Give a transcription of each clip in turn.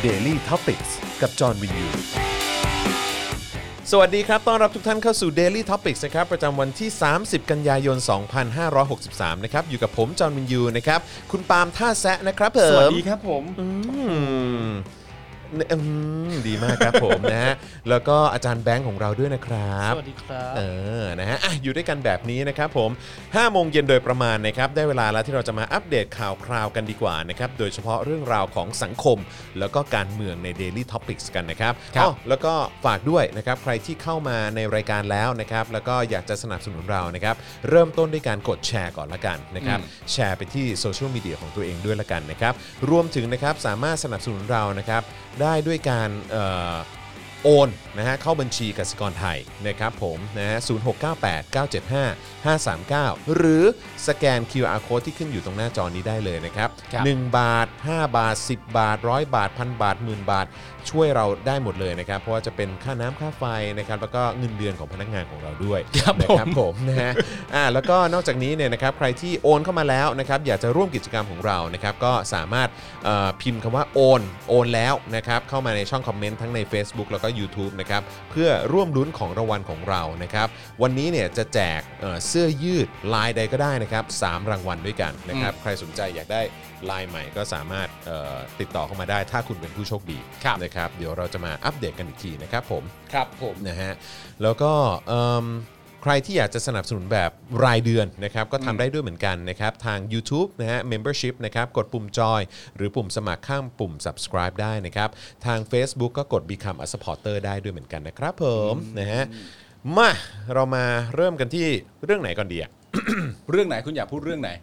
Daily Topics กับจอห์นวินยูสวัสดีครับต้อนรับทุกท่านเข้าสู่ Daily Topics นะครับประจำวันที่30กันยายน2563นะครับอยู่กับผมจอห์นวินยูนะครับคุณปาล์มท่าแซะนะครับผมสวัสดีครับผมดีมากครับผมนะฮะแล้วก็อาจารย์แบงค์ของเราด้วยนะครับสวัสดีครับนะฮะอยู่ด้วยกันแบบนี้นะครับผม5โมงเย็นโดยประมาณนะครับได้เวลาแล้วที่เราจะมาอัปเดตข่าวคราวกันดีกว่านะครับโดยเฉพาะเรื่องราวของสังคมแล้วก็การเมืองใน Daily Topics กันนะครับแล้วก็ฝากด้วยนะครับใครที่เข้ามาในรายการแล้วนะครับแล้วก็อยากจะสนับสนุนเรานะครับเริ่มต้นด้วยการกดแชร์ก่อนละกันนะครับแชร์ไปที่โซเชียลมีเดียของตัวเองด้วยละกันนะครับรวมถึงนะครับสามารถสนับสนุนเรานะครับได้ด้วยการโอนนะฮะเข้าบัญชีกสิกรไทยนะครับผมนะฮะ0698975539หรือสแกน QR Code ที่ขึ้นอยู่ตรงหน้าจอนี้ได้เลยนะครับ1บาท5บาท10บาท100บาท 1,000 บาท 10,000 บาทช่วยเราได้หมดเลยนะครับเพราะว่าจะเป็นค่าน้ำค่าไฟนะครับแล้วก็เงินเดือนของพนักงานของเราด้วยนะครับผมนะฮะแล้วก็นอกจากนี้เนี่ยนะครับใครที่โอนเข้ามาแล้วนะครับอยากจะร่วมกิจกรรมของเรานะครับก็สามารถพิมพ์คำว่าโอนแล้วนะครับเข้ามาในช่องคอมเมนต์ทั้งใน Facebook แล้วก็ YouTube นะครับเพื่อร่วมลุ้นของรางวัลของเรานะครับวันนี้เนี่ยจะแจกเสื้อยืดลายใดก็ได้นะครับ3รางวัลด้วยกันนะครับใครสนใจอยากได้ลายใหม่ก็สามารถติดต่อเข้ามาได้ถ้าคุณเป็นผู้โชคดีนะครับเดี๋ยวเราจะมาอัปเดตกันอีกทีนะครับผมนะฮะแล้วก็ใครที่อยากจะสนับสนุนแบบรายเดือนนะครับก็ทำได้ด้วยเหมือนกันนะครับทาง YouTube นะฮะ Membership นะครับกดปุ่มจอยหรือปุ่มสมัครข้างปุ่ม Subscribe ได้นะครับทาง Facebook ก็กด Become a Supporter ได้ด้วยเหมือนกันนะครับผมนะฮะมาเรามาเริ่มกันที่เรื่องไหนก่อนดีเรื่องไหนคุณอยากพูดเรื่องไหน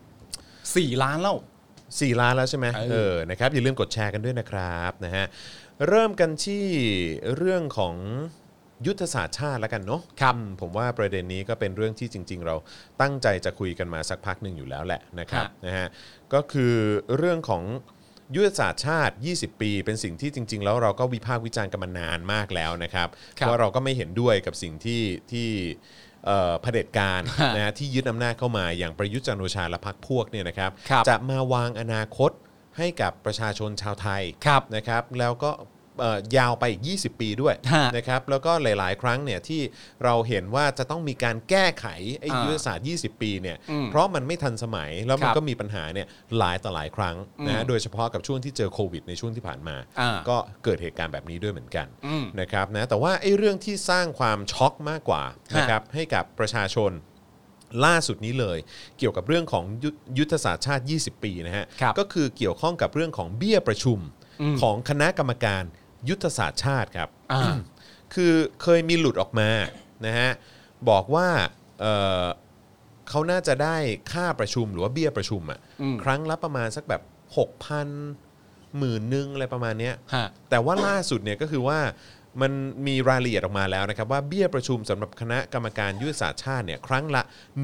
4 ล้านแล้ว 4 ล้านแล้วใช่ไหมนะครับอย่าลืมกดแชร์กันด้วยนะครับนะฮะเริ่มกันที่เรื่องของยุทธศาสตร์ชาติแล้วกันเนาะครับผมว่าประเด็นนี้ก็เป็นเรื่องที่จริงๆเราตั้งใจจะคุยกันมาสักพักหนึ่งอยู่แล้วแหละนะครับนะฮะก็คือเรื่องของยุทธศาสตร์ชาติ20ปีเป็นสิ่งที่จริงๆแล้วเราก็วิพากษ์วิจารณ์กันมานานมากแล้วนะครับเพราะเราก็ไม่เห็นด้วยกับสิ่งที่เผด็จการนะที่ยึดอำนาจเข้ามาอย่างประยุทธ์จันทร์โอชาและพรรคพวกเนี่ยนะครับจะมาวางอนาคตให้กับประชาชนชาวไทยนะครับแล้วก็ยาวไปอีก20ปีด้วยนะครับแล้วก็หลายๆครั้งเนี่ยที่เราเห็นว่าจะต้องมีการแก้ไขไอ้ยุทธศาสตร์20ปีเนี่ยเพราะมันไม่ทันสมัยแล้วมันก็มีปัญหาเนี่ยหลายต่อหลายครั้งนะโดยเฉพาะกับช่วงที่เจอโควิดในช่วงที่ผ่านมาก็เกิดเหตุการณ์แบบนี้ด้วยเหมือนกันนะครับนะแต่ว่าไอ้เรื่องที่สร้างความช็อกมากกว่านะครับให้กับประชาชนล่าสุดนี้เลยเกี่ยวกับเรื่องของยุทธศาสตร์ชาติ20ปีนะฮะก็คือเกี่ยวข้องกับเรื่องของเบี้ยประชุมของคณะกรรมการยุทธศาสตร์ชาติครับคือเคยมีหลุดออกมานะฮะบอกว่าเขาน่าจะได้ค่าประชุมหรือว่าเบี้ยประชุมครั้งละประมาณสักแบบ 6,000 หมื่นนึงอะไรประมาณนี้แต่ว่าล่าสุดเนี่ยก็คือว่ามันมีรายละเอียดออกมาแล้วนะครับว่าเบี้ยประชุมสำหรับคณะกรรมการยุทธศาสตร์ชาติเนี่ยครั้งละ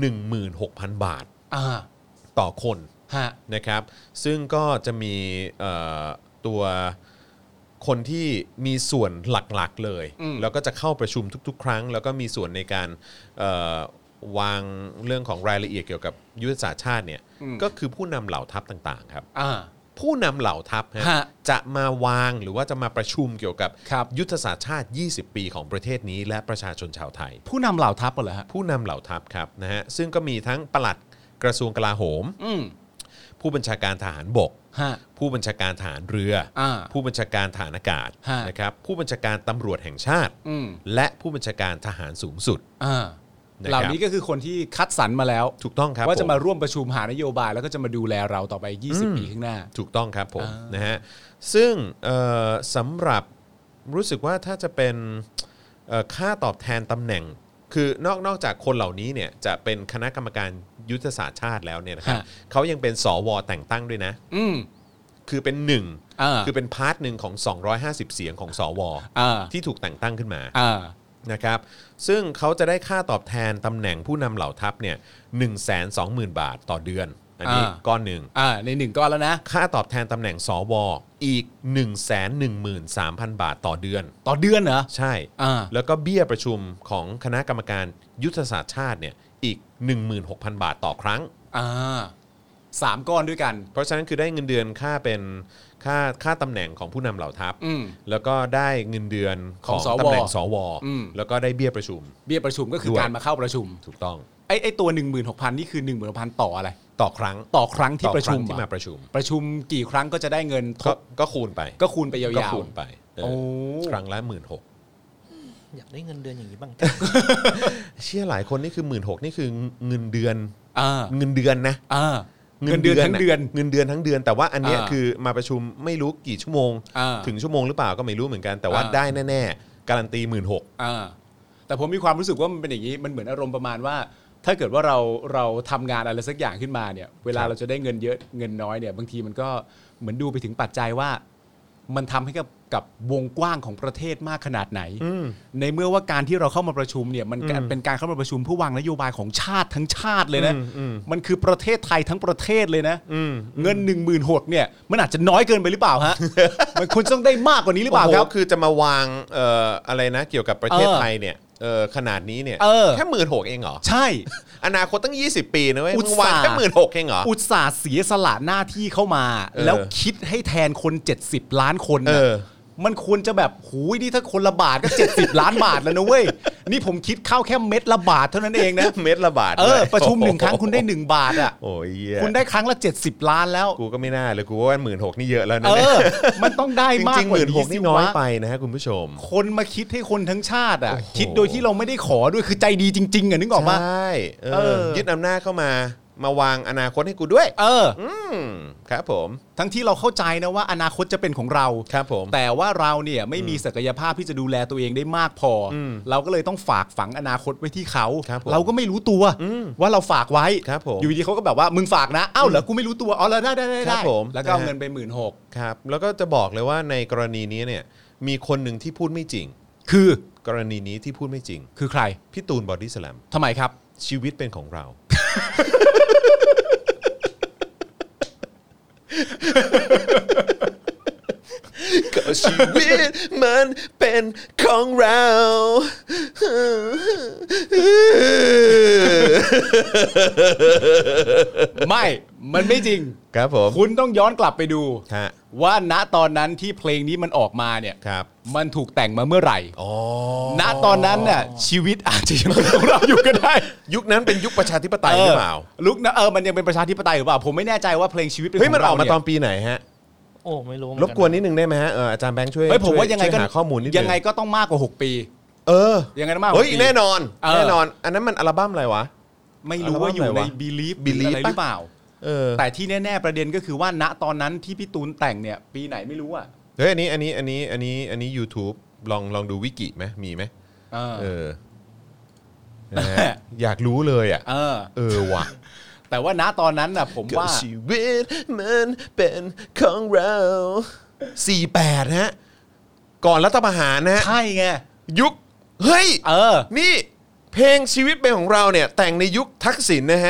16,000 บาทต่อคนนะครับซึ่งก็จะมีตัวคนที่มีส่วนหลักๆเลยแล้วก็จะเข้าประชุมทุกๆครั้งแล้วก็มีส่วนในการวางเรื่องของรายละเอียดเกี่ยวกับยุทธศาสตร์ชาติเนี่ยก็คือผู้นำเหล่าทัพต่างๆครับผู้นำเหล่าทัพจะมาวางหรือว่าจะมาประชุมเกี่ยวกับยุทธศาสตร์ชาติ20ปีของประเทศนี้และประชาชนชาวไทยผู้นำเหล่าทัพเหรอฮะผู้นำเหล่าทัพครับนะฮะซึ่งก็มีทั้งปลัดกระทรวงกลาโหมผู้บัญชาการทหารบกผู้บัญชาการทหารเรือผู้บัญชาการทหารอากาศนะครับผู้บัญชาการตำรวจแห่งชาติและผู้บัญชาการทหารสูงสุดเหล่านี้ก็คือคนที่คัดสรรมาแล้วถูกต้องครับว่าจะมาร่วมประชุมหานโยบายแล้วก็จะมาดูแลเราต่อไป20ปีข้างหน้าถูกต้องครับผมนะฮะซึ่งสำหรับรู้สึกว่าถ้าจะเป็นค่าตอบแทนตำแหน่งคือนอกจากคนเหล่านี้เนี่ยจะเป็นคณะกรรมการยุทธศาสตร์ชาติแล้วเนี่ยนะครับเขายังเป็นสวแต่งตั้งด้วยนะคือเป็นหนึ่งคือเป็นพาร์ทหนึ่งของ250เสียงของสวที่ถูกแต่งตั้งขึ้นมานะครับซึ่งเขาจะได้ค่าตอบแทนตำแหน่งผู้นำเหล่าทัพเนี่ย 120,000 บาทต่อเดือนอันนี้ก้อนหนึ่งใน1ก้อนแล้วนะค่าตอบแทนตำแหน่งสวอีก 113,000 บาทต่อเดือนเหรอใช่แล้วก็เบี้ยประชุมของคณะกรรมการยุทธศาสตร์ชาติเนี่ยอีก 16,000 บาทต่อครั้ง 3ก้อนด้วยกันเพราะฉะนั้นคือได้เงินเดือนค่าเป็นค่าตำแหน่งของผู้นำเหล่าทัพแล้วก็ได้เงินเดือนของตำแหน่งสวแล้วก็ได้เบี้ยประชุมก็คือการมาเข้าประชุมถูกต้องไอ้ตัว 16,000 นี่คือ 16,000 ต่ออะไรต่อครั้งที่ประชุมที่มาประชุมกี่ครั้งก็จะได้เงินก็คูณไปยาวๆก็คูณไปครั้งละ 16,000 อยากได้เงินเดือนอย่างนี้บ้างเชื่อหลายคนนี่คือ 16,000นี่คือเงินเดือนเงินเดือนนะเงินเดือนทั้งเดือนเงินเดือนทั้งเดือนแต่ว่าอันเนี้ยคือมาประชุมไม่รู้กี่ชั่วโมงถึงชั่วโมงหรือเปล่าก็ไม่รู้เหมือนกันแต่ว่าได้แน่ๆการันตี 16,000แต่ผมมีความรู้สึกว่ามันเป็นอย่างนี้มันเหมือนอารมณ์ประมาณว่าถ้าเกิดว่าเราทำงานอะไรสักอย่างขึ้นมาเนี่ยเวลาเราจะได้เงินเยอะเงินน้อยเนี่ยบางทีมันก็เหมือนดูไปถึงปัจจัยว่ามันทำให้กับวงกว้างของประเทศมากขนาดไหนในเมื่อว่าการที่เราเข้ามาประชุมเนี่ยมันเป็นการเข้ามาประชุมเพื่อวางนโยบายของชาติทั้งชาติเลยนะมันคือประเทศไทยทั้งประเทศเลยนะเงิน 16,000 เนี่ยมันอาจจะน้อยเกินไปหรือเปล่าฮะมันควรต้องได้มากกว่านี้หรือเปล่าครับคือจะมาวางอะไรนะเกี่ยวกับประเทศไทยเนี่ยขนาดนี้เนี่ยแค่ 16,000 เองเหรอใช่อนาคตตั้ง20 ปีนะเว้ยมึงวางแค่ 16,000 เองเหรออุตส่าห์เสียสละหน้าที่เข้ามาแล้วคิดให้แทนคน70ล้านคนมันควรจะแบบหูยนี่ถ้าคนละบาทก็70ล้านบาทแล้วนะเว้ยนี่ผมคิดเข้าแค่เม็ดละบาทเท่านั้นเองนะเม็ดละบาทประชุม1ครั้งคุณได้1บาทอ่ะโอ้ยคุณได้ครั้งละ70ล้านแล้วกูก็ไม่น่าเลยกูว่า 16,000 นี่เยอะแล้วนะมันต้องได้มากกว่านี้ 16,000 นี่น้อยไปนะฮะคุณผู้ชมคนมาคิดให้คนทั้งชาติอ่ะคิดโดยที่เราไม่ได้ขอด้วยคือใจดีจริงๆอ่ะนึกออกป่ะใช่ยึดอำนาจเข้ามาวางอนาคตให้กูด้วยครับผมทั้งที่เราเข้าใจนะว่าอนาคตจะเป็นของเราครับผมแต่ว่าเราเนี่ยไม่มีศักยภาพที่จะดูแลตัวเองได้มากพอเราก็เลยต้องฝากฝังอนาคตไว้ที่เขาเราก็ไม่รู้ตัวว่าเราฝากไว้อยู่ดีเขาก็แบบว่ามึงฝากนะเอ้าเหรอกูไม่รู้ตัวอ๋อแล้วได้แล้วก็เอาเงินไป 16,000 ครับแล้วก็จะบอกเลยว่าในกรณีนี้เนี่ยมีคนหนึ่งที่พูดไม่จริงคือกรณีนี้ที่พูดไม่จริงคือใครพี่ตูนบอดี้สแลมทำไมครับชีวิตเป็นของเราก็ชีวิตมันเป็นของเรามันไม่จริงครับผมคุณต้องย้อนกลับไปดูว่าณตอนนั้นที่เพลงนี้มันออกมาเนี่ยมันถูกแต่งมาเมื่อไหร่ณตอนนั้นน่ะชีวิตอาจจะยังเป็นของเราอยู่ก็ได้ยุคนั้นเป็นยุคประชาธิปไตยหรือเปล่าลุกนะมันยังเป็นประชาธิปไตยหรือเปล่าผมไม่แน่ใจว่าเพลงชีวิตเป็นของเรามันออกมาตอนปีไหนฮะโอ้ไม่รู้รบกวนนิดนึงได้ไหมฮะอาจารย์แบงค์ช่วยผมว่ายังไงก็หาข้อมูลนิดนึงยังไงก็ต้องมากกว่า6ปียังไงต้องมากกว่า 6ปีแน่นอนอันนั้นมันอัลบั้มอะไรวะไม่รู้ว่าอยู่ใน Believe อะไรหรือเปล่าแต่ที่แน่ๆประเด็นก็คือว่าณตอนนั้นที่พี่ตูนแต่งเนี่ยปีไหนไม่รู้อ่ะเฮ้ยอันนี้ YouTube ลองดูวิกิไหมมีไหมอยากรู้เลยอ่ะว่ะแต่ว่าณตอนนั้นน่ะผมว่าชีวิตมันเป็นของเรา48ฮะก่อนรัฐประหารนะใช่ไงยุคเฮ้ยนี่เพลงชีวิตเป็นของเราเนี่ยแต่งในยุคทักษิณนะฮะ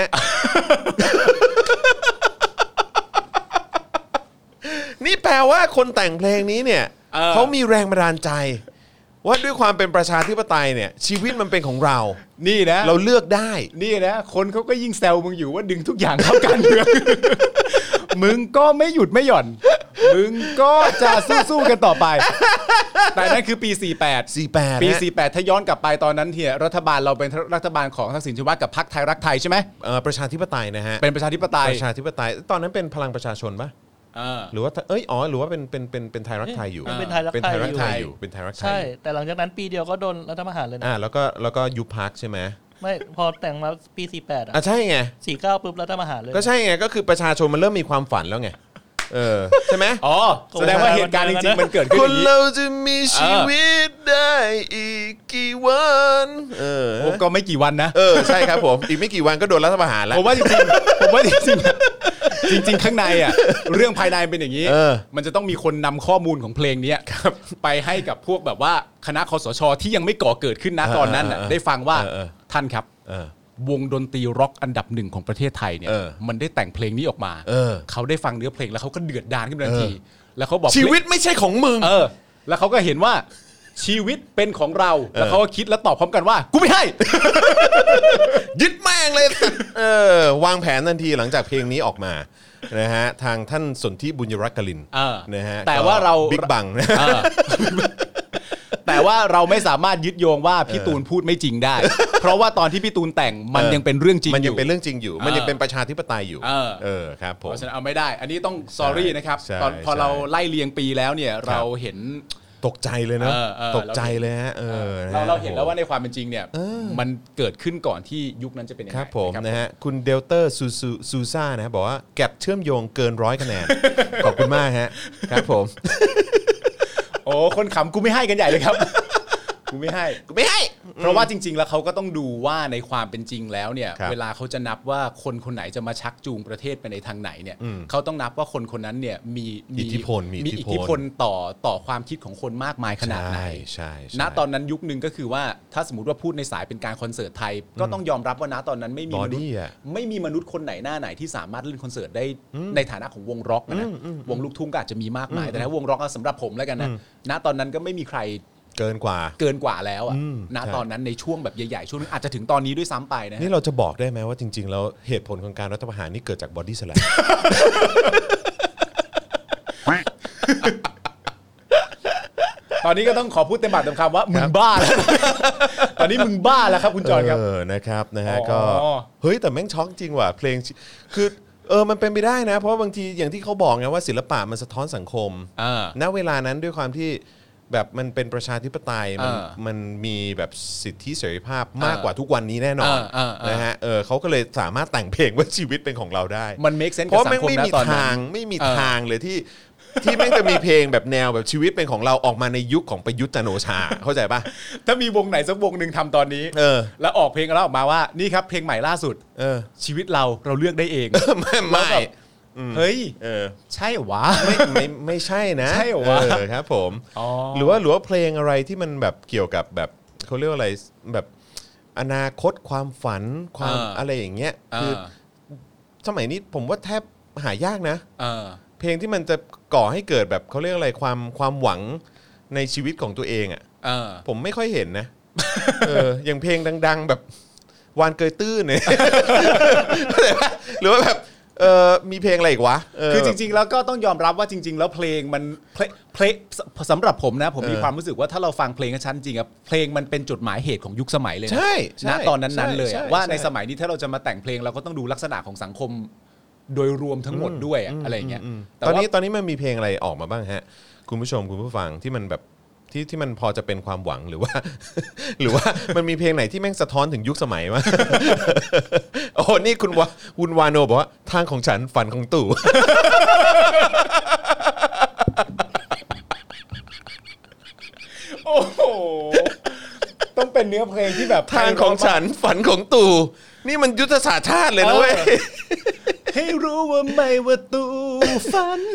นี่แปลว่าคนแต่งเพลงนี้เนี่ยเขามีแรงบันดาลใจว่าด้วยความเป็นประชาธิปไตยเนี่ยชีวิตมันเป็นของเรานี่นะเราเลือกได้นี่นะคนเขาก็ยิ่งแซวมึงอยู่ว่าดึงทุกอย่างเข้ากันเมือง มึงก็ไม่หยุดไม่หย่อนมึงก็จะสู้ๆกันต่อไปแต่นั่นคือปี48ปี48ถ้าย้อนกลับไปตอนนั้นเนี่ยรัฐบาลเราเป็นรัฐบาลของทักษิณชินวัตรกับพรรคไทยรักไทยใช่ไหมประชาธิปไตยนะฮะเป็นประชาธิปไตยตอนนั้นเป็นพลังประชาชนปะหรือว่าหรือว่าเป็นไทยรักไทยอยู่เป็นไทยรักไทยอยู่เป็นไทยรักไทยใช่แต่หลังจากนั้นปีเดียวก็โดนรัฐประหารเลยนะแล้วก็ยุบพรรคใช่ไหมไม่พอแต่งมาปี48 ใช่ไง 49ปุ๊บรัฐประหารเลยก็ใช่ไงก็คือประชาชนมันเริ่มมีความฝันแล้วไงใช่ไหมแสดงว่าเหตุการณ์จริงๆมันเกิดขึ้นอย่างนี้คนเราจะมีชีวิตได้อีกกี่วันก็ไม่กี่วันนะใช่ครับผมอีกไม่กี่วันก็โดนรัฐประหารแล้วผมว่าจริงข้างในอ่ะเรื่องภายในเป็นอย่างนี้มันจะต้องมีคนนำข้อมูลของเพลงนี้ไปให้กับพวกแบบว่าคณะคสช.ที่ยังไม่ก่อเกิดขึ้นนะตอนนั้นได้ฟังว่าท่านครับวงดนตรีร็อกอันดับ1ของประเทศไทยเนี่ยมันได้แต่งเพลงนี้ออกมาเขาได้ฟังเนื้อเพลงแล้วเขาก็เดือดดาลขึ้นทันทีแล้วเขาบอกชีวิตไม่ใช่ของมึงแล้วเขาก็เห็นว่าชีวิตเป็นของเราแล้วเขาก็คิดแล้วตอบพร้อมกันว่ากูไม่ให้ยึดแม่งเลยวางแผนทันทีหลังจากเพลงนี้ออกมานะฮะทางท่านสนธิบุญยรักกลินนะฮะแต่ว่าเราบิ๊กบังแต่ว่าเราไม่สามารถยึดโยงว่าพี่ตูนพูดไม่จริงได้เพราะว่าตอนที่พี่ตูนแต่งมันยังเป็นเรื่องจริงอยู่มันยังเป็นเรื่องจริงอยู่มันยังเป็นประชาธิปไตยอยู่ครับผมเพราะฉะนั้นเอาไม่ได้อันนี้ต้อง sorry นะครับตอนพอเราไล่เรียงปีแล้วเนี่ยเราเห็นตกใจเลยนะตกใจเลยฮะเราเห็นแล้วว่าในความเป็นจริงเนี่ยมันเกิดขึ้นก่อนที่ยุคนั้นจะเป็นยังไงครับผมนะฮะคุณเดลเตอร์ซูซ่านะบอกว่าแกะเชื่อมโยงเกิน100คะแนนขอบคุณมากฮะครับผมโอ้คนขำกูไม่ให้กันใหญ่เลยครับกูไม่ให้เพราะว่าจริงๆแล้วเขาก็ต้องดูว่าในความเป็นจริงแล้วเนี่ยเวลาเขาจะนับว่าคนคนไหนจะมาชักจูงประเทศไปในทางไหนเนี่ยเขาต้องนับว่าคนคนนั้นเนี่ยมีอิทธิพลต่อความคิดของคนมากมายขนาดไหนใช่ณตอนนั้นยุคนึงก็คือว่าถ้าสมมติว่าพูดในสายเป็นการคอนเสิร์ตไทยก็ต้องยอมรับว่าณตอนนั้นไม่มีมนุษย์คนไหนหน้าไหนที่สามารถเล่นคอนเสิร์ตได้ในฐานะของวงร็อกนะวงลูกทุ่งก็อาจจะมีมากมายแต่ถ้าวงร็อกสำหรับผมแล้วกันนะณตอนนั้นก็ไม่มีใครเกินกว่าแล้วอ่ะณตอนนั้นในช่วงแบบใหญ่ๆช่วงนึงอาจจะถึงตอนนี้ด้วยซ้ำไปนะนี่เราจะบอกได้ไหมว่าจริงๆแล้วเหตุผลของการรัฐประหารนี่เกิดจากบอดี้สแลมตอนนี้ก็ต้องขอพูดเต็มปากเต็มคำว่ามึงบ้าแล้วตอนนี้มึงบ้าแล้วครับคุณจอนครับนะครับนะฮะก็เฮ้ยแต่แม่งช็อกจริงว่ะเพลงคือมันเป็นไปได้นะเพราะบางทีอย่างที่เขาบอกไงว่าศิลปะมันสะท้อนสังคมณเวลานั้นด้วยความที่แบบมันเป็นประชาธิปไตยมันมีแบบสิทธิเสรีภาพมากกว่าทุกวันนี้แน่นอนนะฮะเขาก็เลยสามารถแต่งเพลงว่าชีวิตเป็นของเราได้มัน make sense กับสังคมนะตอนนั้นไม่มีทางเลยที่แม่งจะมีเพลงแบบแนวแบบชีวิตเป็นของเราออกมาในยุคของประยุทธ์จันทร์โอชาเข้าใจป่ะถ้ามีวงไหนสักวงนึงทำตอนนี้แล้วออกเพลงแล้วออกมาว่านี่ครับเพลงใหม่ล่าสุดชีวิตเราเลือกได้เองไม่เฮ้ยใช่วะไม่ใช่นะใช่วะครับผมหรือว่าเพลงอะไรที่มันแบบเกี่ยวกับแบบเขาเรียกว่าอะไรแบบอนาคตความฝันความอะไรอย่างเงี้ยคือสมัยนี้ผมว่าแทบหายากนะเพลงที่มันจะก่อให้เกิดแบบเขาเรียกอะไรความหวังในชีวิตของตัวเองอ่ะผมไม่ค่อยเห็นนะอย่างเพลงดังๆแบบวานเกยตื้นเนี่ยหรือว่าแบบมีเพลงอะไรอีกวะคือจริงๆแล้วก็ต้องยอมรับว่าจริงๆแล้วเพลงมันเพลงสำหรับผมนะผมมีความรู้สึกว่าถ้าเราฟังเพลงชั้นจริงอะเพลงมันเป็นจดหมายเหตุของยุคสมัยเลยนะใช่ณตอนนั้นๆเลยว่าในสมัยนี้ถ้าเราจะมาแต่งเพลงเราก็ต้องดูลักษณะของสังคมโดยรวมทั้งหมดด้วยอะไรอย่างเงี้ยตอนนี้มันมีเพลงอะไรออกมาบ้างฮะคุณผู้ชมคุณผู้ฟังที่มันแบบที่มันพอจะเป็นความหวังหรือว่ามันมีเพลงไหนที่แม่งสะท้อนถึงยุคสมัยวะโอ้นี่คุณวาโนบอกว่าทางของฉันฝันของตู่โอ้โหต้องเป็นเนื้อเพลงที่แบบทางของฉันฝันของตู่นี่มันยุทธศาสตร์ชาติเลยนะเว้ยให้รู้ว่าไม่ว่าตู่ฝัน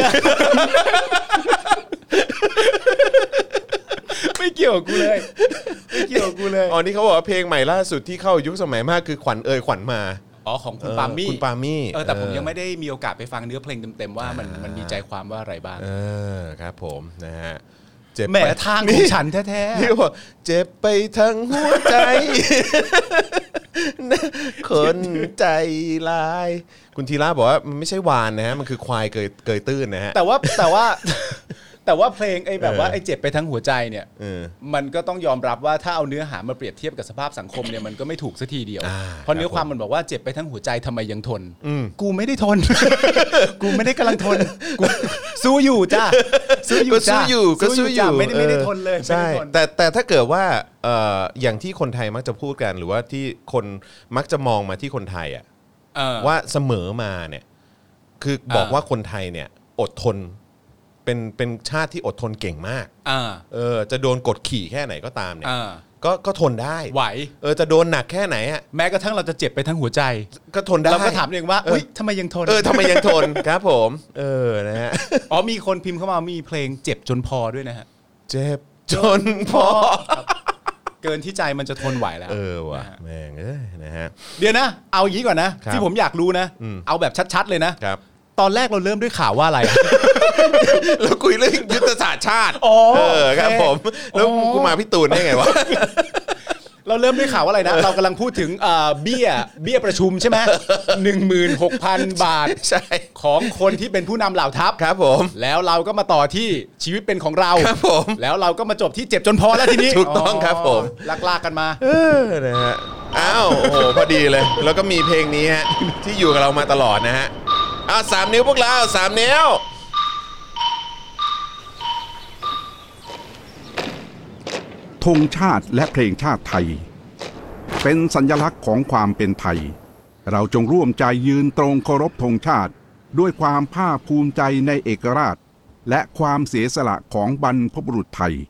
ไม่เกี่ยวกับกูเลยอ๋อนี่เขาบอกว่าเพลงใหม่ล่าสุดที่เข้ายุคสมัยมากคือขวัญขวัญมาของคุณปามี่แต่ผมยังไม่ได้มีโอกาสไปฟังเนื้อเพลงเต็มๆว่ามันมีใจความว่าอะไรบ้างครับผมนะฮะแหมทางของฉันแท้ๆนี่บอกเจ็บไปทั้งหัวใจคนใจลายคุณธีระบอกว่ามันไม่ใช่วานนะฮะมันคือควายเกยตื้นนะฮะแต่ว่าเพลงไอ้แบบว่าไอ้เจ็บไปทั้งหัวใจเนี่ยมันก็ต้องยอมรับว่าถ้าเอาเนื้อหามาเปรียบเทียบกับสภาพสังคมเนี่ยมันก็ไม่ถูกสักทีเดียวเพราะเนื้อความมันบอกว่าเจ็บไปทั้งหัวใจทำไมยังทนกูไม่ได้ทน กูไม่ได้กำลังทนกูสู้อยู่จ้าสู้อยู่ไม่ได้ทนเลยใช่แต่ถ้าเกิดว่าอย่างที่คนไทยมักจะพูดกันหรือว่าที่คนมักจะมองมาที่คนไทยอ่ะว่าเสมอมาเนี่ยคือบอกว่าคนไทยเนี่ยอดทนเป็นชาติที่อดทนเก่งมากจะโดนกดขี่แค่ไหนก็ตามเนี่ยก็ทนได้ไหวจะโดนหนักแค่ไหนอ่ะแม้กระทั่งเราจะเจ็บไปทั้งหัวใจก็ทนได้เราก็ถามเองว่าอุ๊ยทำไมยังทนทำไมยังทนครับผมนะฮะมีคนพิมพ์เข้ามามีเพลงเจ็บจนพอด้วยนะฮะเจ็บจนพอเกินที่ใจมันจะทนไหวแล้วว่ะแม่งนะฮะเดี๋ยวนะเอาอย่างนี้ก่อนนะที่ผมอยากรู้นะเอาแบบชัดๆเลยนะตอนแรกเราเริ่มด้วยข่าวว่าอะไรเราคุยเรื่องยุทธศาสตร์ชาติครับผมแล้วกูมาพี่ตูนได้ไงวะเราเริ่มด้วยข่าวว่าอะไรนะ เรากำลังพูดถึงเบี้ยประชุมใช่ไหม 16,000 บาทใช่ของคนที่เป็นผู้นำเหล่าทัพครับผมแล้วเราก็มาต่อที่ชีวิตเป็นของเราครับผมแล้วเราก็มาจบที่เจ็บจนพอแล้วทีนี้ถูกต้องครับผมลากกันมานะฮะอ้าวโอ้โหพอดีเลยแล้วก็มีเพลงนี้ฮะที่อยู่กับเรามาตลอดนะฮะ3 นิ้วพวกเรา3 นิ้วธงชาติและเพลงชาติไทยเป็นสัญลักษณ์ของความเป็นไทยเราจงร่วมใจยืนตรงเคารพธงชาติด้วยความภาคภูมิใจในเอกราชและความเสียสละของบรรพบุรุษไทย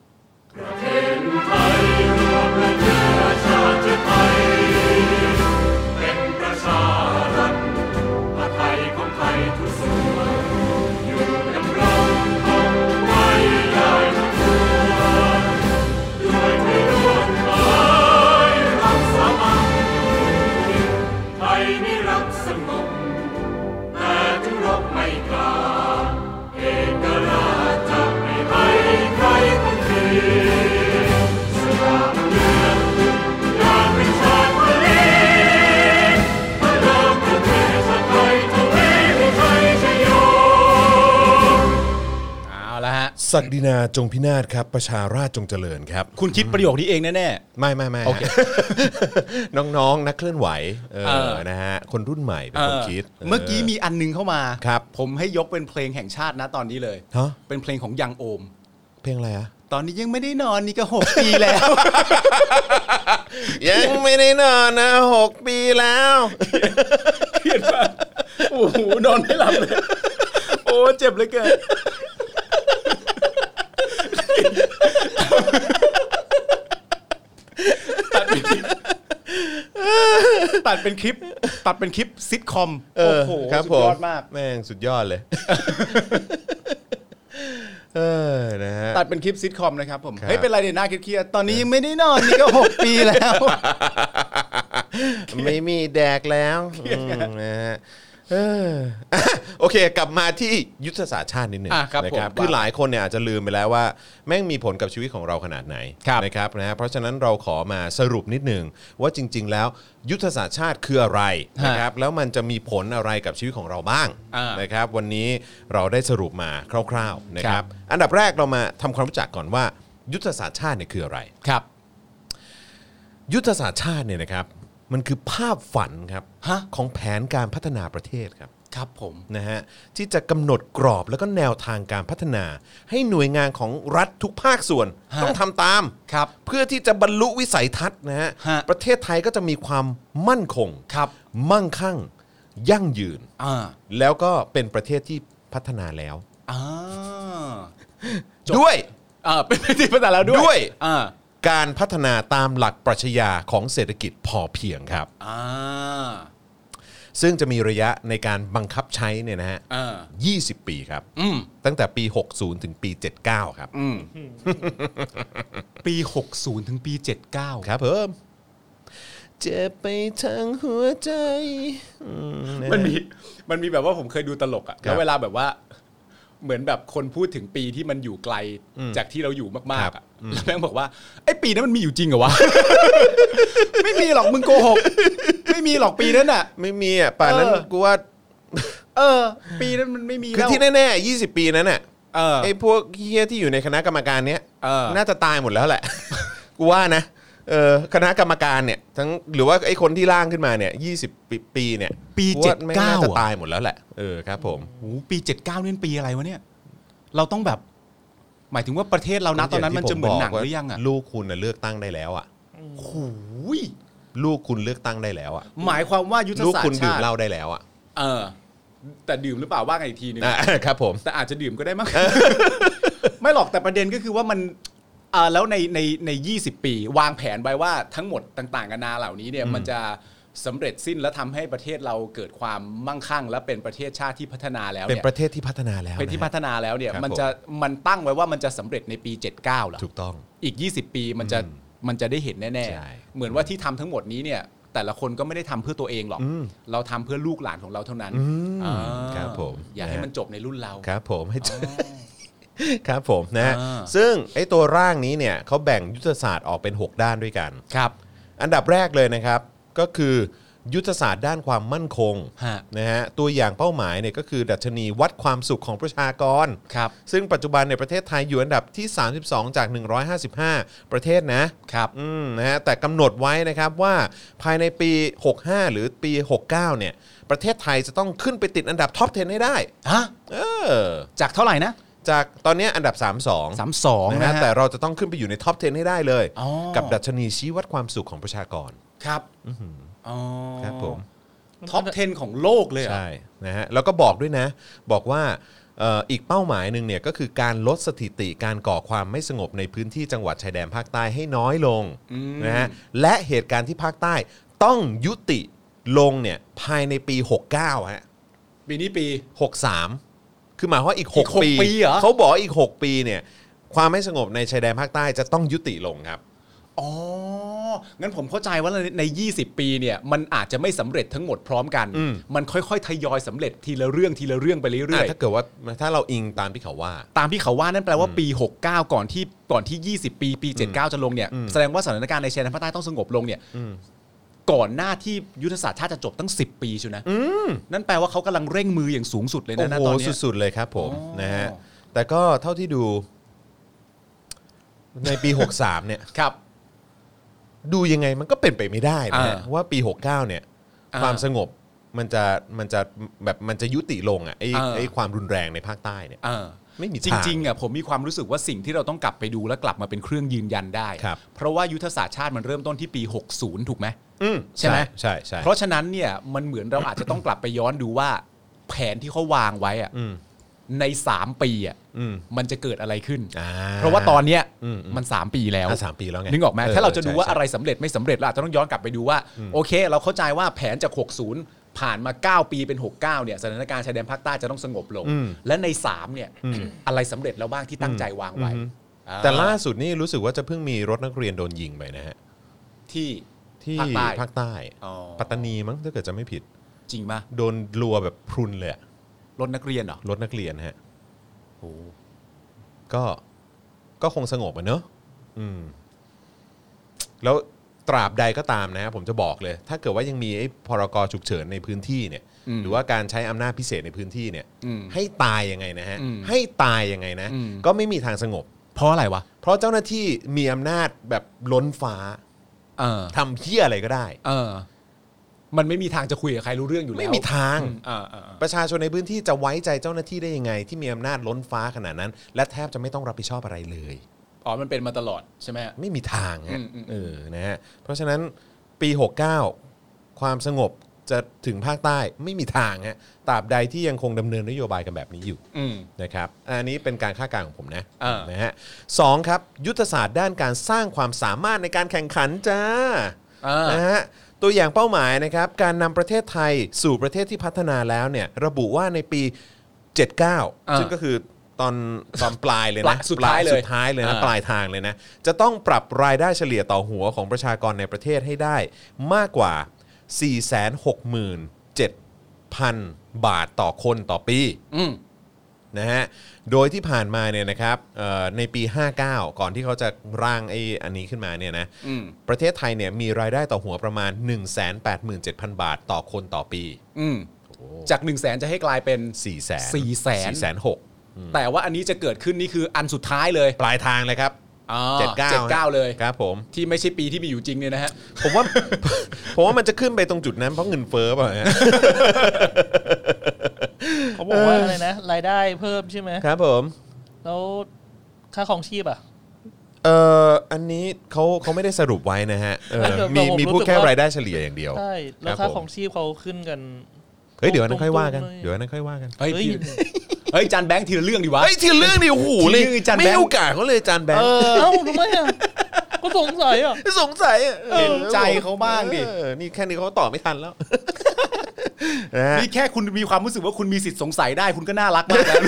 ศักดินาจงพินาศครับประชาราษฎร์จงเจริญครับคุณคิดประโยคนี้เองแน่ๆไม่โอเค น้องๆนักเคลื่อนไหวนะฮะคนรุ่นใหม่เป็นคนคิดเมื่อกี้มีอันนึงเข้ามาครับผมให้ยกเป็นเพลงแห่งชาตินะตอนนี้เลยเป็นเพลงของยังโอมเพลงอะไรอะตอนนี้ยังไม่ได้นอนนี่ก็6 ปีแล้วยังไม่ได้นอนนะ6 ปีแล้วเครียดมากโอ้โหนอนไม่หลับเลยโอ้เจ็บเลยเกินตัดเป็นคลิปซิทคอมโอ้โหสุดยอดมากแม่งสุดยอดเลยนะฮะตัดเป็นคลิปซิทคอมนะครับผมเฮ้ยเป็นไรเดี๋ยวหน้าเครียดๆตอนนี้ยังไม่ได้นอนนี่ก็6 ปีแล้วไม่มีแดกแล้วนะฮะโอเคกลับมาที่ยุทธศาสตร์ชาตินิดนึงนะครับคือหลายคนเนี่ยอาจจะลืมไปแล้วว่าแม่งมีผลกับชีวิตของเราขนาดไหนนะครับนะเพราะฉะนั้นเราขอมาสรุปนิดนึงว่าจริงๆแล้วยุทธศาสตร์ชาติคืออะไรนะครับแล้วมันจะมีผลอะไรกับชีวิตของเราบ้างนะครับวันนี้เราได้สรุปมาคร่าวๆนะครับอันดับแรกเรามาทำความรู้จักก่อนว่ายุทธศาสตร์ชาติเนี่ยคืออะไรครับยุทธศาสตร์ชาติเนี่ยนะครับมันคือภาพฝันครับของแผนการพัฒนาประเทศครับครับผมนะฮะที่จะกำหนดกรอบแล้วก็แนวทางการพัฒนาให้หน่วยงานของรัฐทุกภาคส่วนต้องทำตามเพื่อที่จะบรรลุวิสัยทัศน์นะฮะประเทศไทยก็จะมีความมั่นคงมั่งคั่งยั่งยืนแล้วก็เป็นประเทศที่พัฒนาแล้วด้วยเป็นประเทศพัฒนาแล้วด้วยการพัฒนาตามหลักปรัชญาของเศรษฐกิจพอเพียงครับซึ่งจะมีระยะในการบังคับใช้เนี่ยนะฮะ20 ปีครับตั้งแต่ปี60ถึงปี79ครับปี60ถึงปี79 ครับเพิ่มเจ็บไปทั้งหัวใจมันมีแบบว่าผมเคยดูตลกอ่ะแล้วเวลาแบบว่าเหมือนแบบคนพูดถึงปีที่มันอยู่ไกลจากที่เราอยู่มากๆอ่ะแล้วแม่งบอกว่าไอ้ปีนั้นมันมีอยู่จริงเหรอวะ ไม่มีหรอกมึงโกหกไม่มีหรอกปีนั้นอ่ะไม่มีอ่ะป่านนั้นกูว่าปีนั้นมันไม่มีคือที่แน่ๆ20 ปีนั้นน่ะไอ้พวกเหี้ยที่อยู่ในคณะกรรมการเนี้ยน่าจะตายหมดแล้วแหละกูว่านะคณะกรรมการเนี่ยทั้งหรือว่าไอ้คนที่ร่างขึ้นมาเนี่ย20 ปีเนี่ยปี79 น่าจะตายหมดแล้วแหละครับผมโอ้ปี79นี่ปีอะไรวะเนี่ยเราต้องแบบหมายถึงว่าประเทศเรานะตอนนั้นมันจะเหมือนหนังหรือยังอ่ะลูกคุณน่ะเลือกตั้งได้แล้วอ่ะโอ้ยลูกคุณเลือกตั้งได้แล้วอ่ะหมายความว่ายุทธศาสตร์ชาติลูกคุณดื่มเหล้าได้แล้วอ่ะแต่ดื่มหรือเปล่าว่ากันอีกทีนึงครับผมแต่อาจจะดื่มก็ได้มั้งไม่หรอกแต่ประเด็นก็คือว่ามันแล้วใน20 ปีวางแผนไว้ว่าทั้งหมดต่างๆกันานาเหล่านี้เนี่ยมันจะสำเร็จสิ้นและทำให้ประเทศเราเกิดความมั่งคั่งและเป็นประเทศชาติที่พัฒนาแล้วเป็นประเทศที่พัฒนาแล้วเป็นที่พัฒนาแล้วเนี่ยมันตั้งไว้ว่ามันจะสำเร็จในปี79เหรอถูกต้องอีก20 ปีมันจะได้เห็นแน่ๆเหมือนว่าที่ทำทั้งหมดนี้เนี่ยแต่ละคนก็ไม่ได้ทำเพื่อตัวเองหรอกเราทำเพื่อลูกหลานของเราเท่านั้นครับผมอย่าให้มันจบในรุ่นเราครับผมให้ครับผมนะซึ่งไอ้ตัวร่างนี้เนี่ยเขาแบ่งยุทธศาสตร์ออกเป็น6ด้านด้วยกันครับอันดับแรกเลยนะครับก็คือยุทธศาสตร์ด้านความมั่นคงนะฮะตัวอย่างเป้าหมายเนี่ยก็คือดัชนีวัดความสุขของประชากรครับซึ่งปัจจุบันในประเทศไทยอยู่อันดับที่32จาก155ประเทศนะครับนะฮะแต่กำหนดไว้นะครับว่าภายในปี65หรือปี69เนี่ยประเทศไทยจะต้องขึ้นไปติดอันดับท็อป10ให้ได้ฮะจากเท่าไหร่นะจากตอนนี้อันดับ32นะฮะแต่เราจะต้องขึ้นไปอยู่ในท็อป10ให้ได้เลยกับดัชนีชี้วัดความสุขของประชากรครับครับผมท็อป 10 ของโลกเลยใช่นะฮะแล้วก็บอกด้วยนะบอกว่าอีกเป้าหมายหนึ่งเนี่ยก็คือการลดสถิติการก่อความไม่สงบในพื้นที่จังหวัดชายแดนภาคใต้ให้น้อยลงนะฮะและเหตุการณ์ที่ภาคใต้ต้องยุติลงเนี่ยภายในปี69ฮะปีนี้ปี 63คือหมายว่าอีก6ปีเขาบอกอีก6ปีเนี่ยความไม่สงบในชายแดนภาคใต้จะต้องยุติลงครับอ๋องั้นผมเข้าใจว่าใน20ปีเนี่ยมันอาจจะไม่สำเร็จทั้งหมดพร้อมกันมันค่อยๆทยอยสำเร็จทีละเรื่องไปเรื่อยๆถ้าเกิดว่าถ้าเราอิงตามที่เขาว่านั่นแปลว่าปี69ก่อนที่20ปี79จะลงเนี่ยแสดงว่าสถานการณ์ในชายแดนภาคใต้ต้องสงบลงเนี่ยก่อนหน้าที่ยุทธศาสตร์ชาติจะจบตั้ง10ปีชูนะนั่นแปลว่าเขากำลังเร่งมืออย่างสูงสุดเลยนะตอนนี้สุดๆเลยครับผมนะฮะแต่ก็เท่าที่ดูในปี63เนี่ยครับดูยังไงมันก็เป็นไปไม่ได้นะว่าปี69เนี่ยความสงบมันจะยุติลงไอ้ความรุนแรงในภาคใต้เนี่ยไม่มีจริงๆผมมีความรู้สึกว่าสิ่งที่เราต้องกลับไปดูและกลับมาเป็นเครื่องยืนยันได้เพราะว่ายุทธศาสตร์ชาติมันเริ่มต้นที่ปี60ถูกไหมใช่ไหมใช่เพราะฉะนั้นเนี่ยมันเหมือนเราอาจจะต้องกลับไปย้อนดูว่าแผนที่เขาวางไว้ใน3ปีมันจะเกิดอะไรขึ้นเพราะว่าตอนเนี้ยมัน3ปีแล้ว 3ปีแล้วไงนึกออกไหมถ้าเราจะดูว่าอะไรสำเร็จไม่สำเร็จเราอาจจะต้องย้อนกลับไปดูว่าโอเคเราเข้าใจว่าแผนจาก60ผ่านมา9ปีเป็น69เนี่ยสถานการณ์ชายแดนภาคใต้จะต้องสงบลงและใน3เนี่ยอะไรสำเร็จแล้วบ้างที่ตั้งใจวางไว้แต่ล่าสุดนี่รู้สึกว่าจะเพิ่งมีรถนักเรียนโดนยิงไปนะฮะที่ภาคใต้ปัตตานีมั้งถ้าเกิดจะไม่ผิดจริงป่ะโดนรัวแบบพรุนเลยรถนักเรียนเหรอรถนักเรียนฮะโอ้ก็คงสงบอ่ะเนอะแล้วตราบใดก็ตามนะผมจะบอกเลยถ้าเกิดว่ายังมีไอ้พรกฉุกเฉินในพื้นที่เนี่ยหรือว่าการใช้อำนาจพิเศษในพื้นที่เนี่ยให้ตายยังไงนะฮะให้ตายยังไงนะก็ไม่มีทางสงบเพราะอะไรวะเพราะเจ้าหน้าที่มีอำนาจแบบล้นฟ้าทำเหี้ยอะไรก็ได้มันไม่มีทางจะคุยกับใครรู้เรื่องอยู่แล้วไม่มีทางประชาชนในพื้นที่จะไว้ใจเจ้าหน้าที่ได้ยังไงที่มีอำนาจล้นฟ้าขนาดนั้นและแทบจะไม่ต้องรับผิดชอบอะไรเลยมันเป็นมาตลอดใช่ไหมไม่มีทางนะฮะเพราะฉะนั้นปี69ความสงบจะถึงภาคใต้ไม่มีทางฮะตราบใดที่ยังคงดำเนินนโยบายกันแบบนี้อยู่นะครับอันนี้เป็นการคาดการณ์ของผมนะฮะ2ครับยุทธศาสตร์ด้านการสร้างความสามารถในการแข่งขันจ้านะฮะตัวอย่างเป้าหมายนะครับการนำประเทศไทยสู่ประเทศที่พัฒนาแล้วเนี่ยระบุว่าในปี79ซึ่งก็คือตอนปลายเลยนะสุดท้ายเลยนะปลายทางเลยนะจะต้องปรับรายได้เฉลี่ยต่อหัวของประชากรในประเทศให้ได้มากกว่า 467,000 บาทต่อคนต่อปีนะฮะโดยที่ผ่านมาเนี่ยนะครับในปี59ก่อนที่เขาจะร่างอันนี้ขึ้นมาเนี่ยนะประเทศไทยเนี่ยมีรายได้ต่อหัวประมาณ 187,000 บาทต่อคนต่อปีจาก 100,000 จะให้กลายเป็น 406,000 แต่ว่าอันนี้จะเกิดขึ้นนี่คืออันสุดท้ายเลยปลายทางเลยครับ 79เลยครับผมที่ไม่ใช่ปีที่มีอยู่จริงเนี่ยนะฮะผมว่ามันจะขึ้นไปตรงจุดนั้นเพราะเงินเฟ้อป่ะฮะเขาบอกว่าอะไรนะรายได้เพิ่มใช่ไหมครับผมแล้วค่าครองชีพอันนี้เขาไม่ได้สรุปไว้นะฮะมีพูดแค่รายได้เฉลี่ยอย่างเดียวใช่แล้วค่าครองชีพเขาขึ้นกันเฮ้ยเดี๋ยวนั้นค่อยว่ากันเฮ้ยจานแบงค์ทีละเรื่องดิวะเฮ้ยทีละเรื่องดิโอ้โหเลยไม่ให้โอกาสเขาเลยจานแบงค์ทำไมก็สงสัยเห็นใจเขาบ้างดินี่แค่นี้เขาตอบไม่ทันแล้วนี่แค่คุณมีความรู้สึกว่าคุณมีสิทธิ์สงสัยได้คุณก็น่ารักมากแล้ว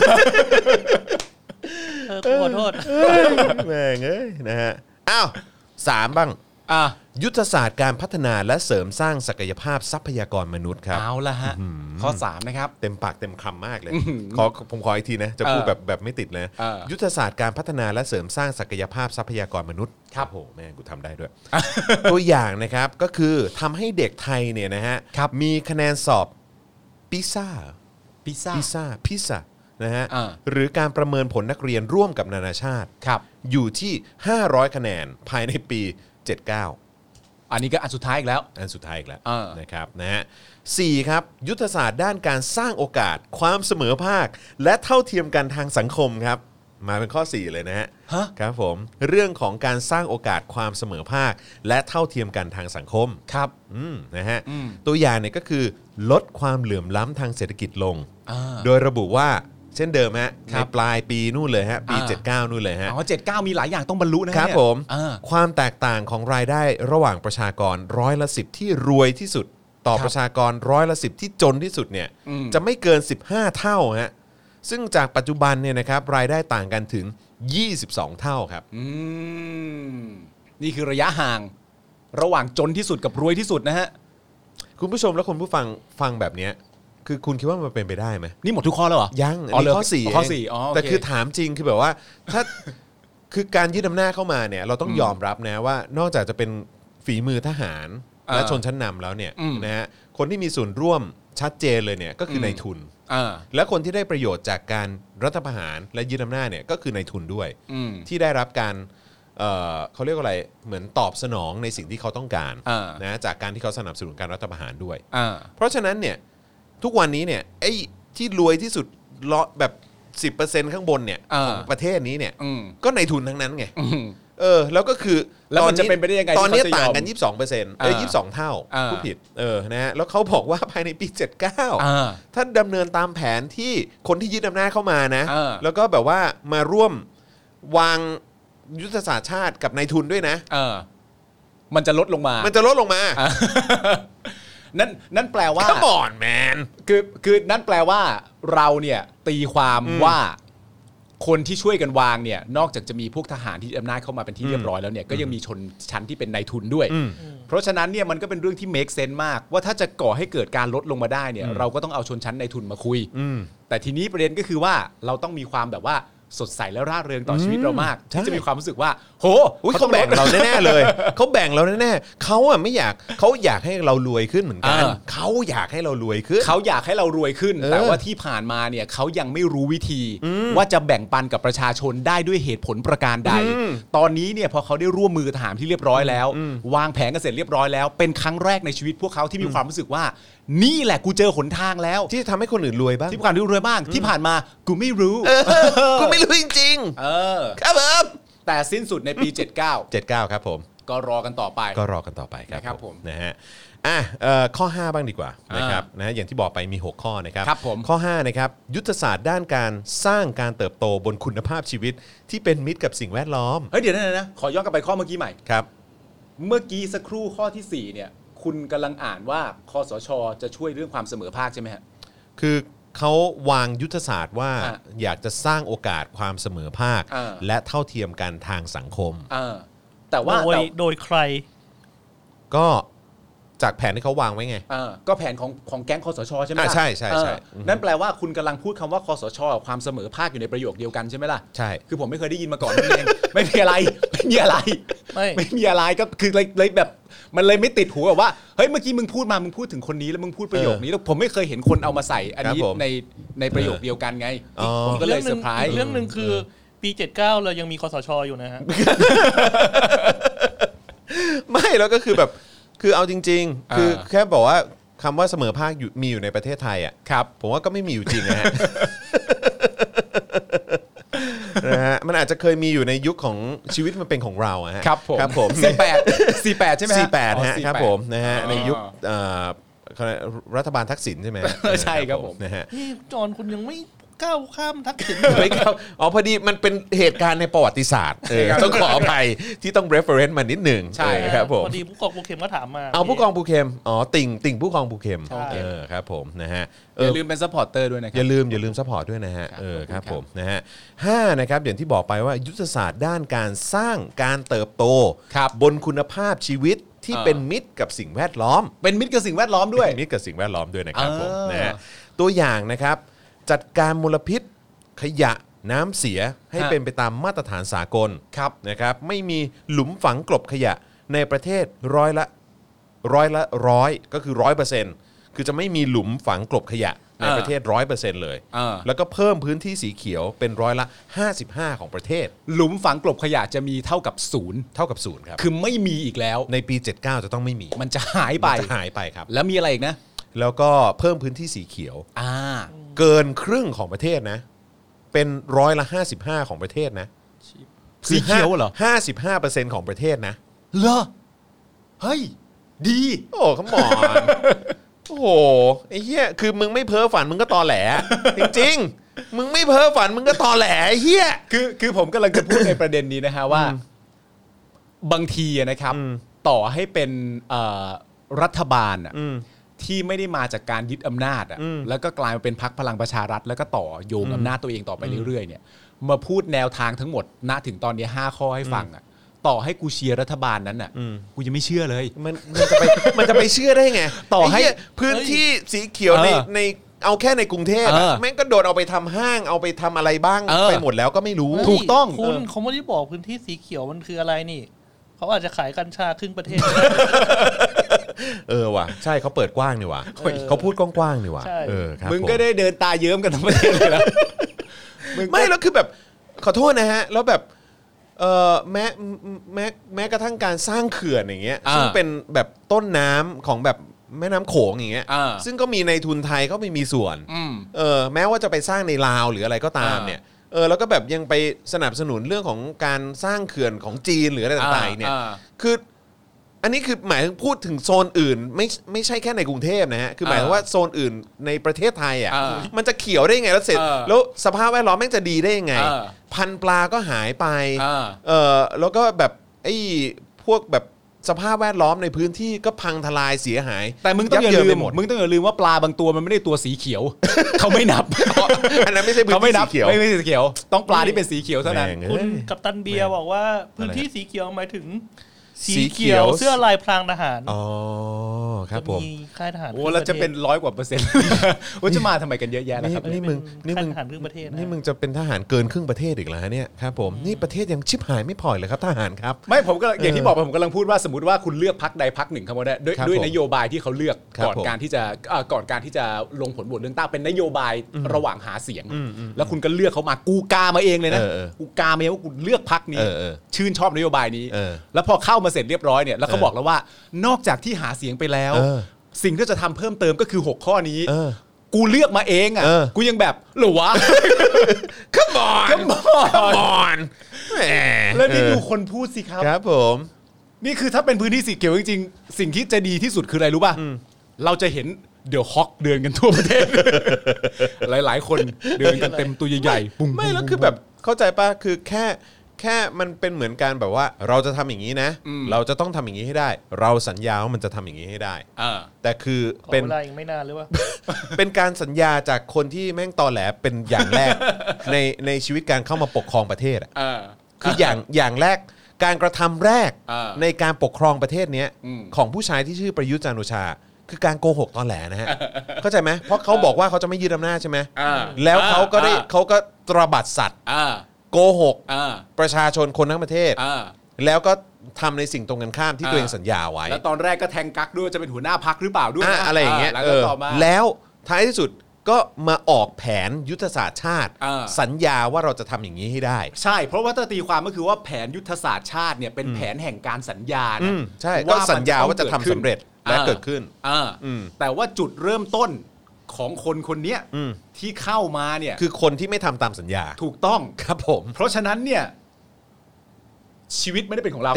ขอโทษแม่งเอ้ยนะฮะอ้าว3บ้างยุทธศาสตร์การพัฒนาและเสริมสร้างศักยภาพทรัพยากรมนุษย์ครับเอาละฮะข้อ3นะครับเต็มปากเต็มคำมากเลยผมขออีกทีนะจะพูดแบบไม่ติดเลยยุทธศาสตร์การพัฒนาและเสริมสร้างศักยภาพทรัพยากรมนุษย์ครับโอ้แม่กูทำได้ด้วย ตัวอย่างนะครับก็คือทำให้เด็กไทยเนี่ยนะฮะมีคะแนนสอบพิซซ่านะฮะหรือการประเมินผลนักเรียนร่วมกับนานาชาติอยู่ที่500คะแนนภายในปี79 อันนี้ก็อันสุดท้ายอีกแล้วนะครับนะฮะ4ครับยุทธศาสตร์ด้านการสร้างโอกาสความเสมอภาคและเท่าเทียมกันทางสังคมครับมาเป็นข้อ4เลยนะฮะครับผมเรื่องของการสร้างโอกาสความเสมอภาคและเท่าเทียมกันทางสังคมครับนะฮะตัวอย่างเนี่ยก็คือลดความเหลื่อมล้ำทางเศรษฐกิจลงโดยระบุว่าเช่นเดิมฮะในปลายปีนู่นเลยฮะปี79นู่นเลยฮะ 79มีหลายอย่างต้องบรรลุนะครับผมความแตกต่างของรายได้ระหว่างประชากร10%ที่รวยที่สุดต่อประชากร10%ที่จนที่สุดเนี่ยจะไม่เกิน15เท่าฮะซึ่งจากปัจจุบันเนี่ยนะครับรายได้ต่างกันถึง22เท่าครับนี่คือระยะห่างระหว่างจนที่สุดกับรวยที่สุดนะฮะคุณผู้ชมและคุณผู้ฟังแบบนี้คือคุณคิดว่ามันเป็นไปได้ไหมนี่หมดทุกข้อแล้วเหรอยังอันนี้ข้อ4แต่คือถามจริงคือแบบว่าถ้าคือการยึดอำนาจเข้ามาเนี่ยเราต้องยอมรับนะว่านอกจากจะเป็นฝีมือทหารและชนชั้นนำแล้วเนี่ยนะฮะคนที่มีส่วนร่วมชัดเจนเลยเนี่ยก็คือนายทุนและคนที่ได้ประโยชน์จากการรัฐประหารและยึดอำนาจเนี่ยก็คือนายทุนด้วยที่ได้รับการเขาเรียกว่าอะไรเหมือนตอบสนองในสิ่งที่เขาต้องการนะจากการที่เขาสนับสนุนการรัฐประหารด้วยเพราะฉะนั้นเนี่ยทุกวันนี้เนี่ยไอ้ที่รวยที่สุดแบบ 10% ข้างบนเนี่ยของประเทศนี้เนี่ยก็นายทุนทั้งนั้นไงแล้วก็คือแล้วมันจะเป็นไปได้ยังไงตอนนี้ต่างกัน 22% 22เท่าผู้ผิดนะฮะแล้วเขาบอกว่าภายในปี79ถ้าดำเนินตามแผนที่คนที่ยึดอำนาจเข้ามานะแล้วก็แบบว่ามาร่วมวางยุทธศาสตร์ชาติกับนายทุนด้วยนะมันจะลดลงมานั่นแปลว่า Come on man คือนั่นแปลว่าเราเนี่ยตีความว่าคนที่ช่วยกันวางเนี่ยนอกจากจะมีพวกทหารที่อำนาจเข้ามาเป็นที่เรียบร้อยแล้วเนี่ยก็ยังมีชนชั้นที่เป็นนายทุนด้วยเพราะฉะนั้นเนี่ยมันก็เป็นเรื่องที่ make sense มากว่าถ้าจะก่อให้เกิดการลดลงมาได้เนี่ยเราก็ต้องเอาชนชั้นนายทุนมาคุยแต่ทีนี้ประเด็นก็คือว่าเราต้องมีความแบบว่าสดใสและร่าเริงต่อชีวิตเรามากที่จะมีความรู้สึกว่าโหเขาแบ่งเราแน่ๆเลยเขาแบ่งเราแน่ๆเขาอ่ะไม่อยากเขาอยากให้เรารวยขึ้นเหมือนกันเขาอยากให้เรารวยขึ้นแต่ว่าที่ผ่านมาเนี่ยเขายังไม่รู้วิธีว่าจะแบ่งปันกับประชาชนได้ด้วยเหตุผลประการใดตอนนี้เนี่ยพอเขาได้ร่วมมือทหารที่เรียบร้อยแล้ววางแผนกันเสร็จเรียบร้อยแล้วเป็นครั้งแรกในชีวิตพวกเขาที่มีความรู้สึกว่านี่แหละกูเจอหนทางแล้วที่ทำให้คนอื่นรวยบ้างที่ผ่านรวยบ้างที่ผ่านมากูไม่รู้กูไม่รู้จริงๆครับผมแต่สิ้นสุดในปี 79ครับผมก็รอกันต่อไปครับผมนะฮะข้อ5บ้างดีกว่านะครับนะอย่างที่บอกไปมี6ข้อนะครับข้อ5นะครับยุทธศาสตร์ด้านการสร้างการเติบโตบนคุณภาพชีวิตที่เป็นมิตรกับสิ่งแวดล้อมเดี๋ยวนะขอย้อนกลับไปข้อเมื่อกี้ใหม่ครับเมื่อกี้สักครู่ข้อที่4เนี่ยคุณกำลังอ่านว่าคสช.จะช่วยเรื่องความเสมอภาคใช่ไหมฮะคือเขาวางยุทธศาสตร์ว่าอยากจะสร้างโอกาสความเสมอภาคและเท่าเทียมกันทางสังคมแต่ว่าโดยใครก็จากแผนที่เขาวางไว้ไงก็แผนของแก๊งคสช.ใช่ไหมใช่นั่นแปลว่าคุณกำลังพูดคำว่าคสช.ความเสมอภาคอยู่ในประโยคเดียวกันใช่ไหมล่ะใช่คือผมไม่เคยได้ยินมาก่อนนั่นเองไม่มีอะไรไม่มีอะไรก็คือเลยแบบมันเลยไม่ติดหูแบบว่าเฮ้ยเมื่อกี้มึงพูดถึงคนนี้แล้วมึงพูดประโยคนี้แล้วผมไม่เคยเห็นคนเอามาใส่อันนี้ในประโยคเดียวกันไงผมก็เลยเซอร์ไพรส์เรื่องนึงคือปี79เรายังมีคสช.อยู่นะฮะไม่แล้วก็คือแบบคือเอาจริงๆคือแค่บอกว่าคำว่าเสมอภาคมีอยู่ในประเทศไทยอ่ะครับผมว่าก็ไม่มีอยู่จริงนะฮะนะฮะมันอาจจะเคยมีอยู่ในยุคของชีวิตมันเป็นของเราฮะครับผม48ใช่ไหม 48ฮะครับผมนะฮะในยุครัฐบาลทักษิณใช่ไหมใช่ครับผมนะฮะจอนคุณยังไม่ก้าวข้ามทักษิณไม่ครับพอดีมันเป็นเหตุการณ์ในประวัติศาสตร์ต้องขออภัยที่ต้อง reference มานิดหนึ่งใช่ครับผมพอดีผู้กองภูเข็มก็ถามมาเอาผู้กองภูเข็มติ่งผู้กองภูเข็มใช่ครับผมนะฮะอย่าลืมเป็นซัพพอร์ตเตอร์ด้วยนะครัอย่าลืมซัพพอร์ตด้วยนะฮะครับผมนะฮะ5นะครับอย่างที่บอกไปว่ายุทธศาสตร์ด้านการสร้างการเติบโตบนคุณภาพชีวิตที่เป็นมิตรกับสิ่งแวดล้อมเป็นมิตรกับสิ่งแวดล้อมด้วยมิตรกับสิ่งแวดล้อมด้วยนะครับผมนะฮะตัวอย่างนะครับจัดการมลพิษขยะน้ำเสียให้เป็นไปตามมาตรฐานสากลนะครับไม่มีหลุมฝังกลบขยะในประเทศร้อยละ100ก็คือ 100%คือจะไม่มีหลุมฝังกลบขยะในประเทศ 100% เลยแล้วก็เพิ่มพื้นที่สีเขียวเป็นร้อยละ55ของประเทศหลุมฝังกลบขยะจะมีเท่ากับ0 ครับคือไม่มีอีกแล้วในปี79จะต้องไม่มีมันจะหายไปครับแล้วมีอะไรอีกนะแล้วก็เพิ่มพื้นที่สีเขียวเกินครึ่งของประเทศนะเป็นร้อยละ55ของประเทศนะสีเขียวเหรอ 55% ของประเทศนะเหรอเฮ้ยดีโอ้คัมมอนโอ้โหไอ้เหี้ยคือมึงไม่เพ้อฝันมึงก็ตอแหลจริงๆมึงไม่เพ้อฝันมึงก็ตอแหลไอ้เหี้ยคือผมกำลังจะพูดในประเด็นนี้นะฮะว่าบางทีนะครับต่อให้เป็นรัฐบาลที่ไม่ได้มาจากการยึดอำนาจแล้วก็กลายมาเป็นพรรคพลังประชารัฐแล้วก็ต่อโยงอำนาจตัวเองต่อไปเรื่อยๆเนี่ยมาพูดแนวทางทั้งหมดณถึงตอนนี้5ข้อให้ฟังต่อให้กูเชียร์รัฐบาลนั้นกูยังไม่เชื่อเลยมันจะไปเชื่อได้ไงต่อให้พื้นที่สีเขียวในเอาแค่ในกรุงเทพแม่งก็โดนเอาไปทำห้างเอาไปทำอะไรบ้างไปหมดแล้วก็ไม่รู้ถูกต้องคุณเขาไม่ได้บอกพื้นที่สีเขียวมันคืออะไรนี่เขาอาจจะขายกัญชาครึ่งประเทศว่ะใช่เขาเปิดกว้างนี่ว่ะเขาพูดกว้างๆนี่ว่ะครับมึงก็ได้เดินตาเยิ้มกันทั้งประเทศเลยนะไม่แล้วคือแบบขอโทษนะฮะแล้วแบบแม้กระทั่งการสร้างเขื่อนอย่างเงี้ยซึ่งเป็นแบบต้นน้ำของแบบแม่น้ำโขงอย่างเงี้ยซึ่งก็มีในทุนไทยเขาไม่มีส่วนแม้ว่าจะไปสร้างในลาวหรืออะไรก็ตามเนี่ยแล้วก็แบบยังไปสนับสนุนเรื่องของการสร้างเขื่อนของจีนหรืออะไรต่างๆเนี่ยคืออันนี้คือหมายถึงพูดถึงโซนอื่นไม่ใช่แค่ในกรุงเทพนะฮะคือหมายถึงว่าโซนอื่นในประเทศไทยมันจะเขียวได้ไงแล้วเสร็จแล้วสภาพแวดล้อมแม่งจะดีได้ยังไงพันธุ์ปลาก็หายไปแล้วก็แบบไอ้พวกแบบสภาพแวดล้อมในพื้นที่ก็พังทลายเสียหายแต่มึงต้องอย่าลืมว่าปลาบางตัวมันไม่ได้ตัวสีเขียวเขาไม่นับอันนั้นไม่ใช่พื้นที่สีเขียวไม่สีเขียวต้องปลาที่เป็นสีเขียวเท่านั้นคุณกัปตันเบียร์บอกว่าพื้นที่สีเขียวหมายถึงสีเขียวเสื้อลายพรางทหารครับผมมีค่ายทหารโอ้แล้วจะเป็น100 กว่า%ว่าจะมาทำไมกันเยอะแยะนะครับนี่มึงทหารครึ่งประเทศนี่มึงจะเป็นทหารเกินครึ่งประเทศอีกแล้วเนี่ยครับผมนี่ประเทศยังชิบหายไม่พอเลยครับทหารครับไม่ผมก็อย่างที่บอกไปผมกำลังพูดว่าสมมติว่าคุณเลือกพรรคใดพรรคหนึ่งครับว่าด้วยนโยบายที่เขาเลือกก่อนการที่จะลงผลโหวตเลือกตั้งเป็นนโยบายระหว่างหาเสียงแล้วคุณก็เลือกเขามากูกามาเองเลยนะกูกามาเองว่ากูเลือกพรรคนี้ชื่นชอบนโยบายนี้แล้วพอเข้ามาเสร็จเรียบร้อยเนี่ยแล้วเขาบอกแล้วว่านอกจากที่หาเสียงไปแล้วสิ่งที่จะทำเพิ่มเติมก็คือ6ข้อนี้กูเลือกมาเองกูยังแบบหรอวะ Come on แล้วนี่ดูคนพูดสิครับครับผมนี่คือถ้าเป็นพื้นที่สีเขียวจริงๆสิ่งที่จะดีที่สุดคืออะไรรู้ป่ะเราจะเห็นเดี๋ยวฮอกเดินกันทั่วประเทศหลายๆคนเดินกันเต็มตัวใหญ่ๆปุ้งไม่แล้วคือแบบเข้าใจป่ะคือแค่มันเป็นเหมือนการแบบว่าเราจะทำอย่างนี้นะเราจะต้องทำอย่างนี้ให้ได้เราสัญญาว่ามันจะทำอย่างนี้ให้ได้แต่คือเป็นเวลาอีกไม่นานหรือว่าเป็นการสัญญาจากคนที่แม่งตอแหลเป็นอย่างแรกในชีวิตการเข้ามาปกครองประเทศคืออย่างแรกการกระทำแรกในการปกครองประเทศนี้ของผู้ชายที่ชื่อประยุทธ์จันทร์โอชาคือการโกหกตอแหลนะฮะเข้าใจไหมเพราะเขาบอกว่าเขาจะไม่ยึดอำนาจใช่ไหมแล้วเขาก็ตระบัดสัตว์โกหกประชาชนคนทั้งประเทศแล้วก็ทำในสิ่งตรงกันข้ามที่ตัวเองสัญญาไว้แล้วตอนแรกก็แทงกั๊กด้วยจะเป็นหัวหน้าพรรคหรือเปล่าด้วยอะไรอย่างเงี้ยแล้วท้ายที่สุดก็มาออกแผนยุทธศาสตร์ชาติสัญญาว่าเราจะทำอย่างนี้ให้ได้ใช่เพราะว่าตีความก็คือว่าแผนยุทธศาสตร์ชาติเนี่ยเป็นแผนแห่งการสัญญานะใช่ก็สัญญาว่าจะทำสำเร็จและเกิดขึ้นแต่ว่าจุดเริ่มต้นของคนนี้ที่เข้ามาเนี่ยคือคนที่ไม่ทำตามสัญญาถูกต้องครับผมเพราะฉะนั้นเนี่ยชีวิตไม่ได้เป็นของเรา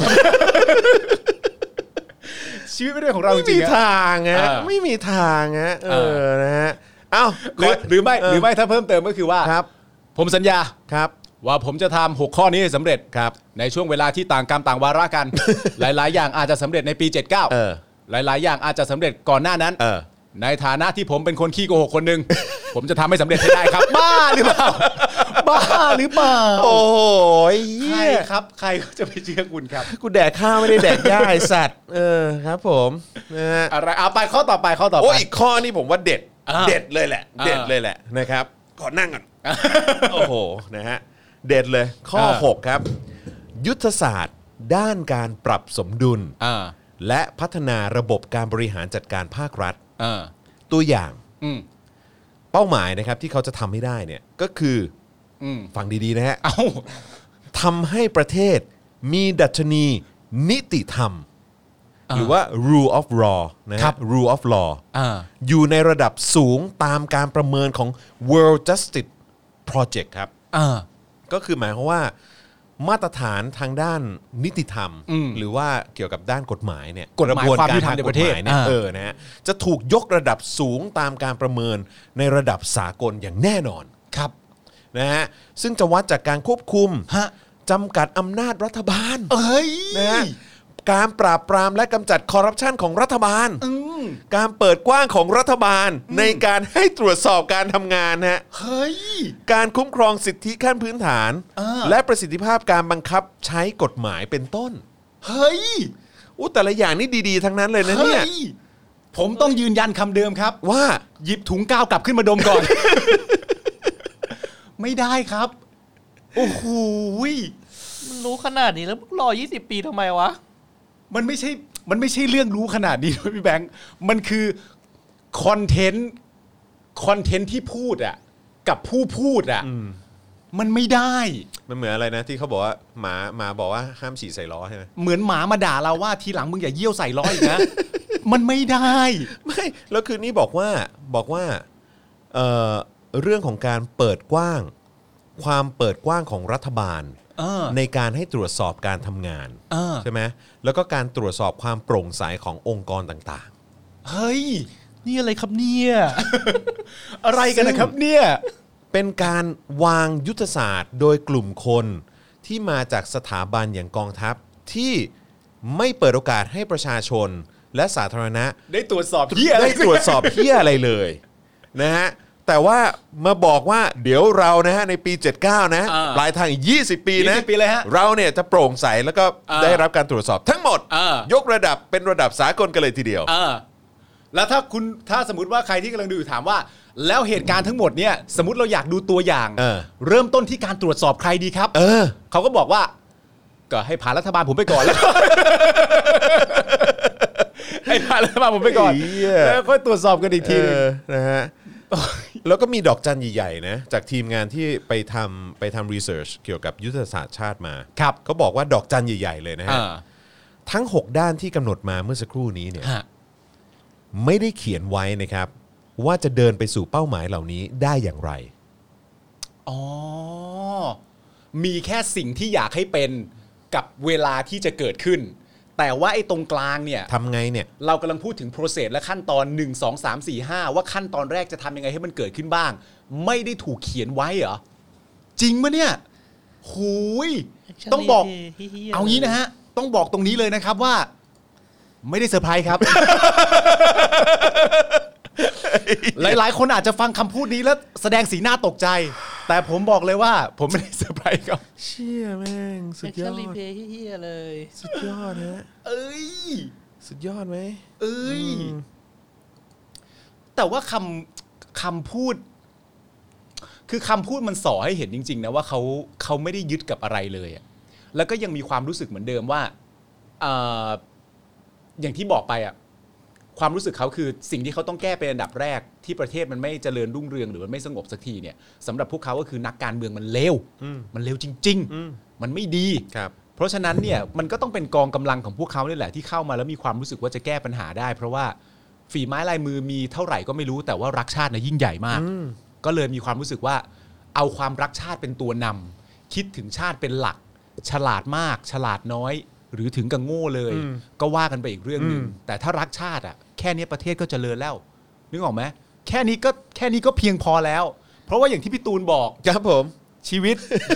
ชีวิตไม่ได้ของเราจริงๆไม่มีทางฮะไม่มีทางฮะนะฮะเอ้าหรือไม่ถ้าเพิ่มเติมก็คือว่าครับผมสัญญาครับว่าผมจะทำ6ข้อนี้ให้สำเร็จครับในช่วงเวลาที่ต่างกรรมต่างวาระกัน หลายๆ อย่างอาจจะสำเร็จในปี 79หลายๆ อย่างอาจจะสำเร็จก่อนหน้านั้นในฐานะที่ผมเป็นคนขี้โกหกคนหนึ่ง ผมจะทำให้สำเร็จให้ได้ครับ บ้าหรือเปล่าโอ้ยใครครับใครจะไปเชื่อคุณครับกูแดกข้าวไม่ได้แดกหญ้าไอ้สัตว์ครับผมนะฮะอะไรเอาไปข้อต่อไปโอ้อีกข้อนี่ผมว่าเด็ดเลยแหละเด็ดเลยแหละนะครับขอนั่งก่อนโอ้โหนะฮะเด็ดเลยข้อ6ครับยุทธศาสตร์ด้านการปรับสมดุลและพัฒนาระบบการบริหารจัดการภาครัฐตัวอย่างเป้าหมายนะครับที่เขาจะทำให้ได้เนี่ยก็คือฟังดีๆนะฮะทำให้ประเทศมีดัชนีนิติธรรมหรือว่า rule of law นะครับ rule of law อยู่ในระดับสูงตามการประเมินของ World Justice Project ครับก็คือหมายความว่ามาตรฐานทางด้านนิติธรรมหรือว่าเกี่ยวกับด้านกฎหมายเนี่ยกฎหมายความยุติธรรมในประเทศเนี่ยนะฮะจะถูกยกระดับสูงตามการประเมินในระดับสากลอย่างแน่นอนครับนะฮะซึ่งจะวัดจากการควบคุมจำกัดอำนาจรัฐบาลนะฮะการปราบปรามและกำจัดคอร์รัปชันของรัฐบาลการเปิดกว้างของรัฐบาลในการให้ตรวจสอบการทำงานฮะการคุ้มครองสิทธิขั้นพื้นฐานและประสิทธิภาพการบังคับใช้กฎหมายเป็นต้นแต่ละอย่างนี่ดีๆทั้งนั้นเลยนะเนี่ยผมต้องยืนยันคำเดิมครับว่าหยิบถุงกาวกลับขึ้นมาดมก่อน ไม่ได้ครับโอ้โหมันรู้ขนาดนี้แล้วรอ20 ปีทำไมวะมันไม่ใช่เรื่องรู้ขนาดนี้พี่แบงค์มันคือคอนเทนต์ที่พูดอ่ะกับผู้พูดอ่ะมันไม่ได้มันเหมือนอะไรนะที่เขาบอกว่าหมาบอกว่าห้ามฉี่ใส่ล้อใช่ไหมเหมือนหมามาด่าเราว่าทีหลังมึงอย่าเยี่ยวใส่ล้ออีกนะ มันไม่ได้ไม่แล้วคือนี่บอกว่าเรื่องของการเปิดกว้างความเปิดกว้างของรัฐบาลในการให้ตรวจสอบการทำงานใช่ไหมแล้วก็การตรวจสอบความโปร่งใสขององค์กรต่างๆเฮ้ยนี่อะไรครับเนี่ยอะไรกันนะครับเนี่ยเป็นการวางยุทธศาสตร์โดยกลุ่มคนที่มาจากสถาบันอย่างกองทัพที่ไม่เปิดโอกาสให้ประชาชนและสาธารณะได้ตรวจสอบเหี้ยอะไรเลยนะฮะแต่ว่ามาบอกว่าเดี๋ยวเรานะฮะในปี79นะปลายทางอีก20 ปีนะเราเนี่ยจะโปร่งใสแล้วก็ได้รับการตรวจสอบทั้งหมดยกระดับเป็นระดับสากลกันเลยทีเดียวแล้วถ้าสมมติว่าใครที่กำลังดูอยู่ถามว่าแล้วเหตุการณ์ทั้งหมดเนี่ยสมมติเราอยากดูตัวอย่างเริ่มต้นที่การตรวจสอบใครดีครับเขาก็บอกว่าก็ให้ผ่านรัฐบาลผมไปก่อนแล้วให้ผ่านรัฐบาลผมไปก่อนแล้วค่อยตรวจสอบกันอีกทีนึงนะฮะแล้วก็มีดอกจันใหญ่ๆนะจากทีมงานที่ไปทำรีเสิร์ชเกี่ยวกับยุทธศาสตร์ชาติมาเขาบอกว่าดอกจันใหญ่ๆเลยนะฮะทั้ง6ด้านที่กำหนดมาเมื่อสักครู่นี้เนี่ยไม่ได้เขียนไว้นะครับว่าจะเดินไปสู่เป้าหมายเหล่านี้ได้อย่างไรมีแค่สิ่งที่อยากให้เป็นกับเวลาที่จะเกิดขึ้นแต่ว่าไอ้ตรงกลางเนี่ยทำไงเนี่ยเรากำลังพูดถึง process และขั้นตอน1 2 3 4 5ว่าขั้นตอนแรกจะทำยังไงให้มันเกิดขึ้นบ้างไม่ได้ถูกเขียนไว้เหรอจริงมั้ยเนี่ยหูยต้องบอกเอางี้นะฮะต้องบอกตรงนี้เลยนะครับว่าไม่ได้เซอร์ไพรส์ครับ หลายๆคนอาจจะฟังคำพูดนี้แล้วแสดงสีหน้าตกใจแต่ผมบอกเลยว่าผมไม่ได้เซอร์ไพรส์ครับเชี่ยแม่งสุดยอดรีเพย์เฮียเลยสุดยอดฮะสุดยอดไหมแต่ว่าคำพูดคือคำพูดมันส่อให้เห็นจริงๆนะว่าเขาไม่ได้ยึดกับอะไรเลยอ่ะแล้วก็ยังมีความรู้สึกเหมือนเดิมว่าอย่างที่บอกไปอ่ะความรู้สึกเขาคือสิ่งที่เขาต้องแก้เป็นอันดับแรกที่ประเทศมันไม่เจริญรุ่งเรืองหรือมันไม่สงบสักทีเนี่ยสำหรับพวกเขาก็คือนักการเมืองมันเลวมันเลวจริงๆมันไม่ดีเพราะฉะนั้นเนี่ยมันก็ต้องเป็นกองกำลังของพวกเขานี่แหละที่เข้ามาแล้วมีความรู้สึกว่าจะแก้ปัญหาได้เพราะว่าฝีไม้ลายมือมีเท่าไหร่ก็ไม่รู้แต่ว่ารักชาติน่ะยิ่งใหญ่มากก็เลยมีความรู้สึกว่าเอาความรักชาติเป็นตัวนำคิดถึงชาติเป็นหลักฉลาดมากฉลาดน้อยหรือถึงกับโง่เลยก็ว่ากันไปอีกเรื่องนึงแต่ถ้ารักชาติอ่ะแค่นี้ประเทศก็เจริญแล้วนึกออกไหมแค่นี้ก็เพียงพอแล้วเพราะว่าอย่างที่พี่ตูนบอกครับผมชีวิต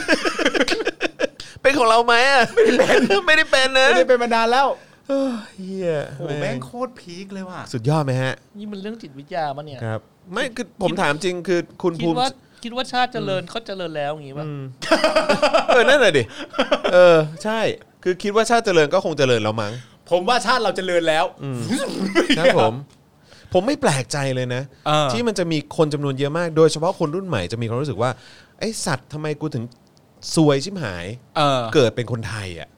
เป็นของเราไหมอ่ะไม่ได้เป็นนะไม่ได้เป็นมานานแล้วเฮียโอ้แม่งโคตรพีคเลยว่ะสุดยอดไหมฮะนี่มันเรื่องจิตวิทยาป่ะเนี่ยครับไม่คือผมถามจริงคือคุณภูมิคิดว่าชาติเจริญเขาเจริญแล้วอย่างงี้ป่ะนั่นแหละดิใช่คือคิดว่าชาติเจริญก็คงเจริญแล้วมั้งผมว่าชาติเราเจริญแล้วครับผมไม่แปลกใจเลยนะที่มันจะมีคนจำนวนเยอะมากโดยเฉพาะคนรุ่นใหม่จะมีความรู้สึกว่าไอ้สัตว์ทำไมกูถึงซวยชิบหายเกิดเป็นคนไทยอ่ะ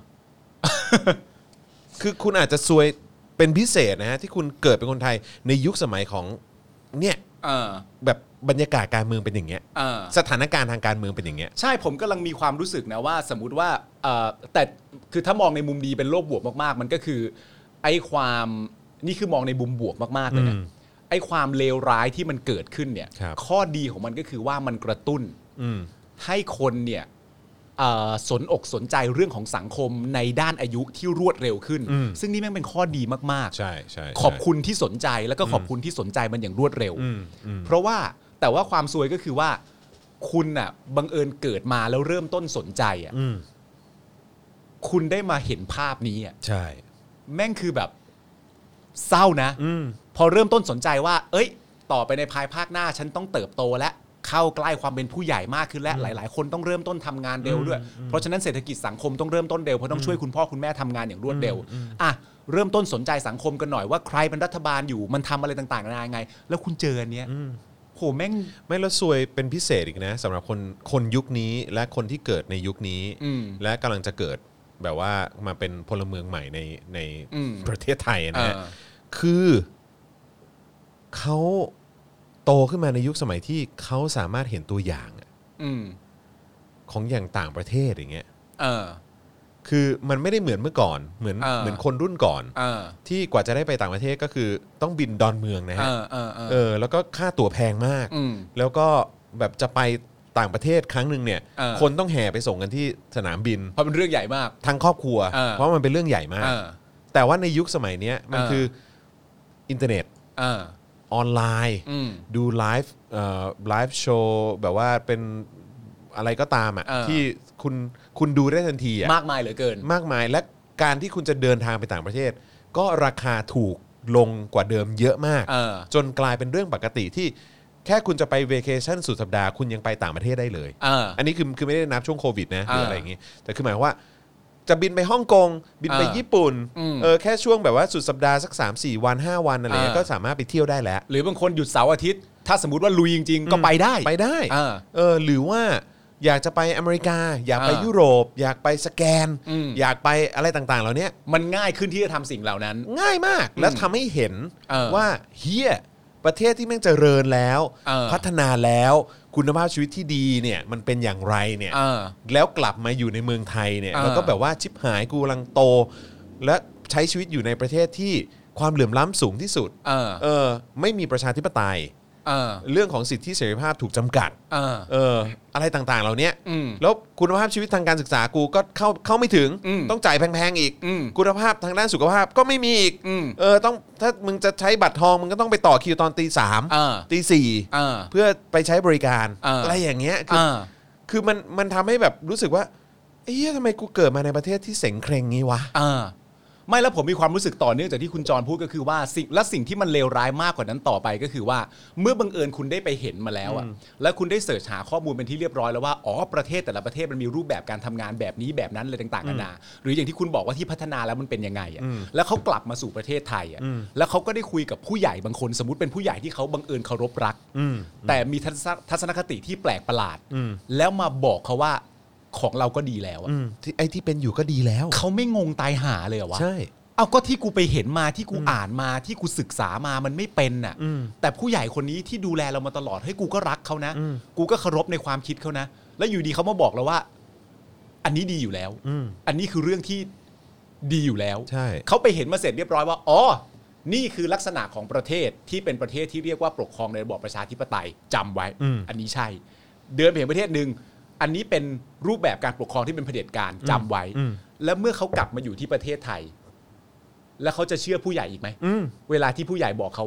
คือคุณอาจจะซวยเป็นพิเศษนะฮะที่คุณเกิดเป็นคนไทยในยุคสมัยของเนี่ยแบบบรรยากาศการเมืองเป็นอย่างเงี้ยสถานการณ์ทางการเมืองเป็นอย่างเงี้ยใช่ผมกำลังมีความรู้สึกนะว่าสมมุติว่าแต่คือถ้ามองในมุมดีเป็นโลกบวกมากๆมันก็คือไอ้ความนี่คือมองในมุมบวกมากๆเลยนะไอ้ความเลวร้ายที่มันเกิดขึ้นเนี่ยข้อดีของมันก็คือว่ามันกระตุ้นให้คนเนี่ยสนอกสนใจเรื่องของสังคมในด้านอายุที่รวดเร็วขึ้นซึ่งนี่แม่งเป็นข้อดีมากๆใช่ใช่ขอบคุณที่สนใจแล้วก็ขอบคุณที่สนใจมันอย่างรวดเร็วเพราะว่าแต่ว่าความซวยก็คือว่าคุณน่ะบังเอิญเกิดมาแล้วเริ่มต้นสนใจอ่ะคุณได้มาเห็นภาพนี้อ่ะใช่แม่งคือแบบเศร้านะพอเริ่มต้นสนใจว่าเอ้ยต่อไปในภายภาคหน้าฉันต้องเติบโตและเข้าใกล้ความเป็นผู้ใหญ่มากขึ้นและหลายๆคนต้องเริ่มต้นทำงานเร็วด้วยเพราะฉะนั้นเศรษฐกิจสังคมต้องเริ่มต้นเร็วเพราะต้องช่วยคุณพ่อคุณแม่ทำงานอย่างรวดเร็วอ่ะเริ่มต้นสนใจสังคมกันหน่อยว่าใครเป็นรัฐบาลอยู่มันทำอะไรต่างๆนานาไงแล้วคุณเจออันเนี้ยโหแม่งไม่แล้วซวยเป็นพิเศษอีกนะสำหรับคนยุคนี้และคนที่เกิดในยุคนี้และกำลังจะเกิดแบบว่ามาเป็นพลเมืองใหม่ในประเทศไทยนะคือเขาโตขึ้นมาในยุคสมัยที่เขาสามารถเห็นตัวอย่างของอย่างต่างประเทศอย่างเงี้ยคือมันไม่ได้เหมือนเมื่อก่อนเหมือนคนรุ่นก่อนที่กว่าจะได้ไปต่างประเทศก็คือต้องบินดอนเมืองนะฮะแล้วก็ค่าตั๋วแพงมากแล้วก็แบบจะไปต่างประเทศครั้งหนึ่งเนี่ยคนต้องแห่ไปส่งกันที่สนามบินเพราะเป็นเรื่องใหญ่มากทั้งครอบครัวเพราะมันเป็นเรื่องใหญ่มากแต่ว่าในยุคสมัยนี้มันคืออินเทอร์เน็ตออนไลน์ดูไลฟ์โชว์แบบว่าเป็นอะไรก็ตามอ่ะที่คุณดูได้ทันทีอ่ะมากมายเหลือเกินมากมายและการที่คุณจะเดินทางไปต่างประเทศก็ราคาถูกลงกว่าเดิมเยอะมากจนกลายเป็นเรื่องปกติที่แค่คุณจะไปเวเคชั่นสุดสัปดาห์คุณยังไปต่างประเทศได้เลยอันนี้คือไม่ได้นับช่วงโควิดนะหรืออะไรอย่างงี้แต่คือหมายว่าจะบินไปฮ่องกงบินไปญี่ปุ่นแค่ช่วงแบบว่าสุดสัปดาห์สัก 3-4 วัน5วันอะไรก็สามารถไปเที่ยวได้แล้วหรือบางคนหยุดเสาร์อาทิตย์ถ้าสมมุติว่าลุยจริงๆก็ไปได้หรือว่าอยากจะไปอเมริกาอยากไปยุโรปอยากไปสแกนอยากไปอะไรต่างๆเหล่านี้มันง่ายขึ้นที่จะทำสิ่งเหล่านั้นง่ายมากแล้วทำให้เห็นว่าเฮียประเทศที่แม่งเจริญแล้วพัฒนาแล้วคุณภาพชีวิตที่ดีเนี่ยมันเป็นอย่างไรเนี่ยแล้วกลับมาอยู่ในเมืองไทยเนี่ยแล้วก็แบบว่าชิบหายกูกำลังโตและใช้ชีวิตอยู่ในประเทศที่ความเหลื่อมล้ำสูงที่สุดไม่มีประชาธิปไตยเรื่องของสิทธิเสรีภาพถูกจำกัดอะไรต่างๆเหล่านี้แล้วคุณภาพชีวิตทางการศึกษากูก็เข้าไม่ถึงต้องจ่ายแพงๆอีกคุณภาพทางด้านสุขภาพก็ไม่มีอีกต้องถ้ามึงจะใช้บัตรทองมึงก็ต้องไปต่อคิวตอนตี 3 ตี 4เพื่อไปใช้บริการอะไรอย่างเงี้ยคือมันทำให้แบบรู้สึกว่าเอ๊ะทำไมกูเกิดมาในประเทศที่เสงเคร่งงี้วะไม่แล้วผมมีความรู้สึกต่อเนื่องจากที่คุณจรพูดก็คือว่าสิ่งที่มันเลวร้ายมากกว่านั้นต่อไปก็คือว่าเมื่อบังเอิญคุณได้ไปเห็นมาแล้วอ่ะแล้วคุณได้เสิร์ชหาข้อมูลเป็นที่เรียบร้อยแล้วว่าอ๋อประเทศแต่ละประเทศมันมีรูปแบบการทำงานแบบนี้แบบนั้นอะไรต่างๆนานาหรืออย่างที่คุณบอกว่าที่พัฒนาแล้วมันเป็นยังไงอ่ะแล้วเขากลับมาสู่ประเทศไทยอ่ะแล้วเขาก็ได้คุยกับผู้ใหญ่บางคนสมมติเป็นผู้ใหญ่ที่เขาบังเอิญเคารพรักแต่มีทัศนคติที่แปลกประหลาดแล้วมาบอกเขาว่าของเราก็ดีแล้วไอ้ที่เป็นอยู่ก็ดีแล้วเขาไม่งงตายหาเลยเหรอวะใช่เอาก็ที่กูไปเห็นมาที่กูอ่านมาที่กูศึกษามามันไม่เป็นน่ะแต่ผู้ใหญ่คนนี้ที่ดูแลเรามาตลอดให้กูก็รักเขานะกูก็เคารพในความคิดเขานะแล้วอยู่ดีเขามาบอกเราว่าอันนี้ดีอยู่แล้วอันนี้คือเรื่องที่ดีอยู่แล้วเขาไปเห็นมาเสร็จเรียบร้อยว่าอ๋อนี่คือลักษณะของประเทศที่เป็นประเทศที่เรียกว่าปกครองในระบอบประชาธิปไตยจำไว้อันนี้ใช่เดินไปเห็นประเทศนึงอันนี้เป็นรูปแบบการปกครองที่เป็นเผด็จการจำไว้แล้วเมื่อเขากลับมาอยู่ที่ประเทศไทยแล้วเขาจะเชื่อผู้ใหญ่อีกไหมเวลาที่ผู้ใหญ่บอกเขาว่า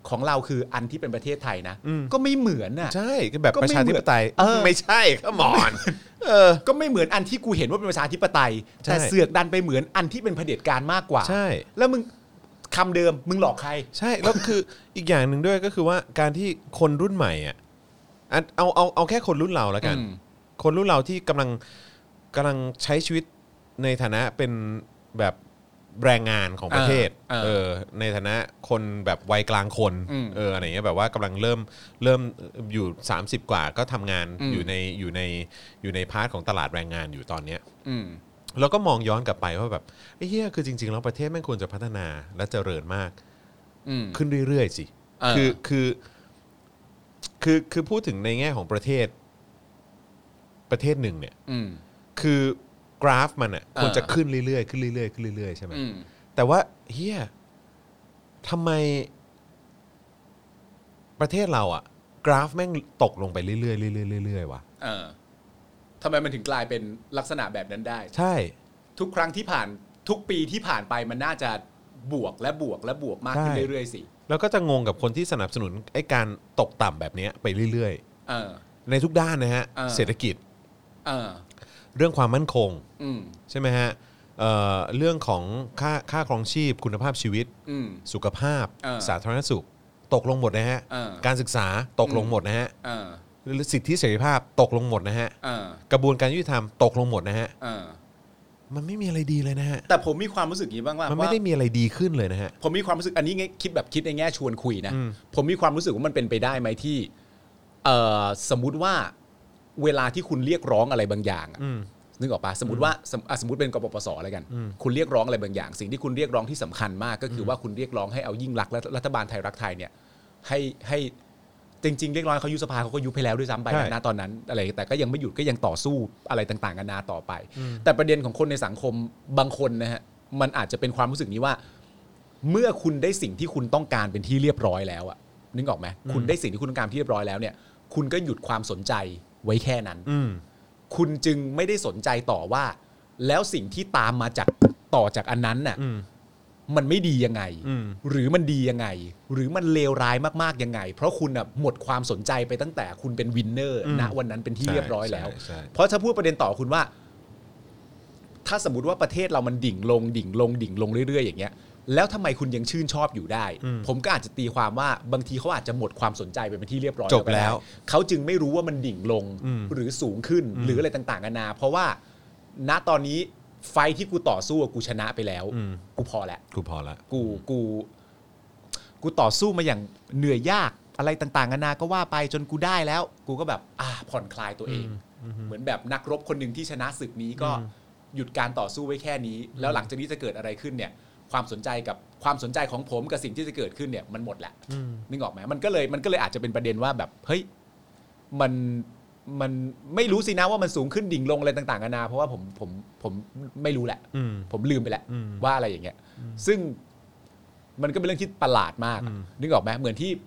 ของเราคืออันที่เป็นประเทศไทยนะก็ไม่เหมือนน่ะใช่ก็แบบประชาธิปไตยไม่ใช่ก็หมอนก็ไม่เหมือนอันที่กูเห็นว่าเป็นประชาธิปไตยแต่เสือกดันไปเหมือนอันที่เป็นเผด็จการมากกว่าใช่แล้วมึงคำเดิมมึงหลอกใครใช่แล้วคืออีกอย่างหนึ่งด้วยก็คือว่าการที่คนรุ่นใหม่อ่ะเอาแค่คนรุ่นเราแล้วกันคนรุ่นเราที่กำลังใช้ชีวิตในฐานะเป็นแบบแรงงานของประเทศในฐานะคนแบบวัยกลางคนอะไรเงี้ยแบบว่ากำลังเริ่มอยู่30กว่าก็ทำงานอยู่ในพาร์ทของตลาดแรงงานอยู่ตอนเนี้ยแล้วก็มองย้อนกลับไปว่าแบบไอ้เหี้ยคือจริงๆแล้วประเทศแม่งควรจะพัฒนาและเจริญมากขึ้นเรื่อยๆสิคือพูดถึงในแง่ของประเทศหนึ่งเนี่ยคือกราฟมันอ่ะควรจะขึ้นเรื่อยๆขึ้นเรื่อยๆขึ้นเรื่อยๆใช่ไหมแต่ว่าเฮียทำไมประเทศเราอ่ะกราฟแม่งตกลงไปเรื่อยๆเรื่อยๆวะทำไมมันถึงกลายเป็นลักษณะแบบนั้นได้ใช่ทุกครั้งที่ผ่านทุกปีที่ผ่านไปมันน่าจะบวกและบวกและบวกมากขึ้นเรื่อยๆสิแล้วก็จะงงกับคนที่สนับสนุนไอ้การตกต่ำแบบนี้ไปเรื่อยๆในทุกด้านนะฮะเศรษฐกิจเรื่องความมั่นคงใช่ไหมฮะเรื่องของค่าครองชีพคุณภาพชีวิตสุขภาพสาธารณสุขตกลงหมดนะฮะการศึกษาตกลงหมดนะฮะสิทธิเสรีภาพตกลงหมดนะฮะกระบวนการยุติธรรมตกลงหมดนะฮะมันไม่มีอะไรดีเลยนะฮะแต่ผมมีความรู้สึกอย่างนี้บ้างว่ามันไม่ได้มีอะไรดีขึ้นเลยนะฮะผมมีความรู้สึกอันนี้คิดในแง่ชวนคุยนะผมมีความรู้สึกว่ามันเป็นไปได้ไหมที่สมมุติว่าเวลาที่คุณเรียกร้องอะไรบางอย่างนึกออกปะสมมติเป็นกปปสอะไรกันคุณเรียกร้องอะไรบางอย่างสิ่งที่คุณเรียกร้องที่สำคัญมากก็คือว่าคุณเรียกร้องให้เอายิ่งรักและรัฐบาลไทยรักไทยเนี่ยให้จริงๆเรียกร้องเขายุบสภาเขาก็ยุบไปแล้วด้วยซ้ำไปนะตอนนั้นอะไรแต่ก็ยังไม่หยุดก็ยังต่อสู้อะไรต่างๆกันานาต่อไปแต่ประเด็นของคนในสังคมบางคนนะฮะมันอาจจะเป็นความรู้สึกนี้ว่าเมื่อคุณได้สิ่งที่คุณต้องการเป็นที่เรียบร้อยแล้วอะนึกออกไหมคุณได้สิ่งที่คุณต้องการที่เรียบร้อยแล้วเนี่ยคุณก็หยุดความสนใจไว้แค่นั้นคุณจึงไม่ได้สนใจต่อว่าแล้วสิ่งที่ตามมาต่อจากอันนั้นน่ะมันไม่ดียังไงหรือมันดียังไงหรือมันเลวร้ายมากๆยังไงเพราะคุณหมดความสนใจไปตั้งแต่คุณเป็นวินเนอร์ณวันนั้นเป็นที่เรียบร้อยแล้วเพราะถ้าพูดประเด็นต่อคุณว่าถ้าสมมติว่าประเทศเรามันดิ่งลงเรื่อยๆอย่างเงี้ยแล้วทำไมคุณยังชื่นชอบอยู่ได้ผมก็อาจจะตีความว่าบางทีเขาอาจจะหมดความสนใจไปเป็นที่เรียบร้อยจบแล้วเขาจึงไม่รู้ว่ามันดิ่งลงหรือสูงขึ้นหรืออะไรต่างๆกันานาเพราะว่าณตอนนี้ไฟที่กูต่อสู้กูชนะไปแล้วกูพอแล้วกูต่อสู้มาอย่างเหนื่อยยากอะไรต่างๆกันานาก็ว่าไปจนกูได้แล้วกูก็แบบผ่อนคลายตัวเองเหมือนแบบนักรบคนหนึ่งที่ชนะศึกนี้ก็หยุดการต่อสู้ไว้แค่นี้แล้วหลังจากนี้จะเกิดอะไรขึ้นเนี่ยความสนใจของผมกับสิ่งที่จะเกิดขึ้นเนี่ยมันหมดแหละนึกออกไหมมันก็เลยอาจจะเป็นประเด็นว่าแบบเฮ้ยมันไม่รู้สินะว่ามันสูงขึ้นดิ่งลงอะไรต่างๆกันานาเพราะว่าผมไม่รู้แหละผมลืมไปแล้วว่าอะไรอย่างเงี้ยซึ่งมันก็เป็นเรื่องที่ประหลาดมากนึกออกไหมเหมือนที่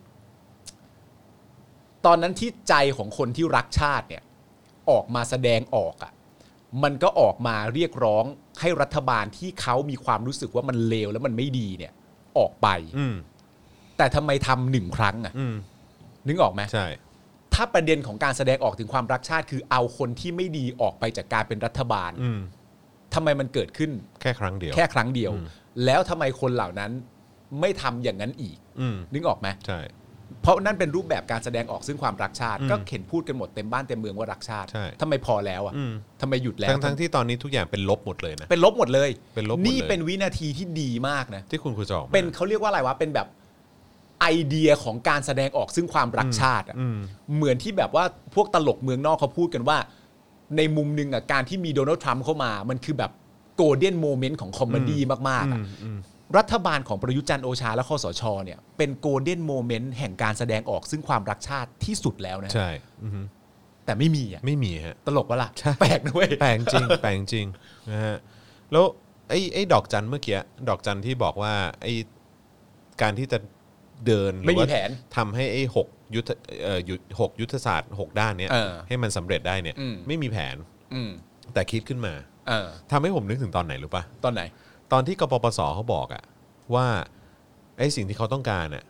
ตอนนั้นที่ใจของคนที่รักชาติเนี่ยออกมาแสดงออกอ่ะมันก็ออกมาเรียกร้องให้รัฐบาลที่เขามีความรู้สึกว่ามันเลวแล้วมันไม่ดีเนี่ยออกไปแต่ทำไมทำ1 ครั้งอ่ะนึกออกไหมใช่ถ้าประเด็นของการแสดงออกถึงความรักชาติคือเอาคนที่ไม่ดีออกไปจากการเป็นรัฐบาลทำไมมันเกิดขึ้นแค่ครั้งเดียวแล้วทำไมคนเหล่านั้นไม่ทำอย่างนั้นอีกนึกออกไหมใช่เพราะนั่นเป็นรูปแบบการแสดงออกซึ่งความรักชาติก็เห็นพูดกันหมดเต็มบ้านเต็มเมืองว่ารักชาติทำไมพอแล้วอ่ะทำไมหยุดแล้วทั้งที่ตอนนี้ทุกอย่างเป็นลบหมดเลยนะเป็นลบหมดเลยนี่เป็นวินาทีที่ดีมากนะที่คุณจะออกเป็นเขาเรียกว่าอะไรวะเป็นแบบไอเดียของการแสดงออกซึ่งความรักชาติอ่ะเหมือนที่แบบว่าพวกตลกเมืองนอกเขาพูดกันว่าในมุมนึงอ่ะการที่มีโดนัลด์ทรัมป์เข้ามามันคือแบบโกลเด้นโมเมนต์ของคอมเมดี้มากๆอ่ะรัฐบาลของประยุทธ์จันทร์โอชาและคสช.เนี่ยเป็นโกลเด้นโมเมนต์แห่งการแสดงออกซึ่งความรักชาติที่สุดแล้วนะใช่แต่ไม่มีอ่ะไม่มีฮะตลกวะล่ะแปลกนะเว้ยแปลกจริงนะฮะแล้วไอ้ดอกจันเมื่อกี้ดอกจันที่บอกว่าไอ้การที่จะเดินหรือว่าทำให้ไอ้6ยุทธศาสตร์6ด้านเนี้ยให้มันสำเร็จได้เนี่ยไม่มีแผนแต่คิดขึ้นมาทำให้ผมนึกถึงตอนไหนรู้ป่ะตอนไหนตอนที่กปปสเขาบอกอะว่าไอ้สิ่งที่เขาต้องการอะ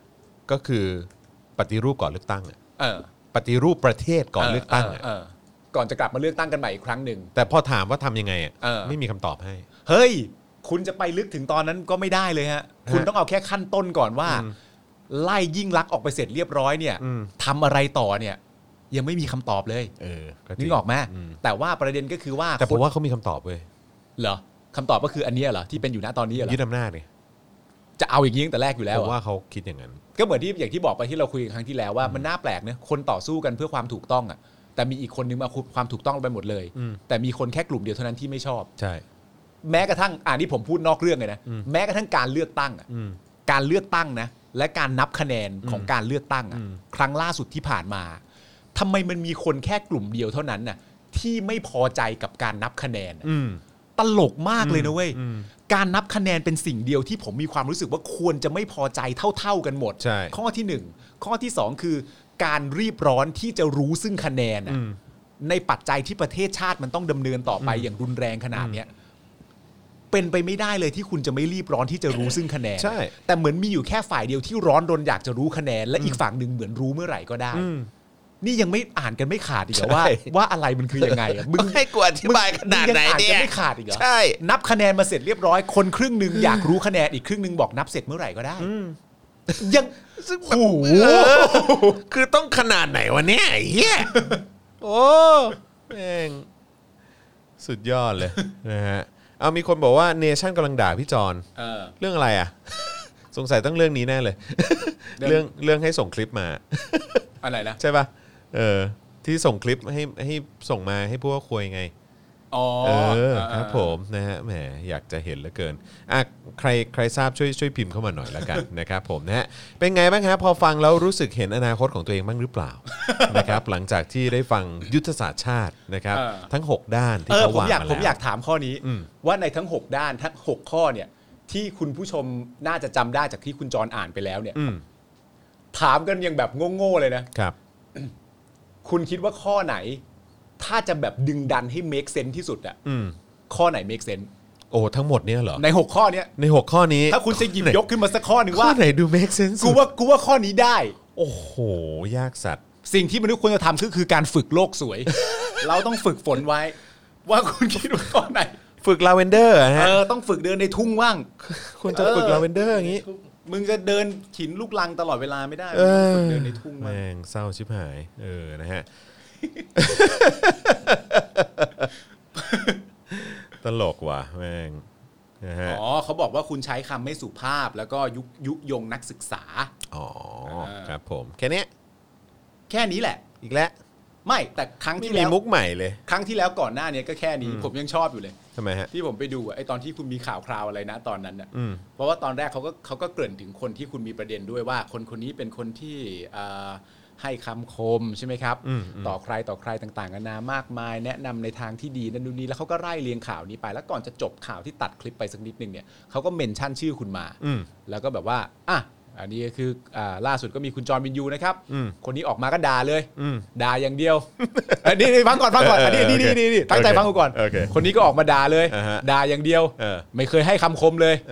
ก็คือปฏิรูปก่อนเลือกตั้งเออปฏิรูปประเทศก่อนเลือกตั้งก่อนจะกลับมาเลือกตั้งกันใหม่อีกครั้งหนึ่งแต่พอถามว่าทำยังไง ไม่มีคำตอบให้เฮ้ยคุณจะไปลึกถึงตอนนั้นก็ไม่ได้เลยฮะคุณต้องเอาแค่ขั้นต้นก่อนว่าไล่ยิ่งลักษณ์ออกไปเสร็จเรียบร้อยเนี่ยทำอะไรต่อเนี่ยยังไม่มีคำตอบเลยนึกออกไหมแต่ว่าประเด็นก็คือว่าแต่ผมว่าเขามีคำตอบเว้ยเหรอคำตอบก็คืออันนี้เหรอที่เป็นอยู่ณตอนนี้เหรอยึดอำนาจเนี่ยจะเอาอย่างนี้ตั้งแต่แรกอยู่แล้วผมว่าเขาคิดอย่างนั้นก็เหมือนที่อย่างที่บอกไปที่เราคุยกันครั้งที่แล้วว่ามันน่าแปลกเนอะคนต่อสู้กันเพื่อความถูกต้องอ่ะแต่มีอีกคนนึงมาคุมความถูกต้องไปหมดเลยแต่มีคนแค่กลุ่มเดียวเท่านั้นที่ไม่ชอบใช่แม้กระทั่งนี่ผมพูดนอกเรื่องเลยนะแม้กระทั่งการเลือกตั้งอ่ะการเลือกตั้งนะและการนับคะแนนของการเลือกตั้งอ่ะครั้งล่าสุดที่ผ่านมาทำไมมันมีคนแค่กลุ่มเดียวเท่านั้นน่ะที่ไม่พอใจกับการนับคะแนนตลกมากเลยนะเว้ยการนับคะแนนเป็นสิ่งเดียวที่ผมมีความรู้สึกว่าควรจะไม่พอใจเท่าๆกันหมดข้อที่1ข้อที่2คือการรีบร้อนที่จะรู้ซึ่งคะแนนในปัจจัยที่ประเทศชาติมันต้องดำเนินต่อไปอย่างรุนแรงขนาดนี้เป็นไปไม่ได้เลยที่คุณจะไม่รีบร้อนที่จะรู้ซึ่งคะแนนแต่เหมือนมีอยู่แค่ฝ่ายเดียวที่ร้อนรนอยากจะรู้คะแนนและอีกฝั่งหนึ่งเหมือนรู้เมื่อไหร่ก็ได้นี่ยังไม่อ่านกันไม่ขาดอีกเหรอว่าอะไรมันคือยังไงอ่ะมึงให้กูอธิบายขนาดไหนเนี่ยยังไม่ขาดอีกเหรอใช่นับคะแนนมาเสร็จเรียบร้อยคนครึ่งนึงอยากรู้คะแนนอีกครึ่งนึงบอกนับเสร็จเมื่อไหร่ก็ได้ยังโอ้โหคือต้องขนาดไหนวะเนี่ยเฮียโอ้แม่งสุดยอดเลยนะฮะเอามีคนบอกว่าเนชั่นกำลังด่าพี่จอนเรื่องอะไรอ่ะสงสัยต้องเรื่องนี้แน่เลยเรื่องให้ส่งคลิปมาอะไรนะใช่ป่ะที่ส่งคลิปให้ส่งมาให้พวกคุยไงครับผมนะฮะแหมอยากจะเห็นเหลือเกินใครทราบช่วยพิมพ์เข้ามาหน่อยแล้วกันนะครับผมนะฮะเป็นไงบ้างครับพอฟังแล้วรู้สึกเห็นอนาคตของตัวเองบ้างหรือเปล่านะครับหลังจากที่ได้ฟังยุทธศาสตร์ชาตินะครับทั้ง6ด้านที่เขาวางมาแล้วผมอยากถามข้อนี้ว่าในทั้ง6ด้านทั้ง6ข้อเนี่ยที่คุณผู้ชมน่าจะจำได้จากที่คุณจรอ่านไปแล้วเนี่ยถามกันยังแบบโง่ๆเลยนะครับคุณคิดว่าข้อไหนถ้าจะแบบดึงดันให้ make sense ที่สุดอ่ะข้อไหน make sense โอ้ทั้งหมดเนี่ยเหรอใน6ข้อเนี้ยใน6ข้อนี้ถ้าคุณจะหยิบยกขึ้นมาสักข้อหนึ่งว่าข้อไหนดู make sense กูว่าข้อนี้ได้โอ้โหยากสัตว์สิ่งที่มนุษย์ควรจะทำคือการฝึกโลกสวย เราต้องฝึกฝนไว้ว่าคุณคิดว่าข้อไหนฝึกลาเวนเดอร์ฮะต้องฝึกเดินในทุ่งว่างคุณจะฝึกลาเวนเดอร์อย่างงี้มึงจะเดินขินลูกลังตลอดเวลาไม่ได้ฝึกเดินในทุ่งแม่งเศร้าชิบหายนะฮะตลกว่ะแม่งนะฮะเขาบอกว่าคุณใช้คำไม่สุภาพแล้วก็ยุยงนักศึกษาครับผมแค่นี้แหละอีกแล้วไม่แต่ครั้งที่แล้วมีมุกใหม่เลยครั้งที่แล้วก่อนหน้านี้ก็แค่นี้ผมยังชอบอยู่เลยทำไมฮะที่ผมไปดูไอ้ตอนที่คุณมีข่าวคราวอะไรนะตอนนั้นน่ะเพราะว่าตอนแรกเขาก็เกริ่นถึงคนที่คุณมีประเด็นด้วยว่าคนนี้เป็นคนที่ให้คำคมใช่ไหมครับต่อใครต่างๆนานามากมายแนะนำในทางที่ดีนั่นนู่นนี่แล้วเขาก็ไล่เรียงข่าวนี้ไปแล้วก่อนจะจบข่าวที่ตัดคลิปไปสักนิดนึงเนี่ยเขาก็เมนชั่นชื่อคุณมาแล้วก็แบบว่าอันนี้คือล่าสุดก็มีคุณจอห์นวินยูนะครับคนนี้ออกมาก็ด่าเลยด่าอย่างเดียวนี่ฟังก่อนอันนี้ตั้งใจฟังก่อนคนนี้ก็ออกมาด่าเลยด่าอย่างเดียวไม่เคยให้คำคมเลย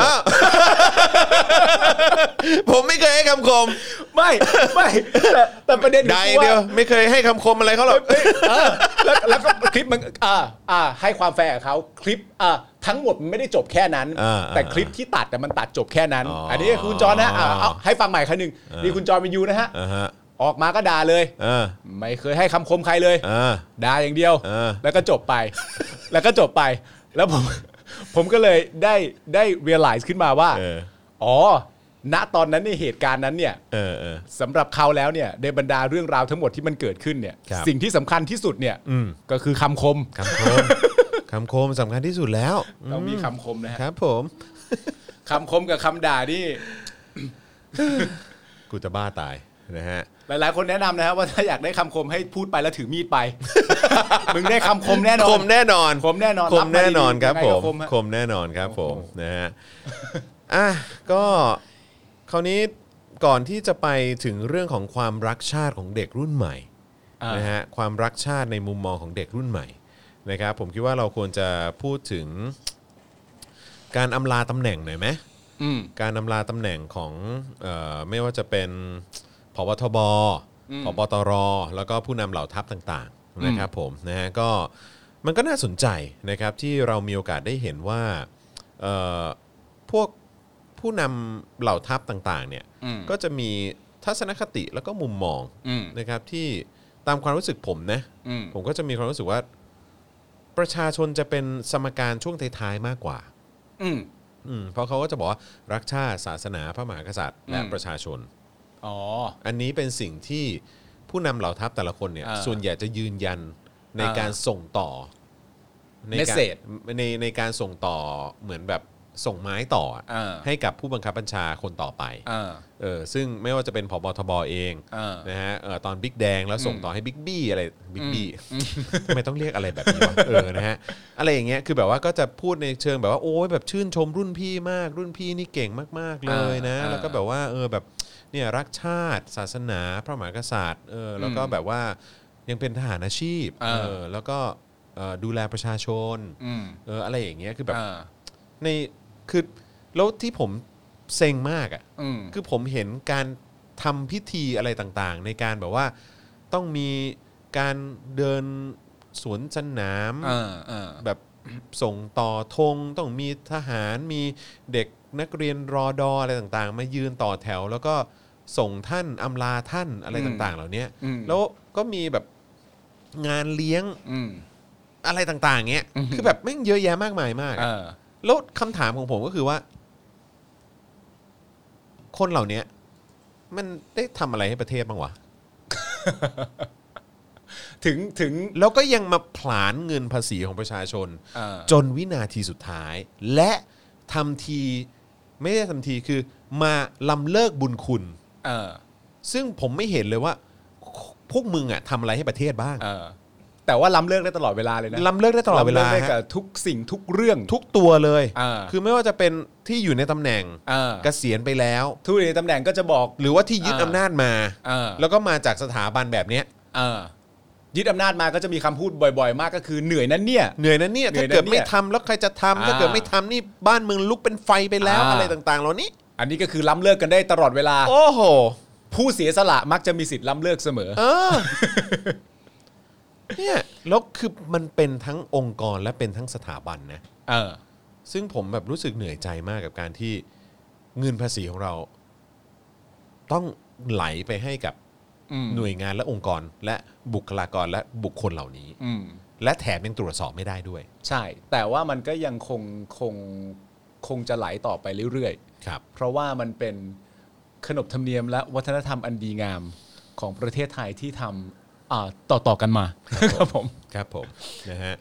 ผมไม่เคยให้คำคมไม่แต่ประเด็นด่าอย่างเดียวไม่เคยให้คำคมอะไรเขาหรอกแล้วก็คลิปมันให้ความแฟร์กับเขาคลิปทั้งหมดมันไม่ได้จบแค่นั้นแต่คลิปที่ตัดแต่มันตัดจบแค่นั้นอันนี้คุณจอห์นนะเอาให้ฟังใหม่ครั้งนึงนี่คุณจอห์นวินยูนะฮะออกมาก็ด่าเลยไม่เคยให้คำคมใครเลยด่าอย่างเดียวแล้วก็จบไปแล้วผมก็เลยได้ realize ขึ้นมาว่าณตอนนั้นในเหตุการณ์นั้นเนี่ยสำหรับเขาแล้วเนี่ยในบรรดาเรื่องราวทั้งหมดที่มันเกิดขึ้นเนี่ยสิ่งที่สำคัญที่สุดเนี่ยก็คือคำคมสำคัญที่สุดแล้วต้องมีคำคมนะครับผมคำคมกับคำด่านี่กูจะบ้าตายนะฮะหลายๆคนแนะนำนะครับว่าถ้าอยากได้คำคมให้พูดไปแล้วถือมีดไปมึงได้คำคมแน่นอนคมแน่นอนครับผมคมแน่นอนครับผมนะฮะก็คราวนี้ก่อนที่จะไปถึงเรื่องของความรักชาติของเด็กรุ่นใหม่นะฮะความรักชาติในมุมมองของเด็กรุ่นใหม่นะครับผมคิดว่าเราควรจะพูดถึงการอำลาตำแหน่งหน่อยไหมการอำลาตำแหน่งของไม่ว่าจะเป็นผบทบผบตรแล้วก็ผู้นำเหล่าทัพต่างๆนะครับผมนะฮะก็มันก็น่าสนใจนะครับที่เรามีโอกาสได้เห็นว่าพวกผู้นำเหล่าทัพต่างๆเนี่ยก็จะมีทัศนคติแล้วก็มุมมองนะครับที่ตามความรู้สึกผมนะผมก็จะมีความรู้สึกว่าประชาชนจะเป็นสมการช่วงท้ายๆมากกว่าเพราะเขาก็จะบอกว่ารักชาติศาสนาพระมหากษัตริย์และประชาชนอันนี้เป็นสิ่งที่ผู้นำเหล่าทัพแต่ละคนเนี่ยส่วนใหญ่จะยืนยันในการส่งต่อในการส่งต่อเหมือนแบบส่งไม้ต่อให้กับผู้บังคับบัญชาคนต่อไปซึ่งไม่ว่าจะเป็นผบทบเองนะฮะตอนบิ๊กแดงแล้วส่งต่อให้บิ๊กบี้อะไรบิ๊กบี้ทำไมต้องเรียกอะไรแบบนี้วะนะฮะอะไรอย่างเงี้ยคือแบบว่าก็จะพูดในเชิงแบบว่าโอ้ยแบบชื่นชมรุ่นพี่มากรุ่นพี่นี่เก่งมากๆเลยนะแล้วก็แบบว่าแบบเนี่ยรักชาติศาสนาพระมหากษัตริย์แล้วก็แบบว่ายังเป็นทหารอาชีพแล้วก็ดูแลประชาชนอะไรอย่างเงี้ยคือแบบในคือแล้วที่ผมเซ็งมากคือผมเห็นการทำพิธีอะไรต่างๆในการแบบว่าต้องมีการเดินสวนสนามแบบส่งต่อธงต้องมีทหารมีเด็กนักเรียนรอดออะไรต่างๆมายืนต่อแถวแล้วก็ส่งท่านอำลาท่านอะไรต่างๆเหล่านี้แล้วก็มีแบบงานเลี้ยงอะไรต่างๆเงี้ยคือแบบแม่งเยอะแยะมากมายมากแล้วคำถามของผมก็คือว่าคนเหล่านี้มันได้ทำอะไรให้ประเทศบ้างวะ ถึงแล้วก็ยังมาผลาญเงินภาษีของประชาชนจนวินาทีสุดท้ายและทำทีไม่ได้ทำทีคือมาล้ำเลิกบุญคุณซึ่งผมไม่เห็นเลยว่าพวกมึงทำอะไรให้ประเทศบ้างแต่ว่าล้ำเลิกได้ตลอดเวลาเลยนะล้ำเลิกได้ตลอดเวลากับทุกสิ่งทุกเรื่องทุกตัวเลยคือไม่ว่าจะเป็นที่อยู่ในตำแหน่งเกษียณไปแล้วทุกในตำแหน่งก็จะบอกหรือว่าที่ยึดอำนาจมาแล้วก็มาจากสถาบันแบบนี้ยึดอำนาจมาก็จะมีคำพูดบ่อยๆมากก็คือเหนื่อยนั่นเนี่ยถ้าเกิดไม่ทำแล้วใครจะทำถ้าเกิดไม่ทำนี่บ้านเมืองลุกเป็นไฟไปแล้วอะไรต่างๆเหล่านี้อันนี้ก็คือล้ำเลิกกันได้ตลอดเวลาโอ้โหผู้เสียสละมักจะมีสิทธิ์ล้ำเลิกเสมอเนี่ยแล้วคือมันเป็นทั้งองค์กรและเป็นทั้งสถาบันนะซึ่งผมแบบรู้สึกเหนื่อยใจมากกับการที่เงินภาษีของเราต้องไหลไปให้กับหน่วยงานและองค์กรและบุคลากรและบุคคลเหล่านี้และแถมยังตรวจสอบไม่ได้ด้วยใช่แต่ว่ามันก็ยังคงจะไหลต่อไปเรื่อยๆครับเพราะว่ามันเป็นขนบธรรมเนียมและวัฒนธรรมอันดีงามของประเทศไทยที่ทำต่อกันมาครับผมนะฮะ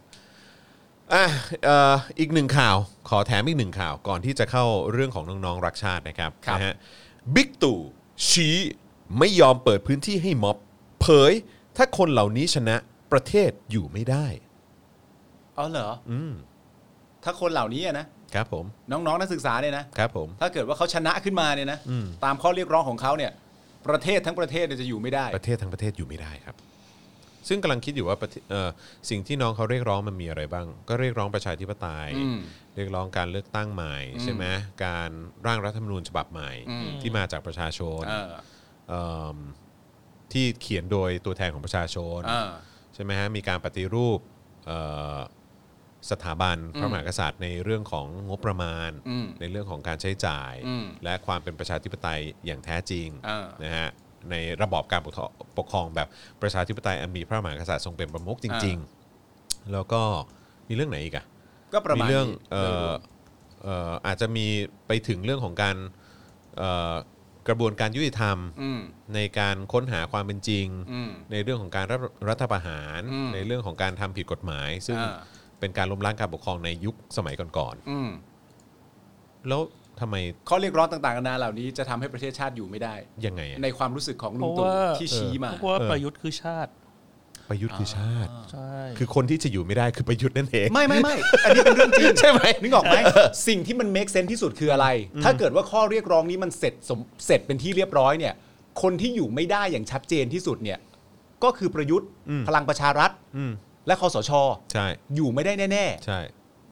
อีกหนึ่งข่าวขอแถมอีกหนึ่งข่าวก่อนที่จะเข้าเรื่องของน้องๆรักชาตินะครับนะฮะบิ๊กตู่ชี้ไม่ยอมเปิดพื้นที่ให้ม็อบเผยถ้าคนเหล่านี้ชนะประเทศอยู่ไม่ได้เหรอถ้าคนเหล่านี้นะครับผมน้องๆนักศึกษาเนี่ยนะครับผมถ้าเกิดว่าเขาชนะขึ้นมาเนี่ยนะตามข้อเรียกร้องของเขาเนี่ยประเทศทั้งประเทศจะอยู่ไม่ได้ประเทศทั้งประเทศอยู่ไม่ได้ครับซึ่งกำลังคิดอยู่ว่าสิ่งที่น้องเขาเรียกร้องมันมีอะไรบ้างก็เรียกร้องประชาธิปไตยเรียกร้องการเลือกตั้งใหม่ใช่ไหมการร่างรัฐธรรมนูญฉบับใหม่ที่มาจากประชาชนที่เขียนโดยตัวแทนของประชาชนใช่ไหมฮะมีการปฏิรูปสถาบันพระมหากษัตริย์ในเรื่องของงบประมาณในเรื่องของการใช้จ่ายและความเป็นประชาธิปไตยอย่างแท้จริงนะฮะในระบอบการปกครองแบบประชาธิปไตยอันมีพระมหากษัตริย์ทรงเป็นประมุขจริงๆแล้วก็มีเรื่องไหนอีกอ่ะก็ประมาณมีเรื่องอาจจะมีไปถึงเรื่องของการกระบวนการยุติธรรมในการค้นหาความเป็นจริงในเรื่องของการรัฐประหารในเรื่องของการทำผิดกฎหมายซึ่งเป็นการล้มล้างการปกครองในยุคสมัยก่อนๆแล้วทำไมข้อเรียกร้องต่างๆนานาเหล่านี้จะทำให้ประเทศชาติอยู่ไม่ได้ยังไงในความรู้สึกของลุงตู่ที่ชี้มาเพราะว่าประยุทธ์คือชาติประยุทธ์คือชาติใช่คือคนที่จะอยู่ไม่ได้คือประยุทธ์นั่นเองไม่อันนี้เป็นเรื่องจริงใช่ไหมนึกออกไหมสิ่งที่มัน make sense ที่สุดคืออะไรถ้าเกิดว่าข้อเรียกร้องนี้มันเสร็จเป็นที่เรียบร้อยเนี่ยคนที่อยู่ไม่ได้อย่างชัดเจนที่สุดเนี่ยก็คือประยุทธ์พลังประชารัฐและคสช. ใช่อยู่ไม่ได้แน่ๆใช่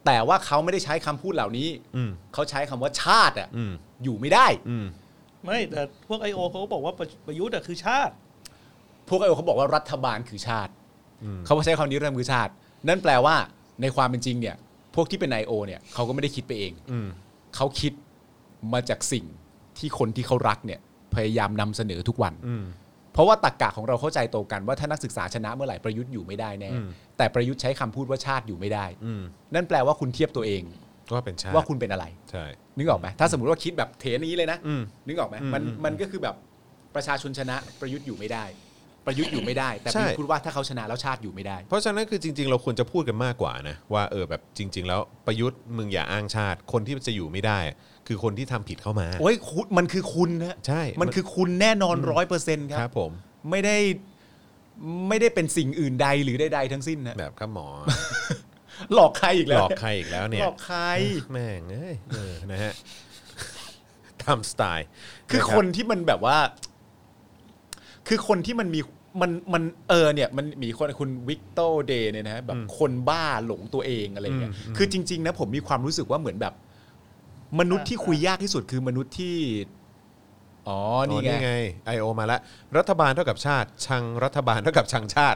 แต่ว่าเขาไม่ได้ใช้คำพูดเหล่านี้เขาใช้คำว่าชาติอยู่ไม่ได้ไม่แต่พวก IO เขาบอกว่าประยุทธ์คือชาติพวก IO เขาบอกว่ารัฐบาลคือชาติเขาใช้คำนี้เรื่องคือชาตินั่นแปลว่าในความเป็นจริงเนี่ยพวกที่เป็น IO เนี่ยเขาก็ไม่ได้คิดไปเองเขาคิดมาจากสิ่งที่คนที่เขารักเนี่ยพยายามนำเสนอทุกวันเพราะว่าตรรกะของเราเข้าใจตรงกันว่าถ้านักศึกษาชนะเมื่อไหร่ประยุทธ์อยู่ไม่ได้แน่แต่ประยุทธ์ใช้คำพูดว่าชาติอยู่ไม่ได้นั่นแปลว่าคุณเทียบตัวเองว่าเป็นชาติว่าคุณเป็นอะไรใช่นึกออกไหมถ้าสมมติว่าคิดแบบเทนี้เลยนะนึกออกไหมมันก็คือแบบประชาชนชนะประยุทธ์อยู่ไม่ได้ประยุทธ์อยู่ไม่ได้แต่ประยุทธ์พูดว่าถ้าเขาชนะแล้วชาติอยู่ไม่ได้เพราะฉะนั้นคือจริงๆเราควรจะพูดกันมากกว่านะว่าแบบจริงๆแล้วประยุทธ์มึงอย่าอ้างชาติคนที่จะอยู่ไม่ได้คือคนที่ทำผิดเข้ามาโอ้ยมันคือคุณนะใช่มันคือคุณแน่นอน 100% ครับผมไม่ได้เป็นสิ่งอื่นใดหรือใดๆทั้งสิ้นนะแบบข้าหมอหลอกใครอีกแล้วหลอกใครอีกแล้วเนี่ยหลอกใครแม่งนะฮะทำสไตล์คือคนที่มันแบบว่าคือคนที่มันมีมันเนี่ยมันมีคนคุณวิกเตอร์เดย์เนี่ยนะแบบคนบ้าหลงตัวเองอะไรเงี้ยคือจริงๆนะผมมีความรู้สึกว่าเหมือนแบบมนุษย์ที่คุยยากที่สุดคือมนุษย์ที่นี่ไง IO มาแล้วรัฐบาลเท่ากับชาติชังรัฐบาลเท่ากับชังชาติ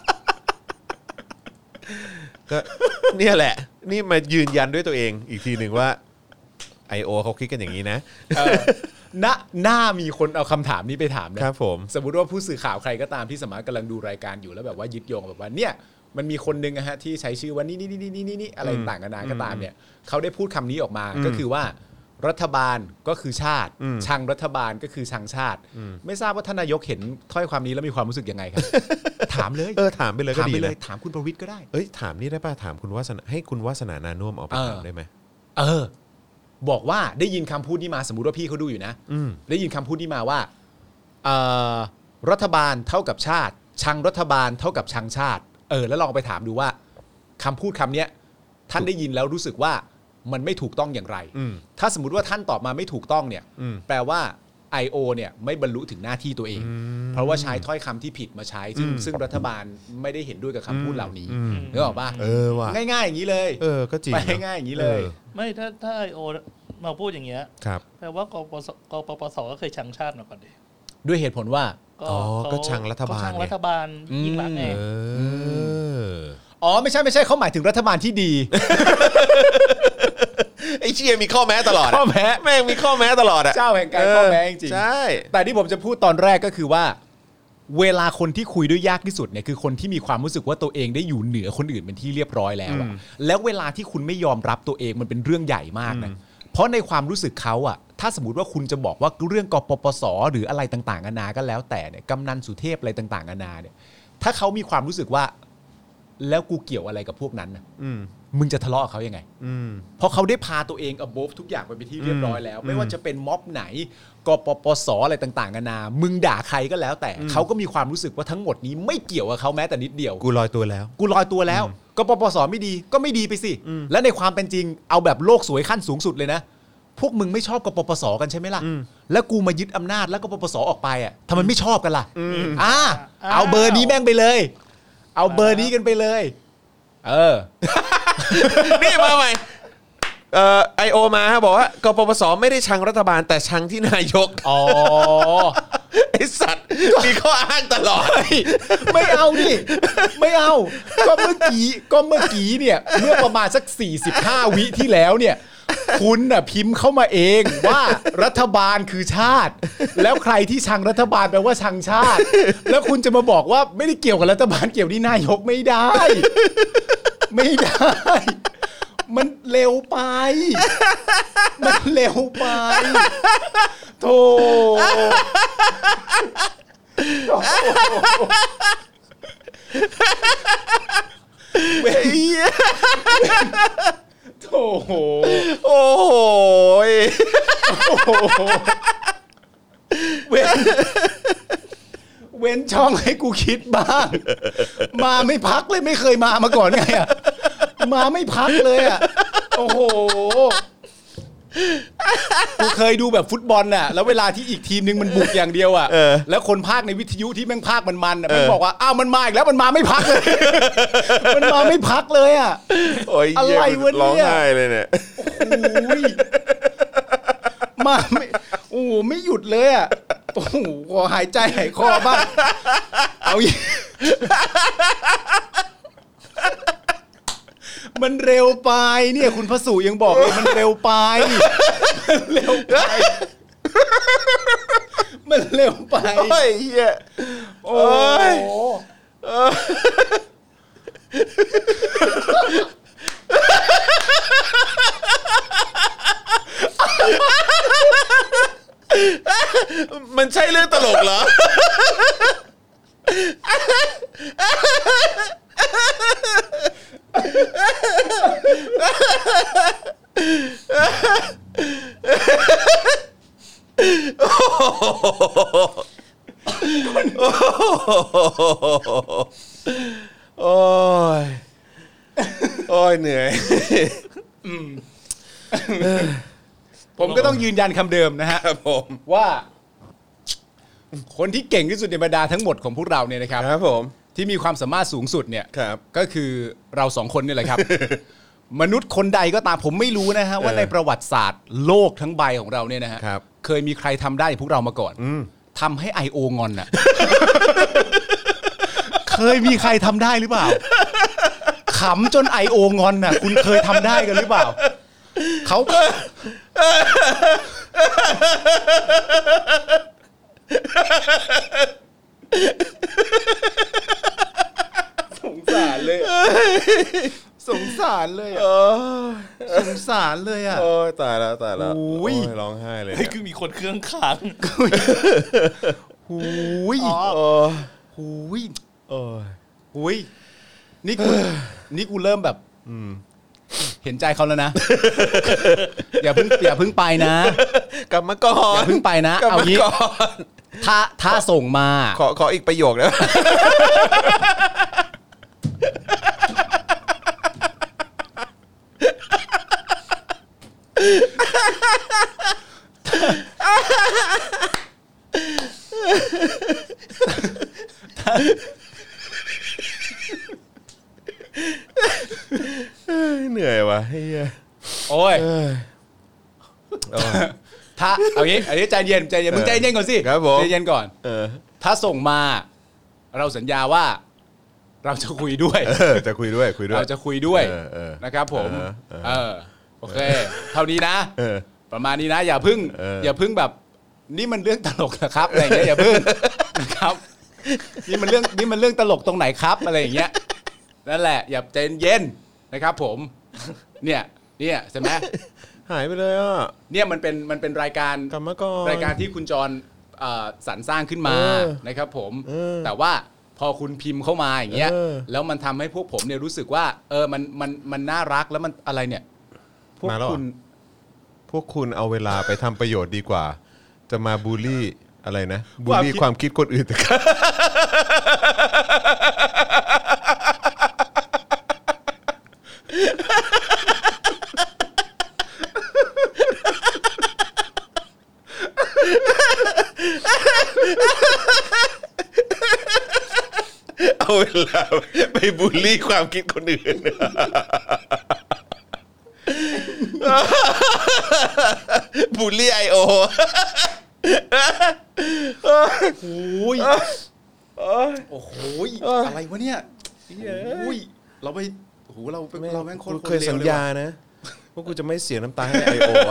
ก็เนี่ยแหละนี่มายืนยันด้วยตัวเองอีกทีหนึ่งว่า IO เขาคิดกันอย่างนี้นะน่ามีคนเอาคำถามนี้ไปถามนะครับผมสมมุติว่าผู้สื่อข่าวใครก็ตามที่สามารถกำลังดูรายการอยู่แล้วแบบว่ายึดโยงแบบว่าเนี่ยมันมีคนนึงนะฮะที่ใช้ชื่อว่านี่อะไรต่างกันานาก็ตามเนี่ยเขาได้พูดคำนี้ออกมาก็คือว่ารัฐบาลก็คือชาติชังรัฐบาลก็คือชังชาติไม่ทราบว่าท่านนายกเห็นถ้อยความนี้แล้วมีความรู้สึกยังไงครับถามเลยถามไปเลยก็ดีเลยถามคุณประวิตรก็ได้ถามนี่ได้ป่ะถามคุณวาสนาให้คุณวาสนานานุ่มเอาไปถามได้ไหมบอกว่าได้ยินคำพูดนี้มาสมมุติว่าพี่เขาดูอยู่นะได้ยินคำพูดนี้มาว่ารัฐบาลเท่ากับชาติชังรัฐบาลเท่ากับชังชาติแล้วลองไปถามดูว่าคำพูดคำนี้ท่านได้ยินแล้วรู้สึกว่ามันไม่ถูกต้องอย่างไรถ้าสมมุติว่าท่านตอบมาไม่ถูกต้องเนี่ยแปลว่า IO เนี่ยไม่บรรลุถึงหน้าที่ตัวเองเพราะว่าใช้ถ้อยคำที่ผิดมาใช้ซึ่งรัฐบาลไม่ได้เห็นด้วยกับคำพูดเหล่านี้นึกออกป่ะว่ะง่ายๆอย่างนี้เลยก็จริงไปง่ายๆอย่างนี้เลยไม่ถ้า IO มาพูดอย่างเงี้ยแปลว่ากปปสก็เคยชังชาติมาก่อนดิด้วยเหตุผลว่าก็ชังรัฐบาลชังรัฐบาลยิ่งรักไงไม่ใช่เขาหมายถึงรัฐบาลที่ดีไอ้เชี่ยมีข้อแม้ตลอดข้อแม้แม่งมีข้อแม้ตลอดอ่ะเจ้าแห่งการข้อแม้จริงใช่แต่ที่ผมจะพูดตอนแรกก็คือว่าเวลาคนที่คุยด้วยยากที่สุดเนี่ยคือคนที่มีความรู้สึกว่าตัวเองได้อยู่เหนือคนอื่นเป็นที่เรียบร้อยแล้วอ่ะแล้วเวลาที่คุณไม่ยอมรับตัวเองมันเป็นเรื่องใหญ่มากนะเพราะในความรู้สึกเขาอ่ะถ้าสมมติว่าคุณจะบอกว่าเรื่องกปปสหรืออะไรต่างๆนานาก็แล้วแต่เนี่ยกำนันสุเทพอะไรต่างๆนานาเนี่ยถ้าเขามีความรู้สึกว่าแล้วกูเกี่ยวอะไรกับพวกนั้นนะมึงจะทะเลาะกับเขายังไงเพราะเขาได้พาตัวเอง above ทุกอย่างไปเป็นที่เรียบร้อยแล้วไม่ว่าจะเป็นม็อบไหนกปปสอะไรต่างๆนานามึงด่าใครก็แล้วแต่เขาก็มีความรู้สึกว่าทั้งหมดนี้ไม่เกี่ยวกับเขาแม้แต่นิดเดียวกูลอยตัวแล้วกปปสไม่ดีก็ไม่ดีไปสิและในความเป็นจริงเอาแบบโลกสวยขั้นสูงสุดเลยนะพวกมึงไม่ชอบกปปสกันใช่ไหมล่ะแล้วกูมายึดอำนาจแล้วกปปสออกไปอ่ะทำไมไม่ชอบกันล่ะเอาเบอร์นี้แม่งไปเลยเอาเบอร์นี้กันไปเลยนี่มาใหม่IO มาฮะบอกว่ากปปสไม่ได้ชังรัฐบาลแต่ชังที่นายกไอ้สัตว์มีข้ออ้างตลอดไม่เอาดิไม่เอาก็เมื่อกี้เนี่ยเมื่อประมาณสัก45วิที่แล้วเนี่ยคุณน่ะพิมพ์เข้ามาเองว่ารัฐบาลคือชาติแล้วใครที่ชังรัฐบาลแปลว่าชังชาติแล้วคุณจะมาบอกว่าไม่ได้เกี่ยวกับรัฐบาลเกี่ยวที่นายกไม่ได้มันเร็วไปโธ่โอ้โหเว้นช่องให้กูคิดบ้างมาไม่พักเลยไม่เคยมาก่อนไงอ่ะมาไม่พักเลยอ่ะโอ้โหกูเคยดูแบบฟุตบอลน่ะแล้วเวลาที่อีกทีมนึงมันบุกอย่างเดียวอ่ะแล้วคนพากย์ในวิทยุที่แม่งพากย์มันแม่งบอกว่าอ้าวมันมาอีกแล้วมันมาไม่พักเลย มันมาไม่พักเลยอ่ะอะไรวะเนี่ยร้องไห้เลยเนี่ยโอ้ยมาไม่โอ้ไม่หยุดเลยอ่ะโอ้โหขอหายใจหายคอบ้างเอามันเร็วไปเนี่ยคุณพระสุยังบอกเลยมันเร็วไปมันเร็วไปมันเร็วไปโอ้ยเหี้ยโอ้ยมันใช่เรื่องตลกเหรอโอ้ยเหนื่อยผมก็ต้องยืนยันคำเดิมนะฮะผมว่าคนที่เก่งที่สุดในบรรดาทั้งหมดของพวกเราเนี่ยนะครับครับผมที่มีความสามารถสูงสุดเนี่ยครับก็คือเราสองคนนี่แหละครับ มนุษย์คนใดก็ตามผมไม่รู้นะฮะว่าในประวัติศาสตร์โลกทั้งใบของเราเนี่ยนะฮะเคยมีใครทำได้พวกเรามาก่อนทำให้ IO งอนน่ะ เคยมีใครทำได้หรือเปล่าขำจน IO งอนน่ะคุณเคยทำได้กันหรือเปล่าเขาสงสารเลยสงสารเลยสงสารเลยอ่ะโอ้ยตายแล้วโอ้ยร้องไห้เลยคือมีคนเครื่องค้างหูยหูยหูยนี่กูเริ่มแบบเห็นใจเขาแล้วนะอย่าเพิ่งไปนะกลับมาก่อนอย่าเพิ่งไปนะเอางี้ถ้าส่งมาขออีกประโยคนะเหนื่อยว่ะเฮียโอ้ยถ้าเอางี้ใจเย็นมึงใจเย็นก่อนสิใจเย็นก่อนถ้าส่งมาเราสัญญาว่าเราจะคุยด้วยจะคุยด้วยเราจะคุยด้วยนะครับผมโอเคเท่านี้นะประมาณนี้นะอย่าเพิ่งแบบนี่มันเรื่องตลกนะครับอะไรอย่างเงี้ยอย่าเพิ่งนะครับนี่มันเรื่องตลกตรงไหนครับอะไรอย่างเงี้ยนั่นแหละอย่าใจเย็นนะครับผมเนี่ยใช่ไหมหายไปเลยอ่ะเนี่ยมันเป็นรายการที่คุณจรสรรสร้างขึ้นมานะครับผมแต่ว่าพอคุณพิมพ์เข้ามาอย่างเงี้ยแล้วมันทำให้พวกผมเนี่ยรู้สึกว่ามันน่ารักแล้วมันอะไรเนี่ยพวกคุณเอาเวลาไปทำประโยชน์ดีกว่าจะมาบูลลี่อะไรนะบูลลี่ความคิดคนอื่นเอาเวลาไปบูลลี่ความคิดคนอื่นบูลลี่ IO โอ้โหอะไรวะเนี่ยเราไปเราแม่งโคตรเคยสัญญานะว่ากูจะไม่เสียน้ำตาให้ IO อ่ะ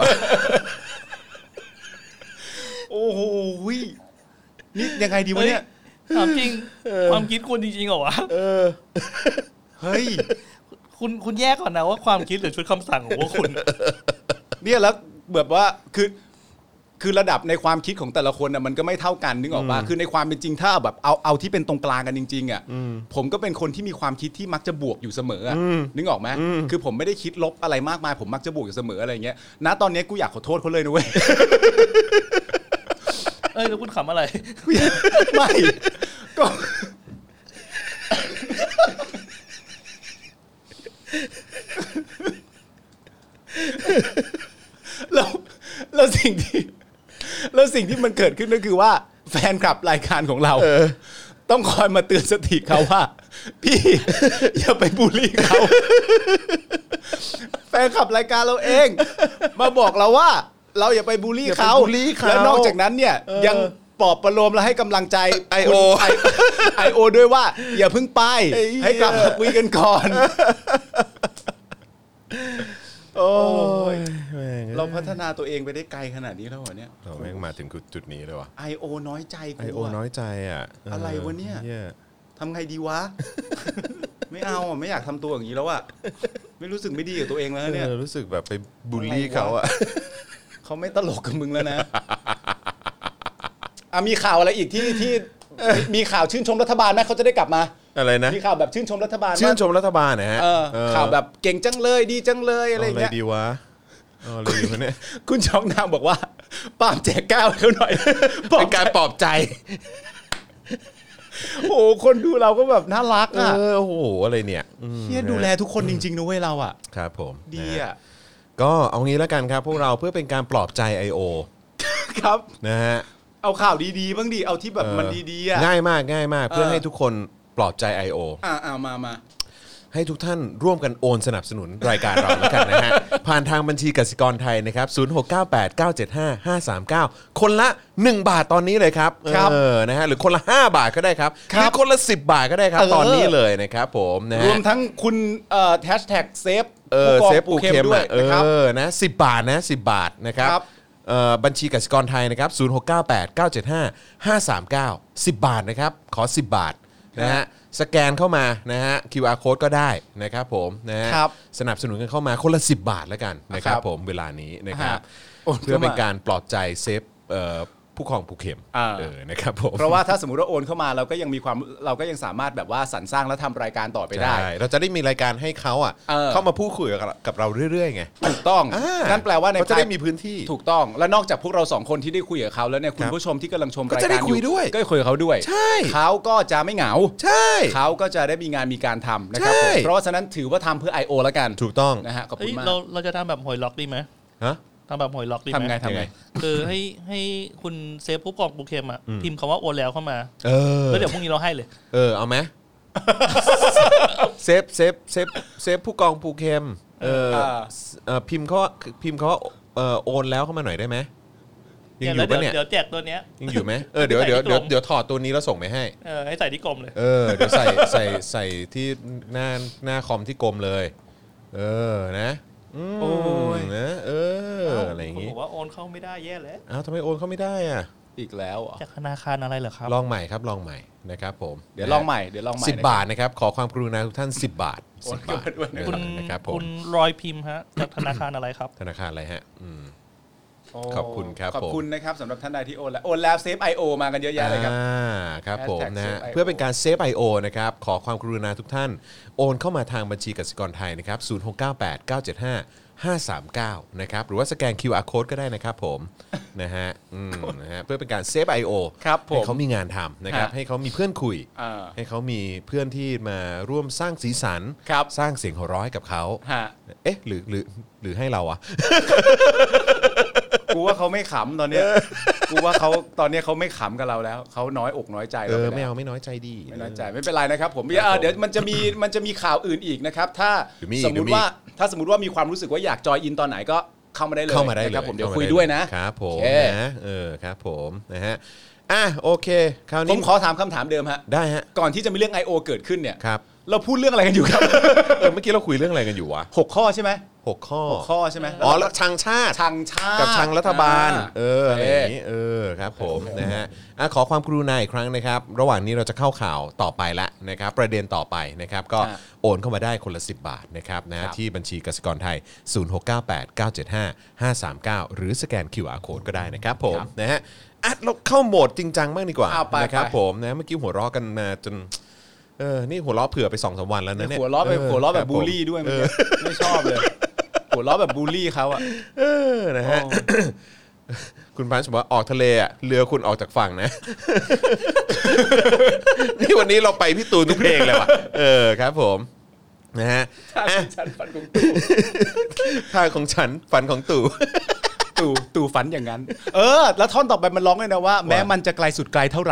โอ้โหนี่ยังไงดีวะเนี่ยถามจริงความคิดคุณจริงๆเหรอวะเฮ้ยคุณแยกก่อนนะว่าความคิดหรือชุดคำสั่งของพวกคุณเนี่ยแล้วแบบว่าคือระดับในความคิดของแต่ละคนน่ะมันก็ไม่เท่ากันนึกออกป่ะคือในความเป็นจริงถ้าแบบเอาที่เป็นตรงกลางกันจริงๆอ่ะผมก็เป็นคนที่มีความคิดที่มักจะบวกอยู่เสมออ่ะนึกออกไหมคือผมไม่ได้คิดลบอะไรมากมายผมมักจะบวกอยู่เสมออะไรเงี้ยณตอนนี้กูอยากขอโทษเขาเลยนะเว้ยแล้วคุณขำอะไรไม่ก็สิ่งที่มันเกิดขึ้นก็คือว่าแฟนคลับรายการของเราต้องคอยมาเตือนสติเขาว่าพี่อย่าไปบูลลี่เขาแฟนคลับรายการเราเองมาบอกเราว่าเราอย่าไปบูลลี่เขาแล้วนอกจากนั้นเนี่ยยังปลอบประโลมและให้กำลังใจไอโอด้วยว่าอย่าเพิ่งไปให้กลับมาคุยกันก่อนโอ้ยเราพัฒนาตัวเองไปได้ไกลขนาดนี้แล้วเหรอเนี่ยเราแม่งมาถึงจุดนี้เลยวะ IO น้อยใจกู IO น้อยใจอ่ะอะไรวะเนี่ยทำไงดีวะไม่เอาอ่ะไม่อยากทำตัวอย่างนี้แล้วอ่ะไม่รู้สึกไม่ดีกับตัวเองแล้วเนี่ยรู้สึกแบบไปบูลลี่เขาอ่ะเขาไม่ตลกกับมึงแล้วนะมีข่าวอะไรอีกที่มีข่าวชื่นชมรัฐบาลไหมเขาจะได้กลับมาอะไรนะมีข่าวแบบชื่นชมรัฐบาลชื่นชมรัฐบาลนะฮะข่าวแบบเก่งจังเลยดีจังเลยอะไรอย่างเงี้ยอะไรดีวะอะไรดีวะเนี่ยคุณช่องนางบอกว่าปาล์มแจกแก้วเขาหน่อยเป็นการปลอบใจโอ้คนดูเราก็แบบน่ารักอ่ะโอ้โหอะไรเนี่ยเฮียดูแลทุกคนจริงๆนะเว้ยเราอ่ะครับผมดีอ่ะก็เอางี้แล้วกันครับพวกเราเพื่อเป็นการปลอบใจ IO ครับนะฮะเอาข่าวดีๆบ้างดิเอาที่แบบมันดีๆอ่ะง่ายมากเพื่อให้ทุกคนปลอบใจ IO มาให้ทุกท่านร่วมกันโอนสนับสนุนรายการเราแล้วกันนะฮะผ่านทางบัญชีกสิกรไทยนะครับ0698975539คนละ1 บาทตอนนี้เลยครับนะฮะหรือคนละ5 บาทก็ได้ครับหรือคนละ10 บาทก็ได้ครับตอนนี้เลยนะครับผมนะฮะรวมทั้งคุณแฮชแท็กเซฟปูเข็มด้วยนะ10 บาทนะ10 บาทนะครับบัญชีกสิกรไทยนะครับ0698975539 10 บาทนะครับขอ10 บาทนะฮะสแกนเข้ามานะฮะ QR code ก็ได้นะครับผมนะฮะสนับสนุนกันเข้ามาคนละ10 บาทแล้วกันนะครับผมเวลานี้นะครับเพื่อเป็นการปลอบใจเซฟผู้ครองผู้เข็มนะครับผมเพราะว่าถ้าสมมุติว่าโอนเข้ามาเราก็ยังสามารถแบบว่าสรรสร้างและทำรายการต่อไปได้เราจะได้มีรายการให้เขาเข้ามาพูดคุยกับเราเรื่อยๆไงถูกต้องนั่นแปลว่าในเขาจะได้มีพื้นที่ถูกต้องและนอกจากพวกเรา2คนที่ได้คุยกับเขาแล้วเนี่ยคุณผู้ชมที่กำลังชมรายการอยู่ก็คุยกับเขาด้วยเขาก็จะไม่เหงาเขาก็จะได้มีงานมีการทำนะครับเพราะฉะนั้นถือว่าทำเพื่อ IO แล้วกันถูกต้องนะฮะขอบคุณมากเราจะทำแบบหอยล็อกดีไหมฮะทำแบบหอยล็อกดีไหมทำไงคือให้คุณเซฟผู้กองปูเข็มพิมพ์คำว่าโอนแล้วเข้ามาแล้วเดี๋ยวพรุ่งนี้เราให้เลยเอาไหมเซฟผู้กองปูเข็มพิมพ์เขาโอนแล้วเข้ามาหน่อยได้ไหมยังอยู่ปะเนี่ยเดี๋ยวแจกตัวเนี้ยยังอยู่ไหมเดี๋ยวถอดตัวนี้แล้วส่งไปให้ให้ใส่ที่กลมเลยเดี๋ยวใส่ที่หน้าคอมที่กลมเลยนะโอ้ยนะอะไรอย่างงี้บอกว่าโอนเข้าไม่ได้แย่แล้วทำไมโอนเข้าไม่ได้อ่ะอีกแล้วจากธนาคารอะไรเหรอครับลองใหม่ครับลองใหม่นะครับผมเดี๋ยวลองใหม่ 10 บาทนะครับขอความกรุณาทุกท่าน10 บาท 10 บาทนะครับคุณรอยพิมพ์ฮะจากธนาคารอะไรครับธนาคารอะไรฮะขอบคุณครับขอบคุณนะครับสำหรับท่านใดที่โอนแล้วเซฟ IO มากันเยอะแยะเลยครับครับผมนะเพื่อเป็นการเซฟ IO นะครับขอความกรุณาทุกท่านโอนเข้ามาทางบัญชีกสิกรไทยนะครับ0698975539นะครับหรือว่าสแกน QR code ก็ได้นะครับผมนะฮะเพื่อเป็นการเซฟ IO ให้เขามีงานทำนะครับให้เขามีเพื่อนคุยให้เขามีเพื่อนที่มาร่วมสร้างสีสันสร้างเสียงหัวเราะให้กับเขาหรือให้เราอะกูว่าเขาไม่ขำตอนเนี้ยกูว่าเขาตอนนี้เขาไม่ขำกับเราแล้วเขาน้อยอกน้อยใจเราไม่เอาไม่น้อยใจดีไม่น้อยใจไม่เป็นไรนะครับผมเดี๋ยวมันจะมีข่าวอื่นอีกนะครับถ้าสมมติว่ามีความรู้สึกว่าอยากจอยอินตอนไหนก็เข้ามาได้เลยครับผมเดี๋ยวคุยด้วยนะครับผมนะครับผมนะฮะโอเคคราวนี้ผมขอถามคำถามเดิมฮะได้ฮะก่อนที่จะมีเรื่อง IO เกิดขึ้นเนี่ยครับเราพูดเรื่องอะไรกันอยู่ครับเมื่อกี้เราคุยเรื่องอะไรกันอยู่วะ 6 ข้อใช่ไหม 6 ข้อใช่ไหมแล้วชังชาติกับชังรัฐบาลอะไรอย่างนี้ครับผมนะฮะขอความกรุณาอีกครั้งนะครับระหว่างนี้เราจะเข้าข่าวต่อไปละนะครับประเด็นต่อไปนะครับก็โอนเข้ามาได้คนละ10 บาทนะครับนะที่บัญชีกสิกรไทย0698975539หรือสแกน QR code ก็ได้นะครับผมนะฮะเราเข้าโหมดจริงจังมากดีกว่านะครับผมนะเมื่อกี้หัวเราะกันมาจนนี่หัวเราะเผื่อไป 2-3 วันแล้วนะเนี่ยหัวเราะแบบบูลลี่ด้วยไม่ชอบเลยหัวเราะแบบบูลลี่เขานะฮะคุณพันธ์บอกว่าออกทะเลเรือคุณออกจากฝั่งนะนี่วันนี้เราไปพี่ตูนทุกเพลงเลยว่ะครับผมนะฮะทางของฉันฝันของตู่ทางของฉันฝันของตู่ตู่ฝันอย่างนั้นแล้วท่อนต่อไปมันร้องเลยนะว่าแม้มันจะไกลสุดไกลเท่าไหร่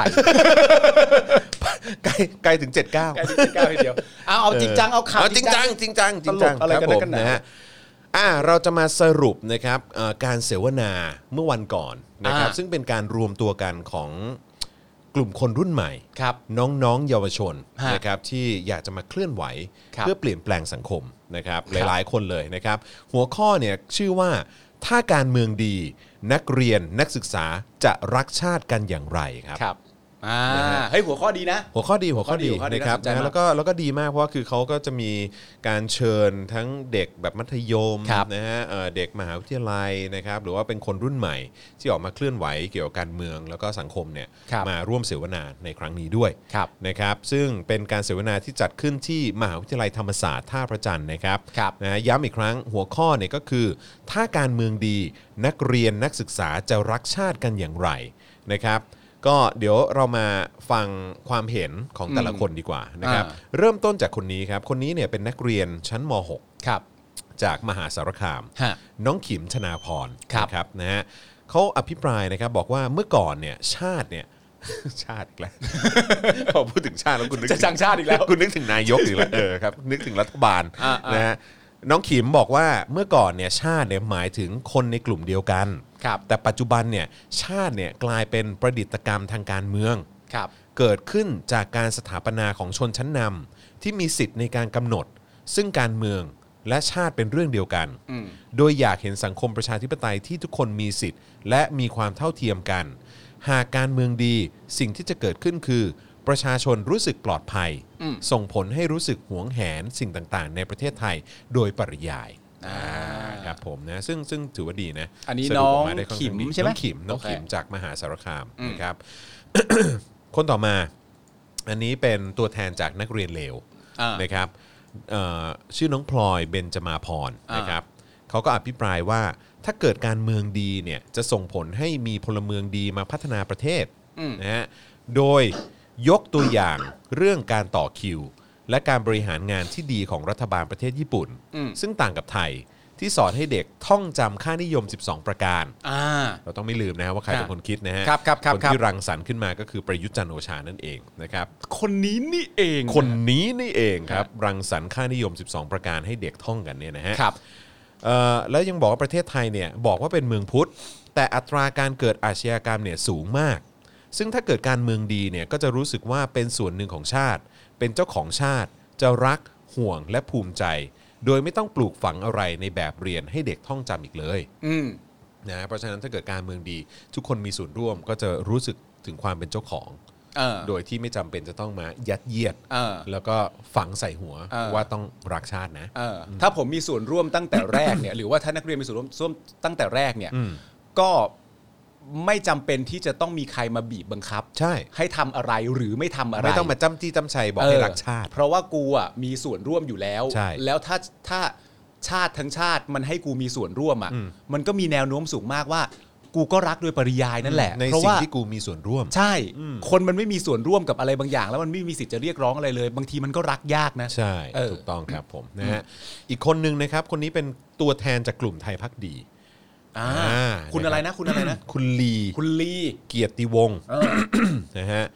ไกลถึง79 ไกลถึง79ทีเดียวเอาจริงจังเอาข่าวจริงจังอะไรกันนักกันหนาเราจะมาสรุปนะครับการเสวนาเมื่อวันก่อนนะครับซึ่งเป็นการรวมตัวกันของกลุ่มคนรุ่นใหม่น้องๆเยาวชนนะครับที่อยากจะมาเคลื่อนไหวเพื่อเปลี่ยนแปลงสังคมนะครับหลายๆคนเลยนะครับหัวข้อเนี่ยชื่อว่าถ้าการเมืองดีนักเรียนนักศึกษาจะรักชาติกันอย่างไรครับเฮ้ยหัวข้อดีนะหัวข้อดีนะครับแล้วก็ดีมากเพราะว่าคือเขาก็จะมีการเชิญทั้งเด็กแบบมัธยมนะฮะเด็กมหาวิทยาลัยนะครับหรือว่าเป็นคนรุ่นใหม่ที่ออกมาเคลื่อนไหวเกี่ยวกับการเมืองแล้วก็สังคมเนี่ยมาร่วมเสวนาในครั้งนี้ด้วยนะครับซึ่งเป็นการเสวนาที่จัดขึ้นที่มหาวิทยาลัยธรรมศาสตร์ท่าพระจันทร์นะครับนะย้ำอีกครั้งหัวข้อเนี่ยก็คือถ้าการเมืองดีนักเรียนนักศึกษาจะรักชาติกันอย่างไรนะครับก็เดี๋ยวเรามาฟังความเห็นของแต่ละคนดีกว่านะครับเริ่มต้นจากคนนี้ครับคนนี้เนี่ยเป็นนักเรียนชั้นม.6 ครับจากมหาสารคามน้องขิมชนาพรนะครับนะฮะเขาอภิปรายนะครับบอกว่าเมื่อก่อนเนี่ยชาติเนี่ยชาติอีกแล้วพอพูดถึงชาติแล้วคุณนึกจะจังชาติอีกแล้วคุณนึกถึงนายกอีกแล้วครับนึกถึงรัฐบาลนะฮะน้องขิมบอกว่าเมื่อก่อนเนี่ยชาติเนี่ยหมายถึงคนในกลุ่มเดียวกันแต่ปัจจุบันเนี่ยชาติเนี่ยกลายเป็นประดิษฐกรรมทางการเมืองเกิดขึ้นจากการสถาปนาของชนชั้นนำที่มีสิทธิ์ในการกำหนดซึ่งการเมืองและชาติเป็นเรื่องเดียวกันโดยอยากเห็นสังคมประชาธิปไตยที่ทุกคนมีสิทธิ์และมีความเท่าเทียมกันหากการเมืองดีสิ่งที่จะเกิดขึ้นคือประชาชนรู้สึกปลอดภัยส่งผลให้รู้สึกหวงแหนสิ่งต่างๆในประเทศไทยโดยปริยายครับผมนะซึ่งถือว่าดีนะอันนี้น้องขิมใช่ไหมน้องขิมจากมหาสารคามนะครับ คนต่อมาอันนี้เป็นตัวแทนจากนักเรียนเลวนะครับชื่อน้องพลอยเบญจมาพรนะครับเขาก็อภิปรายว่าถ้าเกิดการเมืองดีเนี่ยจะส่งผลให้มีพลเมืองดีมาพัฒนาประเทศนะฮะโดยยกตัวอย่างเรื่องการต่อคิวและการบริหารงานที่ดีของรัฐบาลประเทศญี่ปุ่นซึ่งต่างกับไทยที่สอนให้เด็กท่องจำค่านิยม12ประการเราต้องไม่ลืมนะว่าใครเป็นคนคิดนะฮะคนที่รังสรรค์ขึ้นมาก็คือประยุทธ์จันทร์โอชานั่นเองนะครับคนนี้นี่เองครับรังสรรค์ค่านิยม12ประการให้เด็กท่องกันเนี่ยนะฮะแล้วยังบอกว่าประเทศไทยเนี่ยบอกว่าเป็นเมืองพุทธแต่อัตราการเกิดอาชญากรรมเนี่ยสูงมากซึ่งถ้าเกิดการเมืองดีเนี่ยก็จะรู้สึกว่าเป็นส่วนหนึ่งของชาติเป็นเจ้าของชาติจะรักห่วงและภูมิใจโดยไม่ต้องปลูกฝังอะไรในแบบเรียนให้เด็กท่องจำอีกเลยนะเพราะฉะนั้นถ้าเกิดการเมืองดีทุกคนมีส่วนร่วมก็จะรู้สึกถึงความเป็นเจ้าของโดยที่ไม่จำเป็นจะต้องมายัดเยียดแล้วก็ฝังใส่หัวว่าต้องรักชาตินะถ้าผมมีส่วนร่วมตั้งแต่แรกเนี่ยหรือว่าถ้านักเรียนมีส่วนร่วมตั้งแต่แรกเนี่ยก็ไม่จำเป็นที่จะต้องมีใครมาบีบบังคับให้ทำอะไรหรือไม่ทำอะไรไม่ต้องมาจ้ำจี้จ้ำชัยบอกให้รักชาติเพราะว่ากูอ่ะมีส่วนร่วมอยู่แล้วแล้วถ้าชาติทั้งชาติมันให้กูมีส่วนร่วมอ่ะมันก็มีแนวโน้มสูงมากว่ากูก็รักโดยปริยายนั่นแหละในสิ่งที่กูมีส่วนร่วมใช่คนมันไม่มีส่วนร่วมกับอะไรบางอย่างแล้วมันไม่มีสิทธิ์จะเรียกร้องอะไรเลยบางทีมันก็รักยากนะใช่ถูกต้องครับผมนะฮะอีกคนนึงนะครับคนนี้เป็นตัวแทนจากกลุ่มไทยภักดีคุณอะไรนะคุณลีเกียรติวงศ์นะฮะ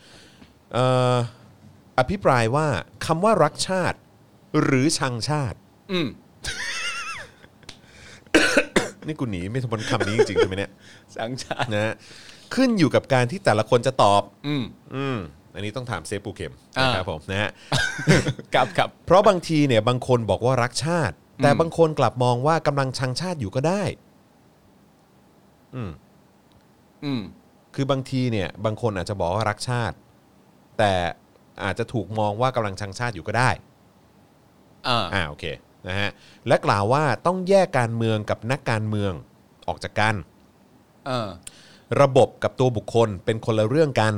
อภิปรายว่าคำว่ารักชาติหรือชังชาตินี่กูหนีไม่พ้นคำนี้จริงๆใช่ไหมเนี่ยชังชาตินะขึ้นอยู่กับการที่แต่ละคนจะตอบอันนี้ต้องถามเซฟปูเข็มนะครับผมนะฮะครับเพราะบางทีเนี่ยบางคนบอกว่ารักชาติแต่บางคนกลับมองว่ากำลังชังชาติอยู่ก็ได้คือบางทีเนี่ยบางคนอาจจะบอกว่ารักชาติแต่อาจจะถูกมองว่ากำลังชังชาติอยู่ก็ได้โอเคนะฮะและกล่าวว่าต้องแยกการเมืองกับนักการเมืองออกจากกันระบบกับตัวบุคคลเป็นคนละเรื่องกัน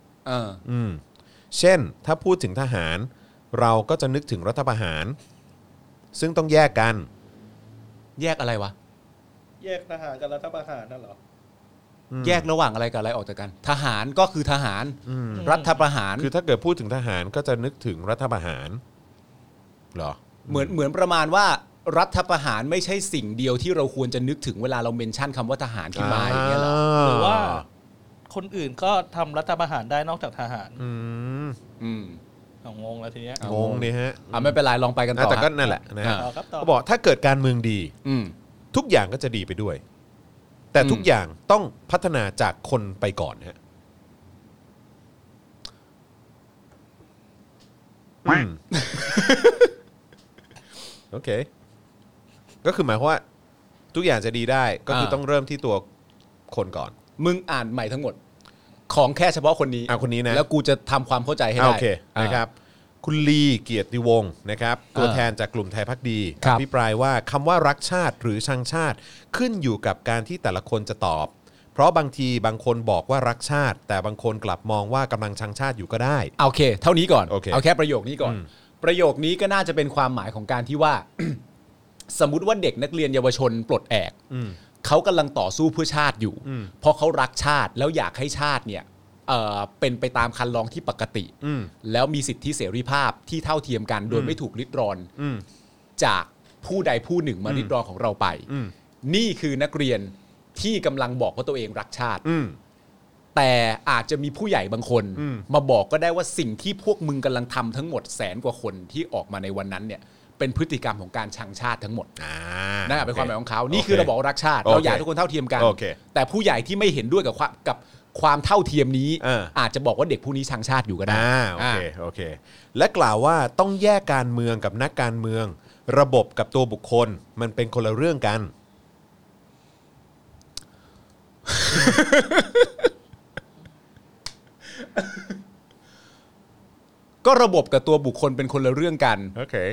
เช่นถ้าพูดถึงทหารเราก็จะนึกถึงรัฐประหารซึ่งต้องแยกกันแยกอะไรวะแยกทหารกับรัฐประหารนั่นเหรอแยกระหว่างอะไรกับอะไรออกจากกันทหารก็คือทหารรัฐประหารคือถ้าเกิดพูดถึงทหารก็จะนึกถึงรัฐประหารเหรอเหมือนประมาณว่ารัฐประหารไม่ใช่สิ่งเดียวที่เราควรจะนึกถึงเวลาเราเมนชั่นคำว่าทหารขึ้นมาอย่างเงี้ยหรอหรือว่าคนอื่นก็ทำรัฐประหารได้นอกจากทหารงงแล้วทีเนี้ยงงนี่ฮะไม่เป็นไรลองไปกันต่อแต่ก็นั่นแหละนะเขาบอกถ้าเกิดการเมืองดีทุกอย่างก็จะดีไปด้วยแต่ทุกอย่างต้องพัฒนาจากคนไปก่อนฮะโอเคก็คือหมายความว่าทุกอย่างจะดีได้ก็คือต้องเริ่มที่ตัวคนก่อนมึงอ่านใหม่ทั้งหมดของแค่เฉพาะคนนี้คนนี้นะแล้วกูจะทำความเข้าใจให้ได้โอเคนะครับคุณลีเกียรติวงศ์นะครับตัวแทนจากกลุ่มไทยภักดีอภิปรายว่าคำว่ารักชาติหรือชังชาติขึ้นอยู่กับการที่แต่ละคนจะตอบเพราะบางทีบางคนบอกว่ารักชาติแต่บางคนกลับมองว่ากำลังชังชาติอยู่ก็ได้โอเคเท่านี้ก่อนเอาแค่ประโยคนี้ก่อนประโยคนี้ก็น่าจะเป็นความหมายของการที่ว่า สมมุติว่าเด็กนักเรียนเยาวชนปลดแอกเขากำลังต่อสู้เพื่อชาติอยู่เพราะเขารักชาติแล้วอยากให้ชาติเนี่ยเป็นไปตามคันลองที่ปกติแล้วมีสิทธิเสรีภาพที่เท่าเทียมกันโดยไม่ถูกริดรอนจากผู้ใดผู้หนึ่งมาริดรอนของเราไปนี่คือนักเรียนที่กำลังบอกว่าตัวเองรักชาติแต่อาจจะมีผู้ใหญ่บางคนมาบอกก็ได้ว่าสิ่งที่พวกมึงกำลังทำทั้งหมด100,000 กว่าคนที่ออกมาในวันนั้นเนี่ยเป็นพฤติกรรมของการชังชาติทั้งหมดนั่นเป็นความหมายของเขานี่คือเราบอกรักชาติเราอยากทุกคนเท่าเทียมกันแต่ผู้ใหญ่ที่ไม่เห็นด้วยกับความเท่าเทียมนี้อาจจะบอกว่าเด็กผู้นี้ชังชาติอยู่ก็ได้โอเคและกล่าวว่าต้องแยกการเมืองกับนักการเมืองระบบกับตัวบุคคลมันเป็นคนละเรื่องกันก็ระบบกับตัวบุคคลเป็นคนละเรื่องกันโอเค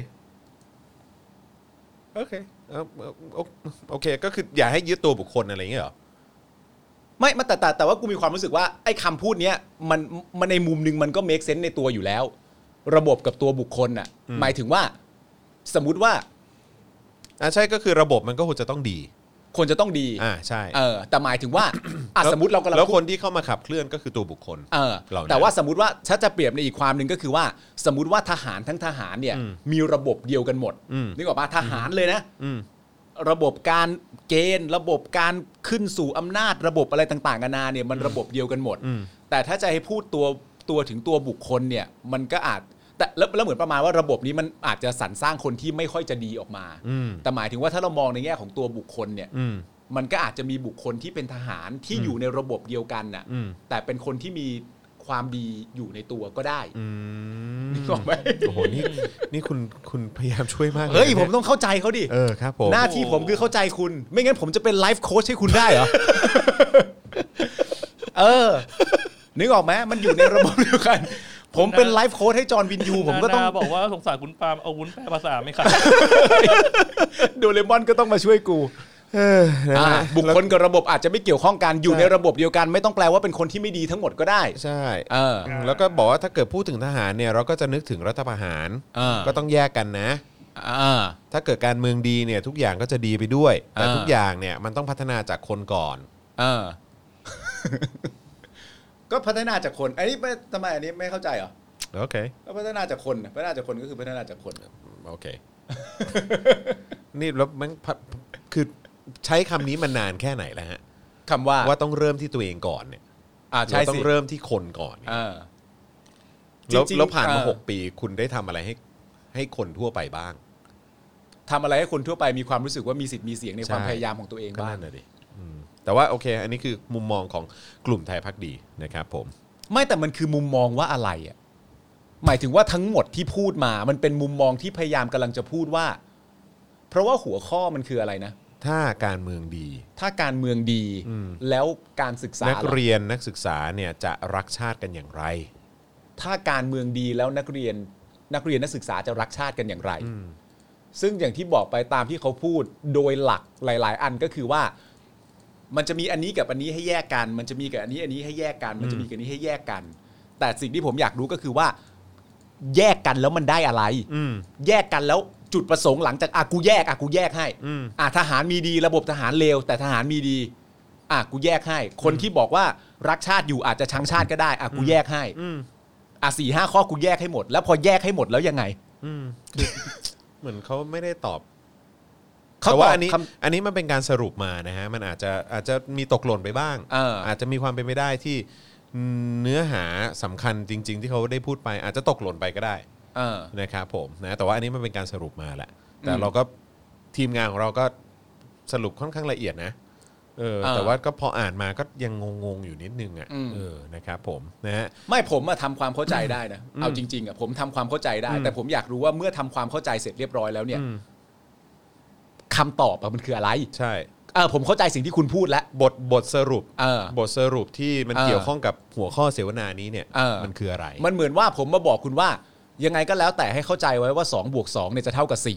ก็คืออย่าให้ยึดตัวบุคคลอะไรอย่างเงี้ยหรอไม่แต่ว่ากูมีความรู้สึกว่าไอ้คำพูดเนี้ยมันในมุมนึงมันก็เมคเซนส์ในตัวอยู่แล้วระบบกับตัวบุคคลน่ะหมายถึงว่าสมมุติว่าใช่ก็คือระบบมันก็ควรจะต้องดีคนจะต้องดีใช่แต่หมายถึงว่าสมมติเรากำลังแล้วคนที่เข้ามาขับเคลื่อนก็คือตัวบุคคลแต่ว่าสมมติว่าถ้าจะเปรียบในอีกความนึงก็คือว่าสมมติว่าทหารทั้งทหารเนี่ยมีระบบเดียวกันหมดนึกออกป่ะทหารเลยนะระบบการเกณฑ์ระบบการขึ้นสู่อำนาจระบบอะไรต่างๆกันานาเนี่ยมันระบบเดียวกันหมดแต่ถ้าจะให้พูดตัวถึงตัวบุคคลเนี่ยมันก็อาจแต่แล้วเหมือนประมาณว่าระบบนี้มันอาจจะสรรสร้างคนที่ไม่ค่อยจะดีออกมาแต่หมายถึงว่าถ้าเรามองในแง่ของตัวบุคคลเนี่ยมันก็อาจจะมีบุคคลที่เป็นทหารที่อยู่ในระบบเดียวกันน่ะแต่เป็นคนที่มีความดีอยู่ในตัวก็ได้นึกออกไหมโอ้โหนี่คุณพยายามช่วยมากเลยเฮ้ยผมต้องเข้าใจเขาดิครับผมหน้าที่ผมคือเข้าใจคุณไม่งั้นผมจะเป็นไลฟ์โค้ชให้คุณได้เหรอนึกออกไหมมันอยู่ในระบบเดียวกันผมเป็นไลฟ์โค้ชให้จอห์นวินยูผมก็ต้องบอกว่าสงสารคุณปาล์มเอาวุ้นแปลภาษาไม่ครับโดเรมอนก็ต้องมาช่วยกูบุคคลกับระบบอาจจะไม่เกี่ยวข้องกันอยู่ในระบบเดียวกันไม่ต้องแปลว่าเป็นคนที่ไม่ดีทั้งหมดก็ได้ใช่แล้วก็บอกว่าถ้าเกิดพูดถึงทหารเนี่ยเราก็จะนึกถึงรัฐประหารก็ต้องแยกกันนะถ้าเกิดการเมืองดีเนี่ยทุกอย่างก็จะดีไปด้วยแต่ทุกอย่างเนี่ยมันต้องพัฒนาจากคนก่อนก็พัฒนาจากคนอันนี้ทำไมอันนี้ไม่เข้าใจเหรอโอเคก็พัฒนาจากคนพัฒนาจากคนก็คือพัฒนาจากคนโอเคนี่แล้วมันคือใช้คำนี้มานานแค่ไหนแล้วฮะคำว่าต้องเริ่มที่ตัวเองก่อนเนี่ยใช่ต้องเริ่มที่คนก่อนแล้วผ่านมา6 ปีคุณได้ทำอะไรให้คนทั่วไปบ้างทำอะไรให้คนทั่วไปมีความรู้สึกว่ามีสิทธิ์มีเสียงในความพยายามของตัวเองบ้างนั่นแหละดิแต่ว่าโอเคอันนี้คือมุมมองของกลุ่มไทยภักดีนะครับผมไม่แต่มันคือมุมมองว่าอะไรอ่ะหมายถึงว่าทั้งหมดที่พูดมามันเป็นมุมมองที่พยายามกำลังจะพูดว่าเพราะว่าหัวข้อมันคืออะไรนะถ้าการเมืองดีถ้าการเมืองดีแล้วการศึกษานักเรียนนักศึกษาเนี่ยจะรักชาติกันอย่างไรถ้าการเมืองดีแล้วนักเรียนนักศึกษาจะรักชาติกันอย่างไรซึ่งอย่างที่บอกไปตามที่เขาพูดโดยหลักหลายๆอันก็คือว่ามันจะมีอันนี้กับอันนี้ให้แยกกันมันจะมีกับอันนี้ให้แยกกันมันจะมีกับอันนี้ให้แยกกันแต่สิ่งที่ผมอยากรู้ก็คือว่าแยกกันแล้วมันได้อะไรแยกกันแล้วจุดประสงค์หลังจากกูแยกให้ทหารมีดีระบบทหารเลวแต่ทหารมีดีกูแยกให้คนที่บอกว่ารักชาติอยู่อาจจะชังชาติก็ได้กูแยกให้4-5 ข้อกูแยกให้หมดแล้วพอแยกให้หมดแล้วยังไงเหมือนเขาไม่ได้ตอบแต่ว่าอันนี้มันเป็นการสรุปมานะฮะมันอาจจะมีตกหล่นไปบ้างอาจจะมีความเป็นไปได้ที่เนื้อหาสำคัญจริงๆที่เขาได้พูดไปอาจจะตกหล่นไปก็ได้นะครับผมนะแต่ว่าอันนี้มันเป็นการสรุปมาแหละแต่เราก็ทีมงานของเราก็สรุปค่อนข้างละเอียดนะแต่ว่าก็พออ่านมาก็ยังงงๆอยู่นิดนึงอ่ะนะครับผมนะฮะไม่ผมทำความเข้าใจได้นะเอาจริงๆอ่ะผมทำความเข้าใจได้แต่ผมอยากรู้ว่าเมื่อทำความเข้าใจเสร็จเรียบร้อยแล้วเนี่ยคำตอบมันคืออะไรใช่ผมเข้าใจสิ่งที่คุณพูดแล้วบทสรุปบทสรุปที่มันเกี่ยวข้องกับหัวข้อเสวนานี้เนี่ยมันคืออะไรมันเหมือนว่าผมมาบอกคุณว่ายังไงก็แล้วแต่ให้เข้าใจไว้ว่า2 + 2เนี่ยจะเท่ากับ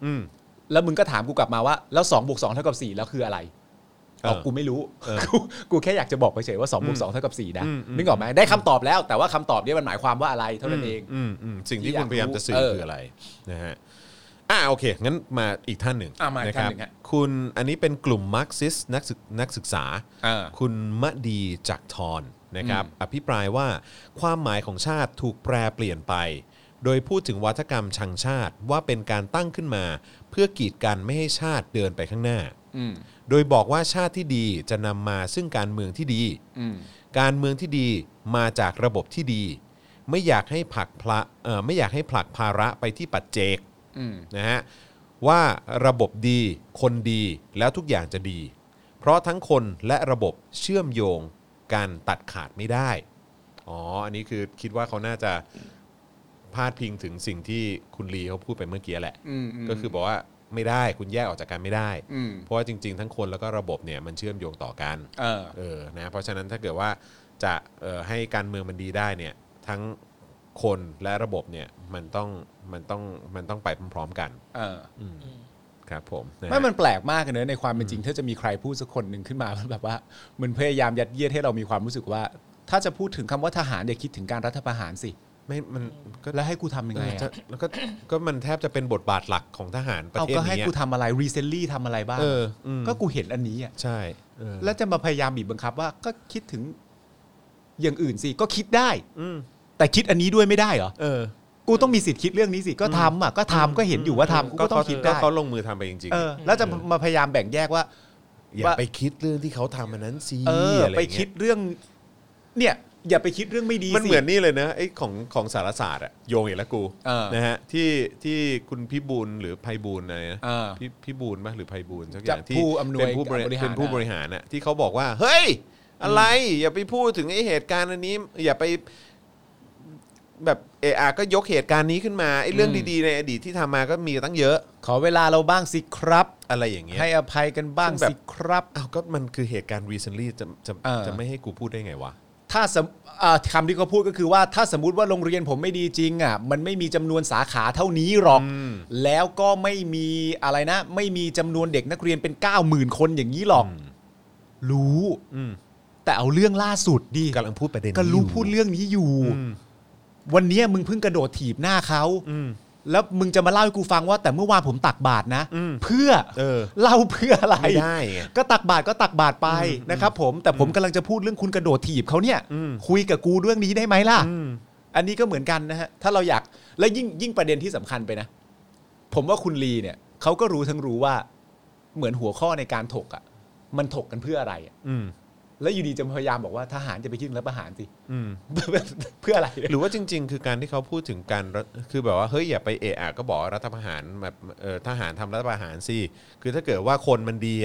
4แล้วมึงก็ถามกูกลับมาว่าแล้ว2 + 2เท่ากับ4แล้วคืออะไรกูไม่รู้กูแค่อยากจะบอกเฉยๆว่า2 + 2เท่ากับ4นะนึกออกไหมได้คำตอบแล้วแต่ว่าคำตอบนี้มันหมายความว่าอะไรเท่านั้นเองสิ่งที่คุณพยายามจะสื่อคืออะไรนะฮะโอเคงั้นมาอีกท่านหนึ่งนะครับคุณอันนี้เป็นกลุ่มมาร์กซิสนักศึกษาคุณมะดีจักรทรนะครับอภิปรายว่าความหมายของชาติถูกแปรเปลี่ยนไปโดยพูดถึงวาทกรรมชังชาติว่าเป็นการตั้งขึ้นมาเพื่อกีดกันไม่ให้ชาติเดินไปข้างหน้าโดยบอกว่าชาติที่ดีจะนำมาซึ่งการเมืองที่ดีการเมืองที่ดีมาจากระบบที่ดีไม่อยากให้ผลักภาระไปที่ปัจเจกนะฮะว่าระบบดีคนดีแล้วทุกอย่างจะดีเพราะทั้งคนและระบบเชื่อมโยงกันตัดขาดไม่ได้อันนี้คือคิดว่าเขาน่าจะพาดพิงถึงสิ่งที่คุณลีเขาพูดไปเมื่อกี้แหละก็คือบอกว่าไม่ได้คุณแยกออกจากกันไม่ได้เพราะว่าจริงๆทั้งคนแล้วก็ระบบเนี่ยมันเชื่อมโยงต่อกันนะเพราะฉะนั้นถ้าเกิดว่าจะให้การเมืองมันดีได้เนี่ยทั้งคนและระบบเนี่ยมันต้องไปพร้อมๆกันครับผมไม่มันแปลกมากเลยนะในความเป็นจริงถ้าจะมีใครพูดสักคนหนึ่งขึ้นมาแบบว่ามันพยายามยัดเยียดให้เรามีความรู้สึกว่าถ้าจะพูดถึงคำว่าทหารอย่าคิดถึงการรัฐประหารสิไม่มันก็แล้วให้กูทำยังไงแล้วก็มันแทบจะเป็นบทบาทหลักของทหารประเทศนี้ก็ให้กูทำอะไรรีเซนลี่ทำอะไรบ้างก็กูเห็นอันนี้อ่ะใช่แล้วจะมาพยายามบีบบังคับว่าก็คิดถึงอย่างอื่นสิก็คิดได้แต่คิดอันนี้ด้วยไม่ได้เหรอกูต้องมีสิทธิ์คิดเรื่องนี้สิก็ทำก็ทำก็เห็นอยู่ว่าทำกูก็ต้องคิดได้เขาลงมือทำไปจริงๆแล้วจะมาพยายามแบ่งแยกว่าอย่าไปคิดเรื่องที่เขาทำอันนั้นสิไปคิดเรื่องเนี่ยอย่าไปคิดเรื่องไม่ดีมันเหมือนนี่เลยนะไอ้ของสารศาสตร์อะโยงอีกแล้วกูนะฮะที่คุณพี่บูลหรือไพบูลอะไรนะพี่บูลป่ะหรือไพบูลสักอย่างที่เป็นผู้บริหารน่ะที่เขาบอกว่าเฮ้ยอะไรอย่าไปพูดถึงไอ้เหตุการณ์อันนี้อย่าไปแบบก็ยกเหตุการณ์นี้ขึ้นมาไอ้เรื่องดีๆในอดีตที่ทำมาก็มีตั้งเยอะขอเวลาเราบ้างสิครับอะไรอย่างเงี้ยให้อภัยกันบ้างสิครับก็มันคือเหตุการณ์ recently จะไม่ให้กูพูดได้ไงวะถ้าคำที่เขาพูดก็คือว่าถ้าสมมุติว่าโรงเรียนผมไม่ดีจริงมันไม่มีจำนวนสาขาเท่านี้หรอกแล้วก็ไม่มีอะไรนะไม่มีจำนวนเด็กนักเรียนเป็น 90,000 คนอย่างนี้หรอกรู้แต่เอาเรื่องล่าสุดดิกำลังพูดประเด็นก็รู้พูดเรื่องนี้อยู่วันนี้มึงเพิ่งกระโดดถีบหน้าเขาแล้วมึงจะมาเล่าให้กูฟังว่าแต่เมื่อวานผมตักบาตรนะเพื่อเล่าเพื่ออะไรไม่ได้ก็ตักบาตรไปนะครับผมแต่ผมกำลังจะพูดเรื่องคุณกระโดดถีบเขาเนี่ยคุยกับกูเรื่องนี้ได้ไหมล่ะอันนี้ก็เหมือนกันนะฮะถ้าเราอยากและยิ่งประเด็นที่สำคัญไปนะผมว่าคุณลีเนี่ยเขาก็รู้ทั้งรู้ว่าเหมือนหัวข้อในการถกมันถกกันเพื่ออะไรแล้วอยู่ดีจะพยายามบอกว่าทหารจะไปคิดรัฐประหารสิเพื่ออะไรหรือว่าจริงๆคือการที่เขาพูดถึงการคือแบบว่าเฮ้ยอย่าไปก็บอกรัฐประหารแบบทหารทำรัฐประหารสิคือถ้าเกิดว่าคนมันดี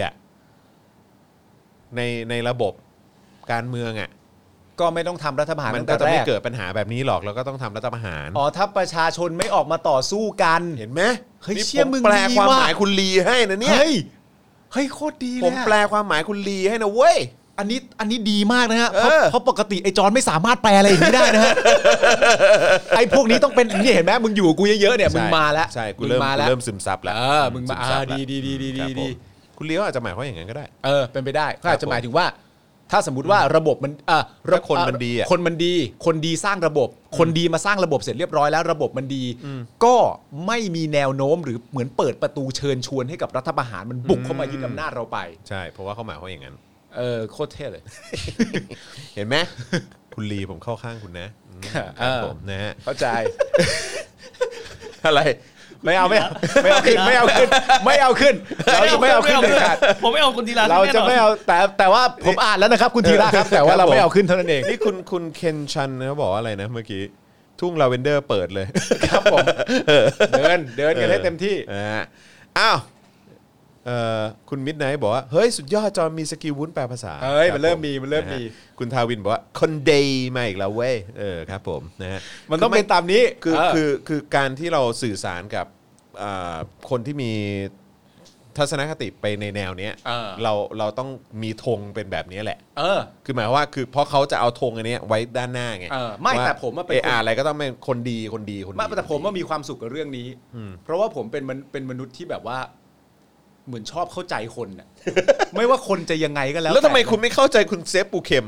ในระบบการเมืองก็ไม่ต้องทำรัฐประหารมันก็จะไม่เกิดปัญหาแบบนี้หรอกแล้วก็ต้องทำรัฐประหารถ้าประชาชนไม่ออกมาต่อสู้กันเห็นไหมเฮ้ยเชี่ยมึงแปลความหมายคุณลีให้นะเนี่ยเฮ้ยโคตรดีเลยผมแปลความหมายคุณลีให้นะเว้ยอันนี้ดีมากนะฮะเพราะปกติไอ้จอนไม่สามารถแปลอะไรอย่างนี้ได้นะฮะไอ้พวกนี้ต้องเป็นนี่เห็นไหมมึงอยู่กูเยอะๆเนี่ยมึงมาแล้วใช่กูเริ่มซึมซับแล้วมึงมาดีคุณเลี้ยวอาจจะหมายความอย่างนั้นก็ได้เป็นไปได้เขาอาจจะหมายถึงว่าถ้าสมมติว่าระบบมันคนมันดีคนดีสร้างระบบคนดีมาสร้างระบบเสร็จเรียบร้อยแล้วระบบมันดีก็ไม่มีแนวโน้มหรือเหมือนเปิดประตูเชิญชวนให้กับรัฐประหารมันบุกเข้ามายึดอำนาจเราไปใช่เพราะว่าเขาหมายความอย่างนั้นโคตรเท่เลยเห็นไหมคุณลีผมเข้าข้างคุณนะผมนะฮะเข้าใจอะไรไม่เอาขึ้นเราจะไม่เอาขึ้นเลยครับผมไม่เอาคุณธีระเราจะไม่เอาแต่ว่าผมอ่านแล้วนะครับคุณธีระครับแต่ว่าเราไม่เอาขึ้นเท่านั้นเองนี่คุณเคนชันเขาบอกว่าอะไรนะเมื่อกี้ทุ่งลาเวนเดอร์เปิดเลยครับผมเดินกันให้เต็มที่อ้าวคุณมิดไนท์บอกว่าเฮ้ยสุดยอดจอมีสกิลวุ้นแปลภาษามันเริ่มมีคุณทาวินบอกว่าคนเดย์มาอีกแล้วเว้ยครับผมนะฮะมันต้องเป็นตามนี้คือการที่เราสื่อสารกับคนที่มีทัศนคติไปในแนวเนี้ยเราต้องมีธงเป็นแบบนี้แหละคือหมายว่าคือเพราะเขาจะเอาธงอันนี้ไว้ด้านหน้าไงไม่แต่ผมว่าเป็นอะไรก็ต้องเป็นคนดีไม่แต่ผมว่ามีความสุขกับเรื่องนี้เพราะว่าผมเป็นมนุษย์ที่แบบว่าเหมือนชอบเข้าใจคนน่ะไม่ว่าคนจะยังไงก็แล้วแล้วทำไมคุณไม่เข้าใจคุณเซฟปูเข็ม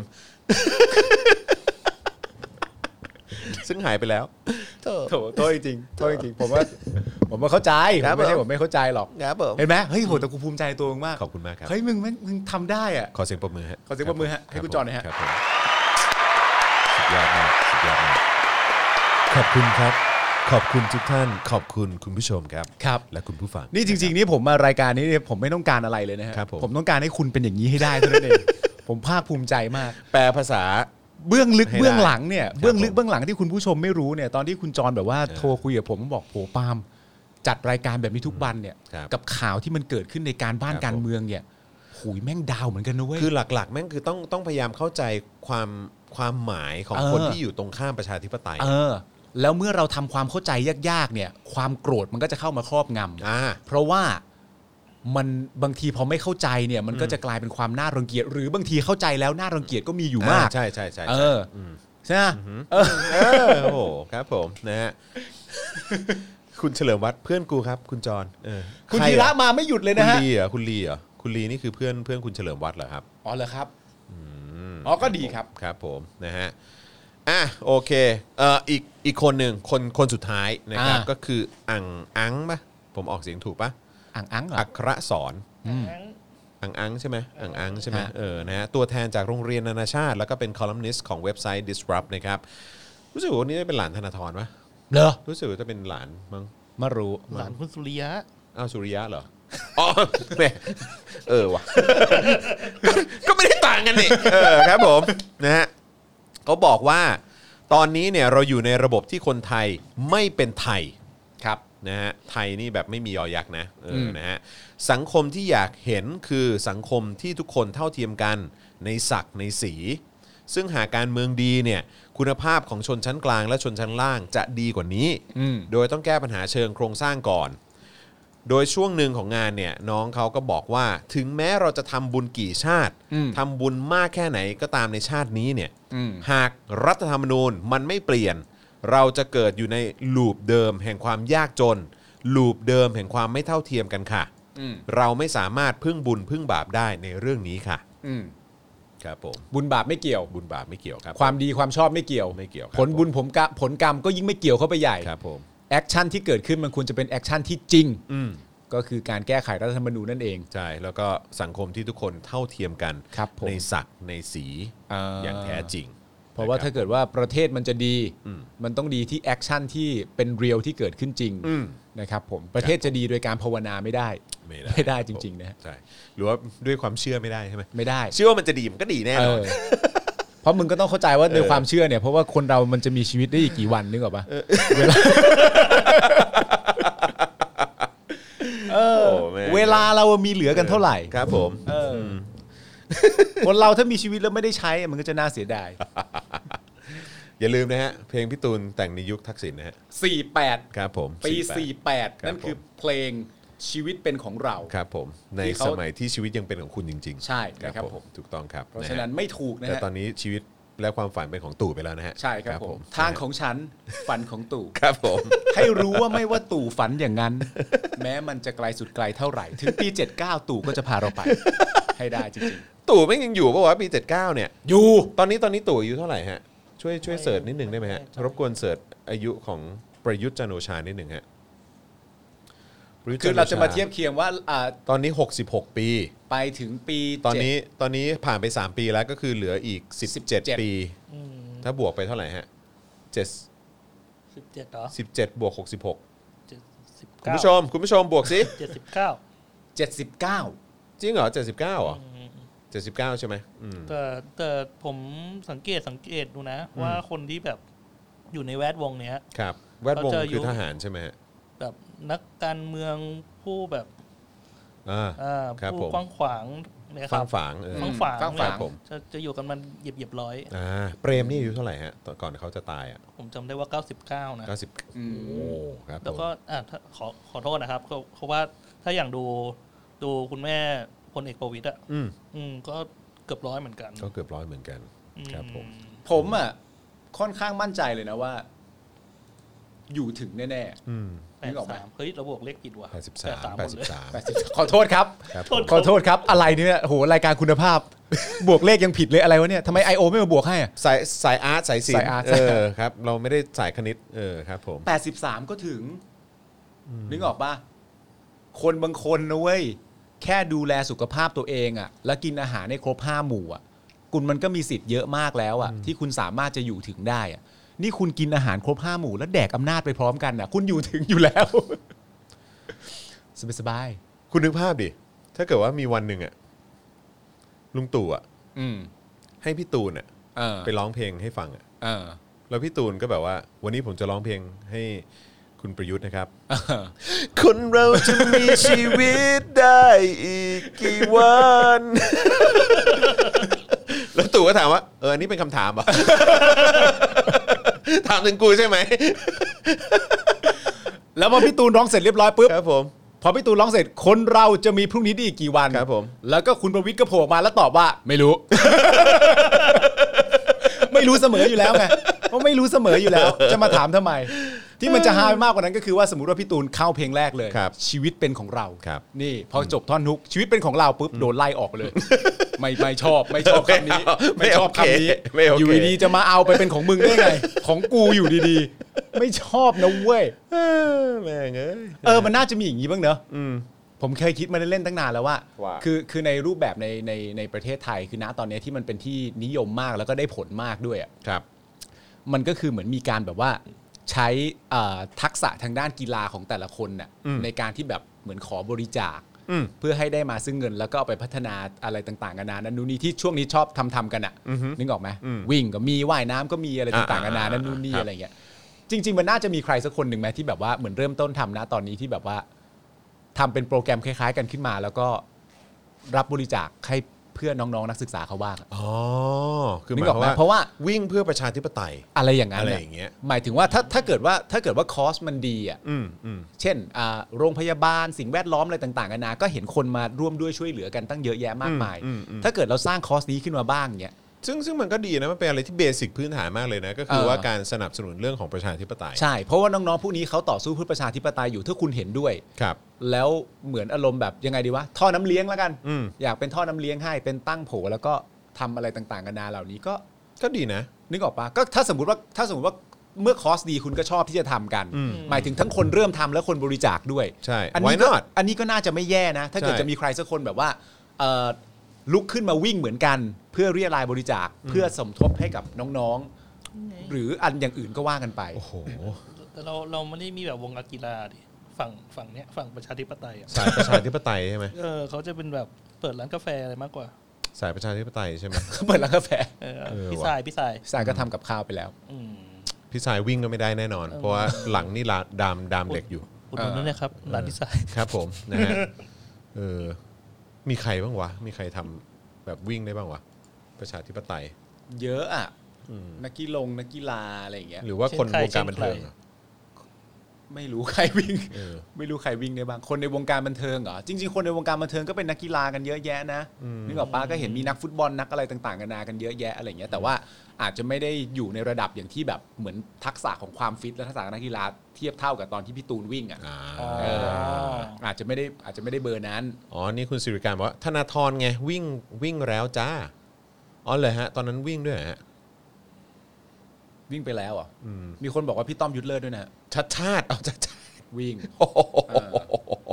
ซึ่งหายไปแล้วโทษจริงผมว่าเข้าใจไม่ใช่ผมไม่เข้าใจหรอกเห็นไหมเฮ้ยโหแต่กูภูมิใจตัวมึงมากขอบคุณมากครับเฮ้ยมึงทำได้อ่ะขอเสียงปรบมือฮะให้คุณจอนหน่อยฮะสุดยอดมากขอบคุณครับขอบคุณทุกท่านขอบคุณคุณผู้ชมครับและคุณผู้ฟังนี่จริงๆนี่ผมมารายการนี้ผมไม่ต้องการอะไรเลยนะฮะผมต้องการให้คุณเป็นอย่างนี้ให้ได้เท่านั้นเองผมภาคภูมิใจมากแปลภาษาเบื้องลึกเบื้องหลังเนี่ยเบื้องลึกเบื้องหลังที่คุณผู้ชมไม่รู้เนี่ยตอนที่คุณจรแบบว่าโทรคุยกับผมบอกโหปาล์มจัดรายการแบบนี้ทุกวันเนี่ยกับข่าวที่มันเกิดขึ้นในการบ้านการเมืองเนี่ยหุยแม่งดาวเหมือนกันนะเว้ยคือหลักๆแม่งคือต้องพยายามเข้าใจความหมายของคนที่อยู่ตรงข้ามประชาธิปไตยแล้วเมื่อเราทำความเข้าใจยากๆเนี่ยความโกรธมันก็จะเข้ามาครอบงำเพราะว่ามันบางทีพอไม่เข้าใจเนี่ยมันก็จะกลายเป็นความน่ารังเกียจหรือบางทีเข้าใจแล้วน่ารังเกียจก็มีอยู่มากใช่ใช่ใช่ไหมโอ้โหครับผมนะฮะคุณเฉลิมวัฒน์เพื่อนกูครับคุณจรคุณธีระมาไม่หยุดเลยนะฮะคุณลีนี่คือเพื่อนคุณเฉลิมวัฒน์เหรอครับอ๋อเหรอครับอ๋อก็ดีครับครับผมนะฮะโอเคอีกคนหนึ่งคนสุดท้ายนะครับก็คืออังป่ะผมออกเสียงถูกป่ะอังเหรออัครสอนอังใช่ไหมอังใช่ไหมนะฮะตัวแทนจากโรงเรียนนานาชาติแล้วก็เป็นคอลัมนิสต์ของเว็บไซต์ Disrupt นะครับรู้สึกว่าวันนี้เป็นหลานธนาธรป่ะเหรอรู้สึกว่าจะเป็นหลานมั้งไม่รู้หลานคุณสุริยะสุริยะเหรออ๋อว่ะก็ไม่ได้ต่างกันนี่ครับผมนะฮะเขาบอกว่าตอนนี้เนี่ยเราอยู่ในระบบที่คนไทยไม่เป็นไทยครับนะฮะไทยนี่แบบไม่มียอยักษ์นะนะฮะสังคมที่อยากเห็นคือสังคมที่ทุกคนเท่าเทียมกันในศักดิ์ในสีซึ่งหากการเมืองดีเนี่ยคุณภาพของชนชั้นกลางและชนชั้นล่างจะดีกว่านี้โดยต้องแก้ปัญหาเชิงโครงสร้างก่อนโดยช่วงหนึ่งของงานเนี่ยน้องเขาก็บอกว่าถึงแม้เราจะทำบุญกี่ชาติทำบุญมากแค่ไหนก็ตามในชาตินี้เนี่ยหากรัฐธรรมนูญมันไม่เปลี่ยนเราจะเกิดอยู่ในลูปเดิมแห่งความยากจนลูปเดิมแห่งความไม่เท่าเทียมกันค่ะเราไม่สามารถพึ่งบุญพึ่งบาปได้ในเรื่องนี้ค่ะครับผมบุญบาปไม่เกี่ยวครับความดีความชอบไม่เกี่ยวผลบุญผลกรรมก็ยิ่งไม่เกี่ยวเข้าไปใหญ่ครับผมแอคชั่นที่เกิดขึ้นมันควรจะเป็นแอคชั่นที่จริงก็คือการแก้ไขรัฐธรรมนูญนั่นเองใช่แล้วก็สังคมที่ทุกคนเท่าเทียมกันในศักดิ์ในสีอย่างแท้จริงเพราะว่าถ้าเกิดว่าประเทศมันจะดีมันต้องดีที่แอคชั่นที่เป็นเรียลที่เกิดขึ้นจริงนะครับผมประเทศจะดีโดยการภาวนาไม่ได้จริงๆนะใช่หรือว่าด้วยความเชื่อไม่ได้ใช่ไหมไม่ได้เชื่อว่ามันจะดีมันก็ดีแน่นอนเพราะมึงก็ต้องเข้าใจว่าในความเชื่อเนี่ยเพราะว่าคนเรามันจะมีชีวิตได้อีกกี่วันนึกออกปะเวลาเรามีเหลือกันเท่าไหร่ครับผมคนเราถ้ามีชีวิตแล้วไม่ได้ใช้มันก็จะน่าเสียดายอย่าลืมนะฮะเพลงพี่ตูนแต่งในยุคทักษิณนะฮะ 48 ครับผมปี48นั่นคือเพลงชีวิตเป็นของเราครับผมในสมัยที่ชีวิตยังเป็นของคุณจริงๆใช่ครับผมถูกต้องครับเพราะฉะนั้นไม่ถูกนะฮะแต่ตอนนี้ชีวิตและความฝันเป็นของตู่ไปแล้วนะฮะใช่ครับผมทางของฉันฝันของตู่ครับผมให้รู้ว่าไม่ว่าตู่ฝันอย่างนั้นแม้มันจะไกลสุดไกลเท่าไหร่ถึงปี79ตู่ก็จะพาเราไปให้ได้จริงๆตู่ไม่ยังอยู่ป่ะวะปี79เนี่ยอยู่ตอนนี้ตู่อายุเท่าไหร่ฮะช่วยเสิร์ชนิดนึงได้ไหมฮะรบกวนเสิร์ชอายุของประยุทธ์จันทร์โอชานิดนึงฮะคือเราจะมาเทียบเคียงว่าตอนนี้66ปีไปถึงปีตอนนี้ผ่านไป3ปีแล้วก็คือเหลืออีก17ปีถ้าบวกไปเท่าไหร่ฮะ17 เหรอ 17บวก66 คุณผู้ชมบวกสิ 79 79 จริงเหรอ79เหรอ79ใช่ไหมแต่ผมสังเกตดูนะว่าคนที่แบบอยู่ในแวดวงเนี้ยครับแวดวงคือทหารใช่ไหมแบบนักการเมืองผู้แบบผู้กว้างขวางเนี่ยครับฝางผมจะอยู่กันมันเหยียบร้อยเปรมนี่อายุเท่าไหร่ฮะก่อนเขาจะตายอ่ะผมจำได้ว่า99นะ 90โอ้ครับแล้วก็ขอโทษนะครับเพราะว่าถ้าอย่างดูคุณแม่พลเอกประวิตรก็เกือบ100เหมือนกันก็เกือบ100เหมือนกันครับผมอ่ะค่อนข้างมั่นใจเลยนะว่าอยู่ถึงแน่ๆ83เฮ้ยเราบวกเลขผิดว่ะ 83ขอโทษครับขอโทษครับอะไรเนี่ยโหรายการคุณภาพบวกเลขยังผิดเลยอะไรวะเนี่ยทำไม IO ไม่มาบวกให้สายอาร์ตสายศิลป์ครับเราไม่ได้สายคณิตครับผม 83ก็ถึงนึกออกป่ะคนบางคนนะเว้ยแค่ดูแลสุขภาพตัวเองอ่ะแล้วกินอาหารให้ครบ5หมู่อ่ะคุณมันก็มีสิทธิ์เยอะมากแล้วอ่ะที่คุณสามารถจะอยู่ถึงได้อ่ะนี่คุณกินอาหารครบ5หมู่แล้วแดกอำนาจไปพร้อมกันน่ะคุณอยู่ถึงอยู่แล้วสบายๆคุณนึกภาพดิถ้าเกิดว่ามีวันหนึ่งอ่ะลุงตู่อ่ะให้พี่ตูนอ่ะไปร้องเพลงให้ฟังอ่ะแล้วพี่ตูนก็แบบว่าวันนี้ผมจะร้องเพลงให้คุณประยุทธ์นะครับคนเราจะมีชีวิตได้อีกกี่วันแล้วตู่ก็ถามว่าอันนี้เป็นคำถามป่ะถามถึงกูใช่ไหมแล้วพอพี่ตูนร้องเสร็จเรียบร้อยปุ๊บครับผมพอพี่ตูนร้องเสร็จคนเราจะมีพรุ่งนี้ได้อีกกี่วันครับผมแล้วก็คุณประวิตรก็โผล่มาแล้วตอบว่าไม่รู้ ไม่รู้เสมออยู่แล้วไงเพราะไม่รู้เสมออยู่แล้วจะมาถามทำไมที่มันจะฮาไปมากกว่านั้นก็คือว่าสมมุติว่าพี่ตูนเข้าเพลงแรกเลยชีวิตเป็นของเรานี่พอจบท่อนฮุกชีวิตเป็นของเราปุ๊บโดนไล่ออกเลยไม่ชอบคำนี้ไม่ชอบคำนี้อยู่ดีๆจะมาเอาไปเป็นของมึงได้ไงของกูอยู่ดีๆไม่ชอบนะเว้ยแม่งมันน่าจะมีอย่างนี้บ้างเนอะผมเคยคิดมาเล่นๆตั้งนานแล้วว่าคือในรูปแบบในประเทศไทยคือณตอนนี้ที่มันเป็นที่นิยมมากแล้วก็ได้ผลมากด้วยอ่ะมันก็คือเหมือนมีการแบบว่าใช้ทักษะทางด้านกีฬาของแต่ละคนน่ะในการที่แบบเหมือนขอบริจาคเพื่อให้ได้มาซึ่งเงินแล้วก็เอาไปพัฒนาอะไรต่างๆกันานานั่นนู่นนี่ที่ช่วงนี้ชอบทำกันอ่ะนึกออกไหมวิ่งก็มีว่ายน้ำก็มีอะไรต่างๆกันานานั่นนู่นนี่อะไรเงี้ยจริงๆมันน่าจะมีใครสักคนหนึ่งไหมที่แบบว่าเหมือนเริ่มต้นทำนะตอนนี้ที่แบบว่าทำเป็นโปรแกรมคล้ายๆกันขึ้นมาแล้วก็รับบริจาคให้เพื่อน้องๆนักศึกษาเขาบ้างคือหมายความว่าเพราะว่าวิ่งเพื่อประชาธิปไตยอะไรอย่างนั้นอะไรอย่างเงี้ยหมายถึงว่าถ้าเกิดว่าคอสมันดีอ่ะเช่นโรงพยาบาลสิ่งแวดล้อมอะไรต่างๆกันานาก็เห็นคนมาร่วมด้วยช่วยเหลือกันตั้งเยอะแยะมากมายถ้าเกิดเราสร้างคอสนี้ขึ้นมาบ้างเงี้ยซึ่งมันก็ดีนะมันเป็นอะไรที่เบสิกพื้นฐานมากเลยนะก็คือว่าการสนับสนุนเรื่องของประชาธิปไตยใช่เพราะว่าน้องๆพวกนี้เขาต่อสู้เพื่อประชาธิปไตยอยู่ถ้าคุณเห็นด้วยครับแล้วเหมือนอารมณ์แบบยังไงดีวะท่อน้ำเลี้ยงแล้วกันอยากเป็นท่อน้ำเลี้ยงให้เป็นตั้งโผแล้วก็ทำอะไรต่างๆกันานาเหล่านี้ก็ดีนะนึกออกปะก็ถ้าสมมติว่าเมื่อคอสดีคุณก็ชอบที่จะทำกันหมายถึงทั้งคนเริ่มทำและคนบริจาคด้วยใช่อันนี้ก็น่าจะไม่แย่นะถ้าเกิดจะมีใครสักคนแบบว่าลุกขึ้นมาวิ่งเหมือนกันเพื่อเรียรายบริจาคเพื่อสมทบให้กับน้องๆหรืออันอย่างอื่นก็ว่ากันไปโอ้โหแต่เราไม่ได้มีแบบวงการกีฬาดิฝั่งเนี้ยฝั่งประชาธิปไตยสายประชาธิปไตยใช่ไหมเขาจะเป็นแบบเปิดร้านกาแฟอะไรมากกว่าสายประชาธิปไตยใช่ไหมเปิดร้านกาแฟพี่สายก็ทำกับข้าวไปแล้วพี่สายวิ่งก็ไม่ได้แน่นอนเพราะว่าหลังนี่ดามเหล็กอยู่อุดหนุนนั่นแหละครับร้านพี่สายครับผมนะฮะมีใครบ้างวะมีใครทำแบบวิ่งได้บ้างวะประชาธิปไตยเยอะอ่ะนักกีฬาอะไรอย่างเงี้ยหรือว่าคนวงการบันเทิงไม่รู้ใครวิ่งไม่รู้ใครวิ่งได้บ้างคนในวงการบันเทิงเหรอจริงๆคนในวงการบันเทิงก็เป็นนักกีฬากันเยอะแยะนะนึกออกปะก็เห็นมีนักฟุตบอลนักอะไรต่างๆกันานากันเยอะแยะอะไรอย่างเงี้ยแต่ว่าอาจจะไม่ได้อยู่ในระดับอย่างที่แบบเหมือนทักษะของความฟิตและทักษะนักกีฬาเทียบเท่ากับตอนที่พี่ตูนวิ่งอ่ะอาจจะไม่ได้เบอร์นั้นนี่คุณสิริการบอกว่าธนาธรไงวิ่งแล้วจ้าเลยฮะตอนนั้นวิ่งด้วยฮะวิ่งไปแล้วอ่ะมีคนบอกว่าพี่ต้อมยุทธเลิศด้วยนะชัดเอาชัดวิ่ง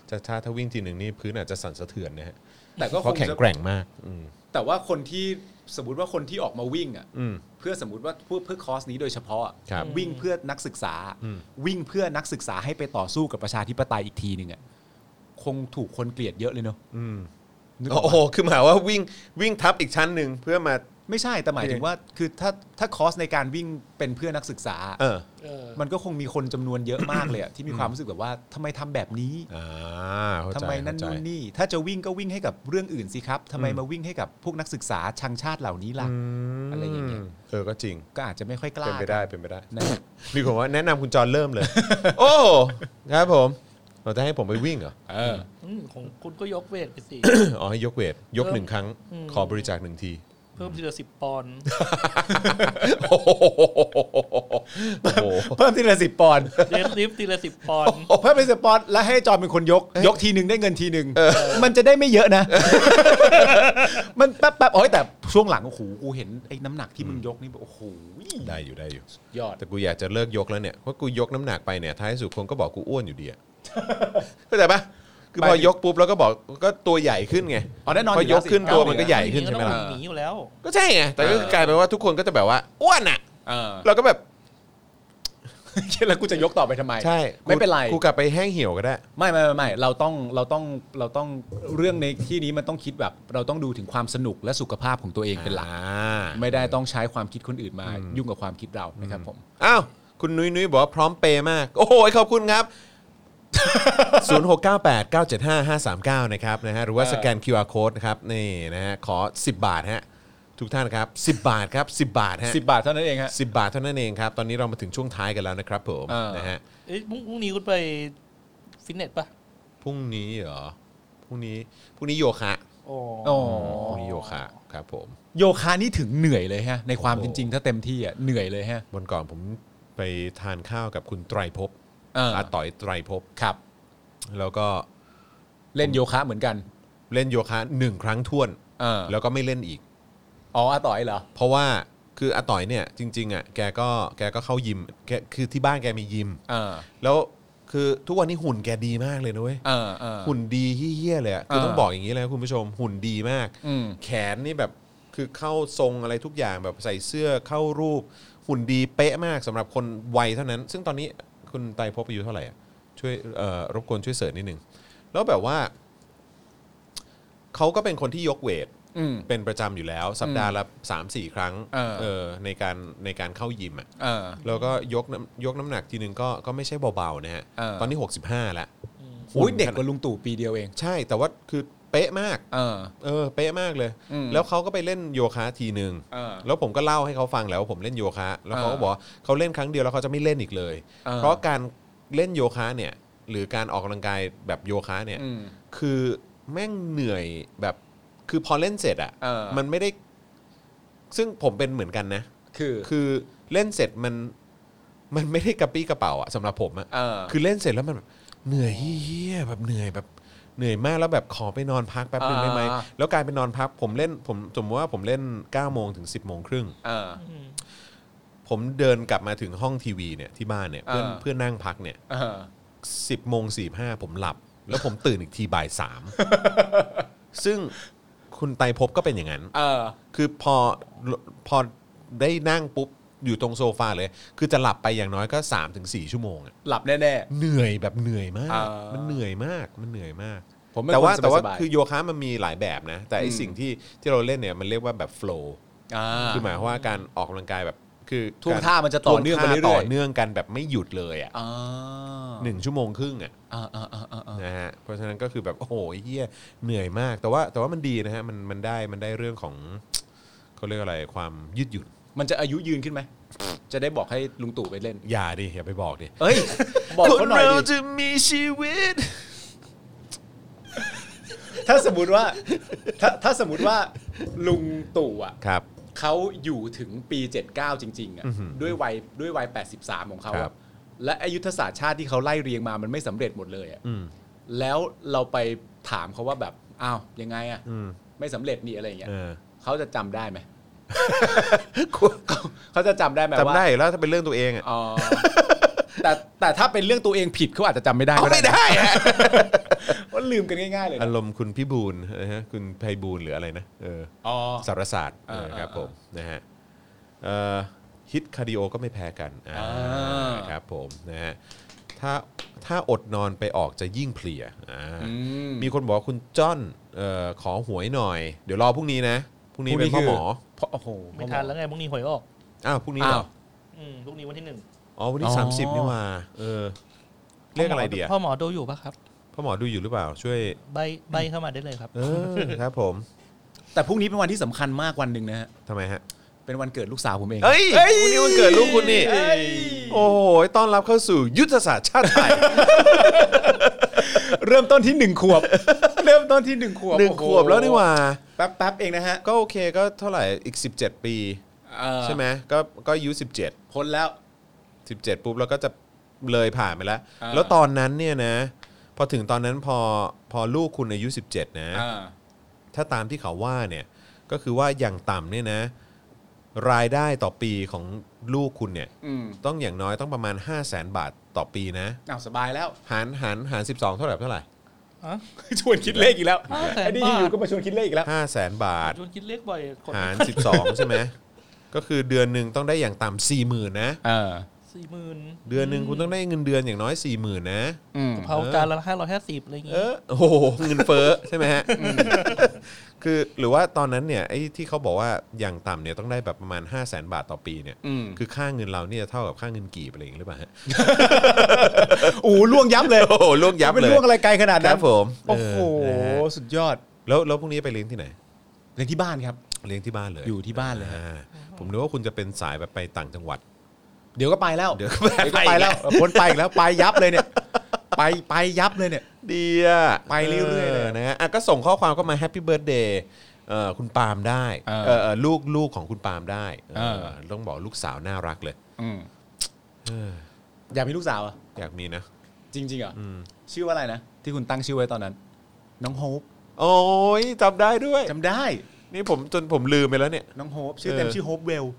ชาถ้าวิ่งทีหนึ่งนี่พื้นอาจจะสั่นสะเทือนนะฮะแต่ก็เพราะแข็งแกร่งมากแต่ว่าคนที่สมมติว่าคนที่ออกมาวิ่งอ่ะเพื่อสมมติว่าเพื่อคอร์สนี้โดยเฉพาะวิ่งเพื่อนักศึกษาวิ่งเพื่อนักศึกษาให้ไปต่อสู้กับประชาธิปไตยอีกทีนึงอ่ะคงถูกคนเกลียดเยอะเลยเนอะโอ้โหคือหมายว่าวิ่งทับอีกชั้นหนึ่งเพื่อมาไม่ใช่แต่หมายถึงว่าคือถ้าคอร์สในการวิ่งเป็นเพื่อนักศึกษามันก็คงมีคนจำนวนเยอะมากเลยอ่ะที่มีความรู้สึกแบบว่าทำไมทำแบบนี้ทำไมนั่นนู่นนี่ถ้าจะวิ่งก็วิ่งให้กับเรื่องอื่นสิครับทำไมมาวิ่งให้กับพวกนักศึกษาชังชาติเหล่านี้ล่ะอะไรอย่างเงี้ยก็จริงก็อาจจะไม่ค่อยกล้าเป็นไปได้มีคนว่าแนะนำคุณจรเริ่มเลยโอ้ครับผมเราจะให้ผมไปวิ่งเหรอของคุณก็ยกเวทไปสิอ๋อให้ยกเวทยก1ครั้งขอบริจาค1ทีเพิ่มทีละ10 ปอนด์เพิ่มทีละ10 ปอนด์เดฟลิฟทีละ10 ปอนด์เพิ่มทีละ10 ปอนด์แล้วให้จอมเป็นคนยกทีนึงได้เงินทีนึงมันจะได้ไม่เยอะนะมันแป๊บๆโอ้ยแต่ช่วงหลังโอ้โหกูเห็นไอ้น้ำหนักที่มึงยกนี่โอ้โหได้อยู่ยอดแต่กูอยากจะเลิกยกแล้วเนี่ยเพราะกูยกน้ำหนักไปเนี่ยท้ายสุดคนก็บอกกูอ้วนอยู่ดีเข้าใจปะคือพอยกปุ๊บแล้วก็บอกก็ตัวใหญ่ขึ้นไงพอยกขึ้นตัวมันก็ใหญ่ขึ้นใช่ไหมล่ะหนีอยู่แล้วก็ใช่ไงแต่ก็กลายเป็นว่าทุกคนก็จะแบบว่าอ้วนอ่ะเราก็แบบแล้วกูจะยกต่อไปทำไมใช่ไม่เป็นไรกูกลับไปแห้งเหี่ยวก็ได้ไม่เราต้องเรื่องในที่นี้มันต้องคิดแบบเราต้องดูถึงความสนุกและสุขภาพของตัวเองเป็นหลักไม่ได้ต้องใช้ความคิดคนอื่นมายุ่งกับความคิดเรานะครับผมอ้าวคุณนุ้ยบอกว่าพร้อมเปย์มากโอ้โหขอบคุณครับ0698975539นะครับนะฮะหรือว่าสแกน QR Code นะครับนี่นะฮะขอ10 บาทฮะทุกท่านครับ10 บาทครับ10 บาทฮะ 10 บาทเท่านั้นเองฮะ 10 บาทเท่านั้นเองครับตอนนี้เรามาถึงช่วงท้ายกันแล้วนะครับผมนะฮะพรุ่งนี้คุณไปฟิตเนสป่ะพรุ่งนี้เหรอพรุ่งนี้โยคะโอ้พรุ่งนี้โยคะครับผมโยคะนี่ถึงเหนื่อยเลยฮะในความจริงๆถ้าเต็มที่อ่ะเหนื่อยเลยฮะวันก่อนผมไปทานข้าวกับคุณไตรภพอาต่อยไตรภพครับแล้วก็เล่นโยคะเหมือนกันเล่นโยคะ1ครั้งท้วนแล้วก็ไม่เล่นอีกอาต่อยเหรอเพราะว่าคืออาต่อยเนี่ยจริงๆอ่ะแกก็เข้ายิมแกคือที่บ้านแกมียิมแล้วคือทุกวันนี้หุ่นแกดีมากเลยนะเว้ยหุ่นดีเหี้ยๆเลยอ่ะคือต้องบอกอย่างนี้เลยคุณผู้ชมหุ่นดีมากแขนนี่แบบคือเข้าทรงอะไรทุกอย่างแบบใส่เสื้อเข้ารูปหุ่นดีเป๊ะมากสำหรับคนวัยเท่านั้นซึ่งตอนนี้คุณไตรภพอายุเท่าไหร่อ่ะช่วยรบกวนช่วยเสิร์ชนิดนึงแล้วแบบว่าเขาก็เป็นคนที่ยกเวทเป็นประจำอยู่แล้วสัปดาห์ละ 3-4 ครั้งในการเข้ายิมอ่ะแล้วก็ยกน้ำหนักทีนึงก็ไม่ใช่เบาๆนะฮะตอนนี้65แล้วอุ้ยเด็กกว่าลุงตู่ปีเดียวเองใช่แต่ว่าคือเป๊ะมากเป๊ะมากเลยแล้วเขาก็ไปเล่นโยคะทีนึงแล้วผมก็เล่าให้เขาฟังแล้วว่าผมเล่นโยคะแล้วเขาก็บอกเขาเล่นครั้งเดียวแล้วเขาจะไม่เล่นอีกเลยเพราะการเล่นโยคะเนี่ยหรือการออกกำลังกายแบบโยคะเนี่ยคือแม่งเหนื่อยแบบคือพอเล่นเสร็จอ่ะมันไม่ได้ซึ่งผมเป็นเหมือนกันนะคือเล่นเสร็จมันไม่ได้กระปี้กระเป๋าอ่ะสำหรับผมอ่ะคือเล่นเสร็จแล้วมันแบบเหนื่อยเหี้ยแบบเหนื่อยมากแล้วแบบขอไปนอนพักแป๊บนึงได้ไหมแล้วกลายเป็นนอนพักผมสมมติว่าผมเล่น 9 โมงถึง 10 โมงครึ่งผมเดินกลับมาถึงห้องทีวีเนี่ยที่บ้านเนี่ยเพื่อนนั่งพักเนี่ย10 โมง 45ผมหลับแล้วผมตื่นอีกทีบ่าย 3ซึ่งคุณไตรภพก็เป็นอย่างนั้นคือพอได้นั่งปุ๊บอยู่ตรงโซฟาเลยคือจะหลับไปอย่างน้อยก็ 3-4 ชั่วโมงหลับแน่ๆเหนื่อยแบบเหนื่อยมากมันเหนื่อยมากแต่ว่าคือโยคะมันมีหลายแบบนะแต่ไอสิ่งที่เราเล่นเนี่ยมันเรียกว่าแบบโฟลว์คือหมายความว่าการออกกำลังกายแบบคือท่วงท่ามันจะต่อเนื่องไปเรื่อยๆต่อเนื่องกันแบบไม่หยุดเลยอ่ะ1 ชั่วโมงครึ่งอ่ะนะฮะเพราะฉะนั้นก็คือแบบโอ้โหเหี้ยเหนื่อยมากแต่ว่ามันดีนะฮะมันได้เรื่องของเขาเรียกอะไรความยืดหยุ่นมันจะอายุยืนขึ้นไหมจะได้บอกให้ลุงตู่ไปเล่นอย่าไปบอกดิบอกเขาหน่อยดิเราจะมีชีวิตถ้าสมมุติว่าลุงตู่อ่ะเขาอยู่ถึงปี79จริงๆอ่ะด้วยวัย83ของเขาและอายุทธศาสตร์ชาติที่เขาไล่เรียงมามันไม่สำเร็จหมดเลยอ่ะแล้วเราไปถามเขาว่าแบบอ้าวยังไงอ่ะไม่สำเร็จนี่อะไรอย่างเงี้ยเขาจะจำได้ไหมเขาจะจำได้ไหมว่าจำได้แล้วถ้าเป็นเรื่องตัวเองอ่ะแต่ถ้าเป็นเรื่องตัวเองผิดเขาอาจจะจำไม่ได้ก็ไม่ได้ฮะว่าลืมกันง่ายๆเลยอารมณ์คุณพี่บูลนะฮะคุณไพบูลย์หรืออะไรนะสารศาสตร์ครับผมนะฮะฮิตคาร์ดิโอก็ไม่แพ้กันครับผมนะฮะถ้าอดนอนไปออกจะยิ่งเพลียมีคนบอกว่าคุณจ้อนขอหวยหน่อยเดี๋ยวรอพรุ่งนี้นะพรุ่งนี้เป็นพ่อหมอโอ้โหไม่ทันแล้วไงพรุ่งนี้หวยออกพรุ่งนี้เหรอพรุ่งนี้วันที่1 วันที่30นี่ว่าเรียกอะไรดีอ่ะพ่อหมอดูอยู่ปะครับพ่อหมอดูอยู่หรือเปล่าช่วยใบเข้ามาได้เลยครับครับผมแต่พรุ่งนี้เป็นวันที่สำคัญมากวันหนึ่งนะฮะทำไมฮะเป็นวันเกิดลูกสาวผมเองเฮ้ยพรุ่งนี้วันเกิดลูกคุณนี่โอ้โหต้อนรับเข้าสู่ยุทธศาสตร์ชาติไทยเริ่มต้นที่1 ขวบเริ่มต้นที่1 ขวบ 1 ขวบแล้วนี่ว่าแป๊บเองนะฮะก็โอเคก็เท่าไหร่อีก17 ปีใช่ไหมก็อายุ17 พ้นแล้ว 17ปุ๊บแล้วก็จะเลยผ่านไปแล้วตอนนั้นเนี่ยนะพอถึงตอนนั้นพอลูกคุณอายุ17นะถ้าตามที่เขาว่าเนี่ยก็คือว่าอย่างต่ำเนี่ยนะรายได้ต่อปีของลูกคุณเนี่ยต้องอย่างน้อยต้องประมาณ 500,000 บาทต่อปีนะสบายแล้วหาร12เท่าไหร่ชวนคิดเลขอีกแล้วไอ้นี่อยู่ก็มาชวนคิดเลขอีกแล้ว 500,000 บาทชวนคิดเลขบ่อยหาร12ใช่ไหมก็คือเดือนนึงต้องได้อย่างต่ำ 40,000 นะ 40,000 เดือนนึงคุณต้องได้เงินเดือนอย่างน้อย 40,000 นะเผาจานละ550อะไรอย่างเงี้ยโอ้โหเงินเฟ้อใช่ไหมฮะคือหรือว่าตอนนั้นเนี่ยไอ้ที่เขาบอกว่าอย่างต่ำเนี่ยต้องได้แบบประมาณ 500,000 บาทต่อปีเนี่ยคือค่าเงินเราเนี่ยเท่ากับค่าเงินกีบอะไรอย่างเงี้ยหรือเปล่าฮะโอ้ล่วงยับเลยโอ้ล่วงยับเลยเป็นล่วงอะไรไกลขนาดนั้นครับผมโอ้โหสุดยอดแล้วพรุ่งนี้ไปเลี้ยงที่ไหนเลี้ยงที่บ้านครับเลี้ยงที่บ้านเลยอยู่ที่บ้านเลยผมนึกว่าคุณจะเป็นสายแบบไปต่างจังหวัดเดี๋ยวก็ไปแล้วพ้นไปอีกแล้วไปยับเลยเนี่ยไปยับเลยเนี่ยดีอ่ะไปเรื่อยๆเลยนะฮะก็ส่งข้อความเข้ามาแฮปปี้เบิร์ธเดย์คุณปาล์มได้ลูกของคุณปาล์มได้ต้องบอกลูกสาวน่ารักเลยอยากมีลูกสาวอ่ะอยากมีนะจริงๆเหรอชื่อว่าอะไรนะที่คุณตั้งชื่อไว้ตอนนั้นน้องโฮปโอ้ยจำได้ด้วยจำได้นี่จนผมลืมไปแล้วเนี่ยน้องโฮปชื่อเต็มชื่อโฮปเวล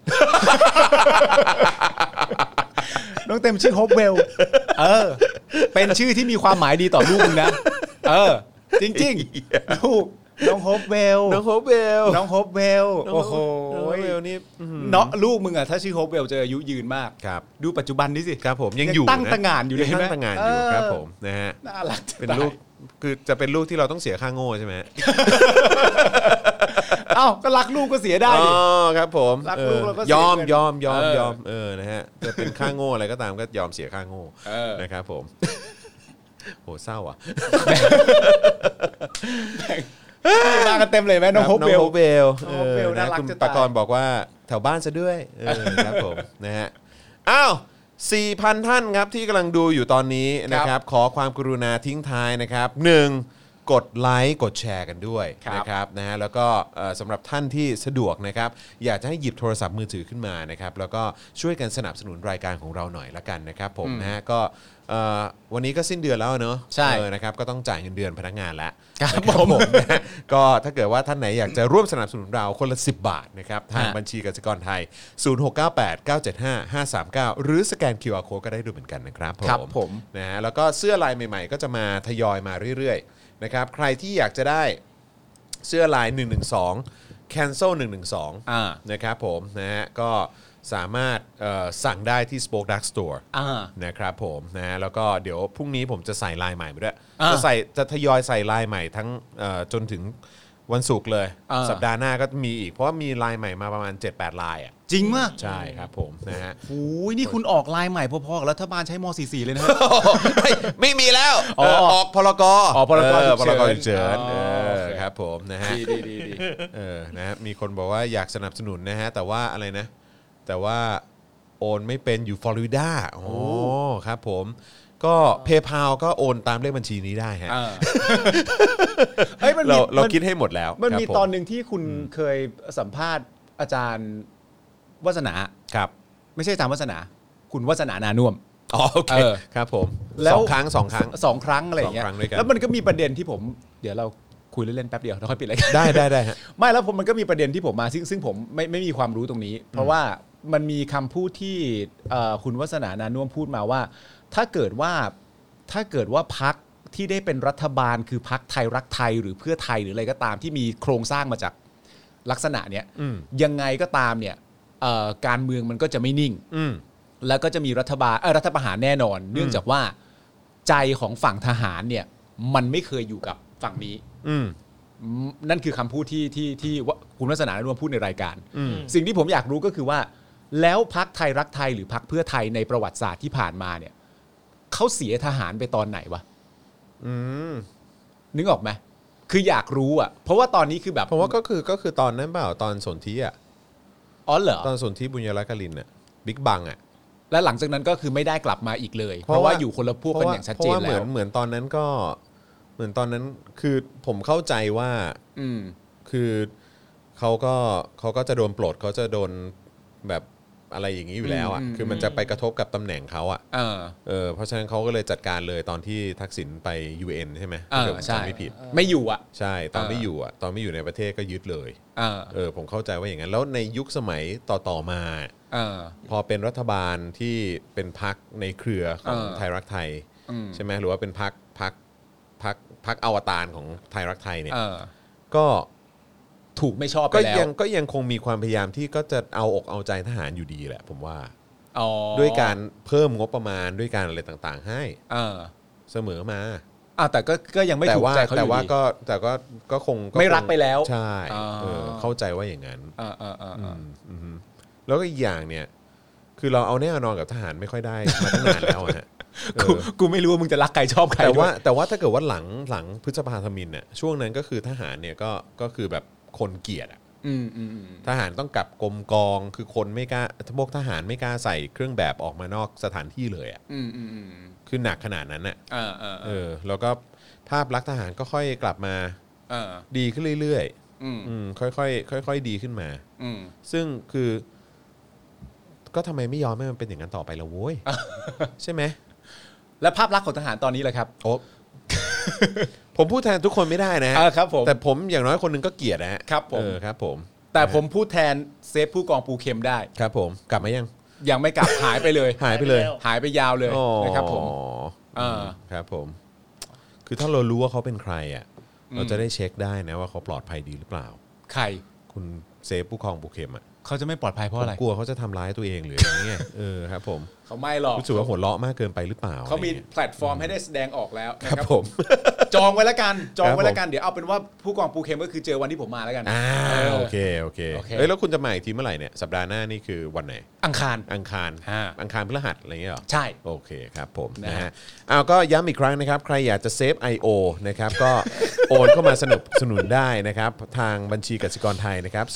น้องเต็มชื่อโฮปเวลเป็นชื่อที่มีความหมายดีต่อลูกมึงนะจริงๆลูกน้องโฮปเวลน้องโฮปเวลโอ้โหนี่เนาะลูกมึงอ่ะถ้าชื่อโฮปเวลจะอายุยืนมากครับดูปัจจุบันนี้สิครับผมยังอยู่ตั้งตางานอยู่เลยตั้งตางานอยู่ครับผมนะฮะน่ารักเป็นลูกคือจะเป็นลูกที่เราต้องเสียค่าโง่ใช่ไหมเอ้าก็รักลูกก็เสียได้ดิครับผมรักลูกเราก็ยอมนะฮะจะเป็นค่าโง่อะไรก็ตามก็ยอมเสียค่าโง่นะครับผมโหเศร้าอ่ะมากันเต็มเลยไหมน้องโฮปเวลนะคุณปากรบอกว่าแถวบ้านซะด้วยครับผมนะฮะอ้าว4,000 ท่านครับที่กำลังดูอยู่ตอนนี้นะครับขอความกรุณาทิ้งท้ายนะครับ1กดไลค์กดแชร์กันด้วยนะครับนะฮะแล้วก็สำหรับท่านที่สะดวกนะครับอยากจะให้หยิบโทรศัพท์มือถือขึ้นมานะครับแล้วก็ช่วยกันสนับสนุนรายการของเราหน่อยละกันนะครับผมนะฮะก็วันนี้ก็สิ้นเดือนแล้วเนอะใช่นะครับก็ต้องจ่ายเงินเดือนพนักงานแล้วครับผมก็ถ้าเกิดว่าท่านไหนอยากจะร่วมสนับสนุนเราคนละ10 บาทนะครับทางบัญชีกสิกรไทย0698975539หรือสแกน QR Code ก็ได้ด้วยเหมือนกันนะครับผมนะฮะแล้วก็เสื้อลายใหม่ๆก็จะมาทยอยมาเรื่อยๆนะครับใครที่อยากจะได้เสื้อลาย112 Cancel 112นะครับผมนะฮะก็สามารถสั่งได้ที่ Spoke Dark Store นะครับผมนะแล้วก็เดี๋ยวพรุ่งนี้ผมจะใส่ลายใหม่ไปด้วยจะทยอยใส่ลายใหม่ทั้งจนถึงวันศุกร์เลยสัปดาห์หน้าก็มีอีกเพราะว่ามีลายใหม่มาประมาณ 7-8 ลายอ่ะจริงมั้ยใช่ครับผมนะฮะโอ้ยนี่คุณออกลายใหม่พอๆกับรัฐบาลใช้ม.44 เลยนะไม่มีแล้วออกพลก. พลก. ฉุกเฉินครับผมนะฮะดีนะฮะมีคนบอกว่าอยากสนับสนุนนะฮะแต่ว่าอะไรนะแต่ว่าโอนไม่เป็นอยู่ฟลอริดาโอ้ครับผมก็ PayPal ก็โอนตามเลขบัญชีนี้ได้ฮะเราคิดให้หมดแล้วมันมีตอนนึงที่คุณเคยสัมภาษณ์อาจารย์วัฒนาครับไม่ใช่อาจารย์วัฒนาคุณวัฒนานานุ่มโอเคครับผม2 ครั้งอะไรอย่างเงี้ยแล้วมันก็มีประเด็นที่ผมเดี๋ยวเราคุยเล่นๆแป๊บเดียวแล้วค่อยปิดรายการได้ฮะไม่แล้วมันก็มีประเด็นที่ผมมาซึ่งผมไม่มีความรู้ตรงนี้เพราะว่ามันมีคำพูดที่คุณวัฒนานานุ่มพูดมาว่าถ้าเกิดว่าพรรคที่ได้เป็นรัฐบาลคือพรรคไทยรักไทยหรือเพื่อไทยหรืออะไรก็ตามที่มีโครงสร้างมาจากลักษณะเนี้ยยังไงก็ตามเนี่ยการเมืองมันก็จะไม่นิ่งแล้วก็จะมีรัฐประหารแน่นอนเนื่องจากว่าใจของฝั่งทหารเนี่ยมันไม่เคยอยู่กับฝั่งนี้นั่นคือคำพูดที่ว่าคุณวัฒนาอนุพูดในรายการสิ่งที่ผมอยากรู้ก็คือว่าแล้วพรรคไทยรักไทยหรือพรรคเพื่อไทยในประวัติศาสตร์ที่ผ่านมาเนี่ยเขาเสียทหารไปตอนไหนวะนึกออกไหมคืออยากรู้อ่ะเพราะว่าตอนนี้คือแบบเพราะว่าก็คือตอนนั้นเปล่าตอนสนธิอ่ะอ๋อเหรอตอนสนธิบุญยรักลินอ่ะบิ๊กบังอ่ะและหลังจากนั้นก็คือไม่ได้กลับมาอีกเลยเพราะว่าอยู่คนละพวกกันอย่างชัดเจนแล้วเหมือนตอนนั้นก็เหมือนตอนนั้นคือผมเข้าใจว่าคือเขาก็จะโดนปลดเขาจะโดนแบบอะไรอย่างนี้อยู่แล้วอ่ะคือมันจะไปกระทบกับตำแหน่งเขาอ่ะเพราะฉะนั้นเขาก็เลยจัดการเลยตอนที่ทักษิณไป UN ใช่ไหมใช่ไม่ผิดไม่อยู่อ่ะใช่ตอนไม่อยู่อ่ะตอนไม่อยู่ในประเทศก็ยึดเลยผมเข้าใจว่าอย่างนั้นแล้วในยุคสมัยต่อมาพอเป็นรัฐบาลที่เป็นพรรคในเครือของไทยรักไทยใช่ไหมหรือว่าเป็นพรรคอวตารของไทยรักไทยเนี่ยก็ถูกไม่ชอบไปแล้วก็ยังคงมีความพยายามที่ก็จะเอาอกเอาใจทหารอยู่ดีแหละผมว่าด้วยการเพิ่มงบประมาณด้วยการอะไรต่างๆให้เสมอมาแต่ก็ยังไม่ถูกใจเขาอยู่ดีแต่ก็คงไม่รักไปแล้วใช่เข้าใจว่าอย่างนั้นแล้วก็อีกอย่างเนี่ยคือเราเอาแน่นอนกับทหารไม่ค่อยได้มาตั้งนานแล้วฮะกูไม่รู้ว่ามึงจะรักใครชอบใครแต่ว่าถ้าเกิดว่าหลังพฤษภาธมิฬเนี่ยช่วงนั้นก็คือทหารเนี่ยก็คือแบบคนเกลียดอ่ะทหารต้องกลับกรมกองคือคนไม่กล้าพวกทหารไม่กล้าใส่เครื่องแบบออกมานอกสถานที่เลยอ่ะคือหนักขนาดนั้นอ่ะแล้วก็ภาพลักษณ์ทหารก็ค่อยกลับมาดีขึ้นเรื่อยๆค่อยๆดีขึ้นมาซึ่งคือก็ทำไมไม่ยอมให้มันเป็นอย่างนั้นต่อไปล่ะโว้ยใช่ไหมและภาพลักษณ์ของทหารตอนนี้แหละครับโอ้ผมพูดแทนทุกคนไม่ได้นะครับผมแต่ผมอย่างน้อยคนนึงก็เกลียดนะครับผมครับผมแต่ผมพูดแทนเซฟผู้กองปูเข็มได้ครับผมกลับมายังไม่กลับหายไปเลยหายไปเลยหายไปยาวเลยนะครับผมครับผมคือถ้าเรารู้ว่าเขาเป็นใครอ่ะเราจะได้เช็คได้นะว่าเขาปลอดภัยดีหรือเปล่าใครคุณเซฟผู้กองปูเข็มอ่ะเขาจะไม่ปลอดภัยเพราะอะไรกลัวเขาจะทำร้ายตัวเองหรืออะไรเงี้ยครับผมเขาไม่หรอกรู้สึกว่าหัวเราะมากเกินไปหรือเปล่าเขามีแพลตฟอร์มให้ได้แสดงออกแล้วนะครับผมจองไว้แล้วกันเดี๋ยวเอาเป็นว่าผู้กองปูเข็มก็คือเจอวันที่ผมมาแล้วกันโอเคแล้วคุณจะมาอีกทีเมื่อไหร่เนี่ยสัปดาห์หน้านี่คือวันไหนอังคารพฤหัสอะไรเงี้ยหรอใช่โอเคครับผมนะฮะก็ย้ำอีกครั้งนะครับใครอยากจะเซฟ IO นะครับก็โอนเข้ามาสนับสนุนได้นะครับทางบัญชีกสิกรไทยนะครับ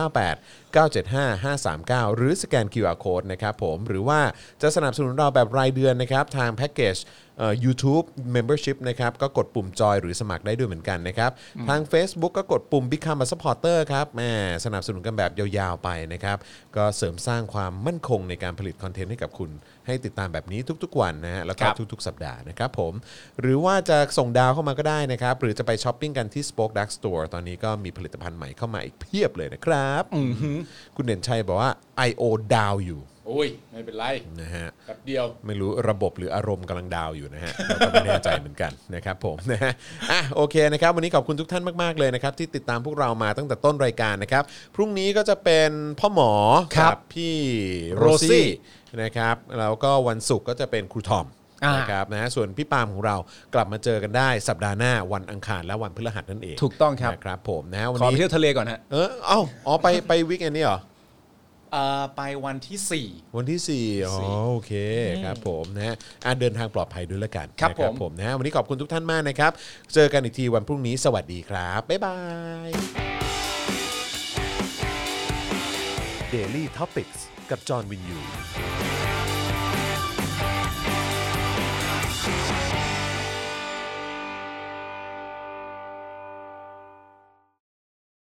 0698975539หรือสแกน QR Code นะครับผมหรือว่าจะสนับสนุนเราแบบรายเดือนนะครับทางแพ็กเกจYouTube Membership นะครับก็กดปุ่มจอยหรือสมัครได้ด้วยเหมือนกันนะครับทาง Facebook ก็กดปุ่ม Become a Supporter ครับแม่สนับสนุนกันแบบยาวๆไปนะครับก็เสริมสร้างความมั่นคงในการผลิตคอนเทนต์ให้กับคุณให้ติดตามแบบนี้ทุกๆวันนะฮะแล้วก็ทุกๆสัปดาห์นะครับผมหรือว่าจะส่งดาวเข้ามาก็ได้นะครับหรือจะไปช้อปปิ้งกันที่ Spoke Dark Store ตอนนี้ก็มีผลิตภัณฑ์ใหม่เข้ามาอีกเพียบเลยนะครับคุณเด่นชัยบอกว่า IO ดาวอยู่โอ้ยไม่เป็นไรนะฮะแป๊บเดียวไม่รู้ระบบหรืออารมณ์กำลังดาวอยู่นะฮะเราก็ไม่แน่ใจเหมือนกันนะครับผมนะฮะโอเคนะครับวันนี้ขอบคุณทุกท่านมากๆเลยนะครับที่ติดตามพวกเรามาตั้งแต่ต้นรายการนะครับพรุ่งนี้ก็จะเป็นพ่อหมอครับพี่โรซี่นะครับแล้วก็วันศุกร์ก็จะเป็นครูทอมนะครับนะส่วนพี่ปาล์มของเรากลับมาเจอกันได้สัปดาห์หน้าวันอังคารและวันพฤหัสนั่นเองถูกต้องครับนะครับผมนะวันนี้ขอเที่ยวทะเลก่อนฮะไปวีคเอนด์นี่เหรอไปวันที่ 4วันที่4โอเคครับผมนะฮะเดินทางปลอดภัยด้วยละกันครับผมนะฮะวันนี้ขอบคุณทุกท่านมากนะครับเจอกันอีกทีวันพรุ่งนี้สวัสดีครับบ๊ายบาย Daily Topics กับจอห์นวินยู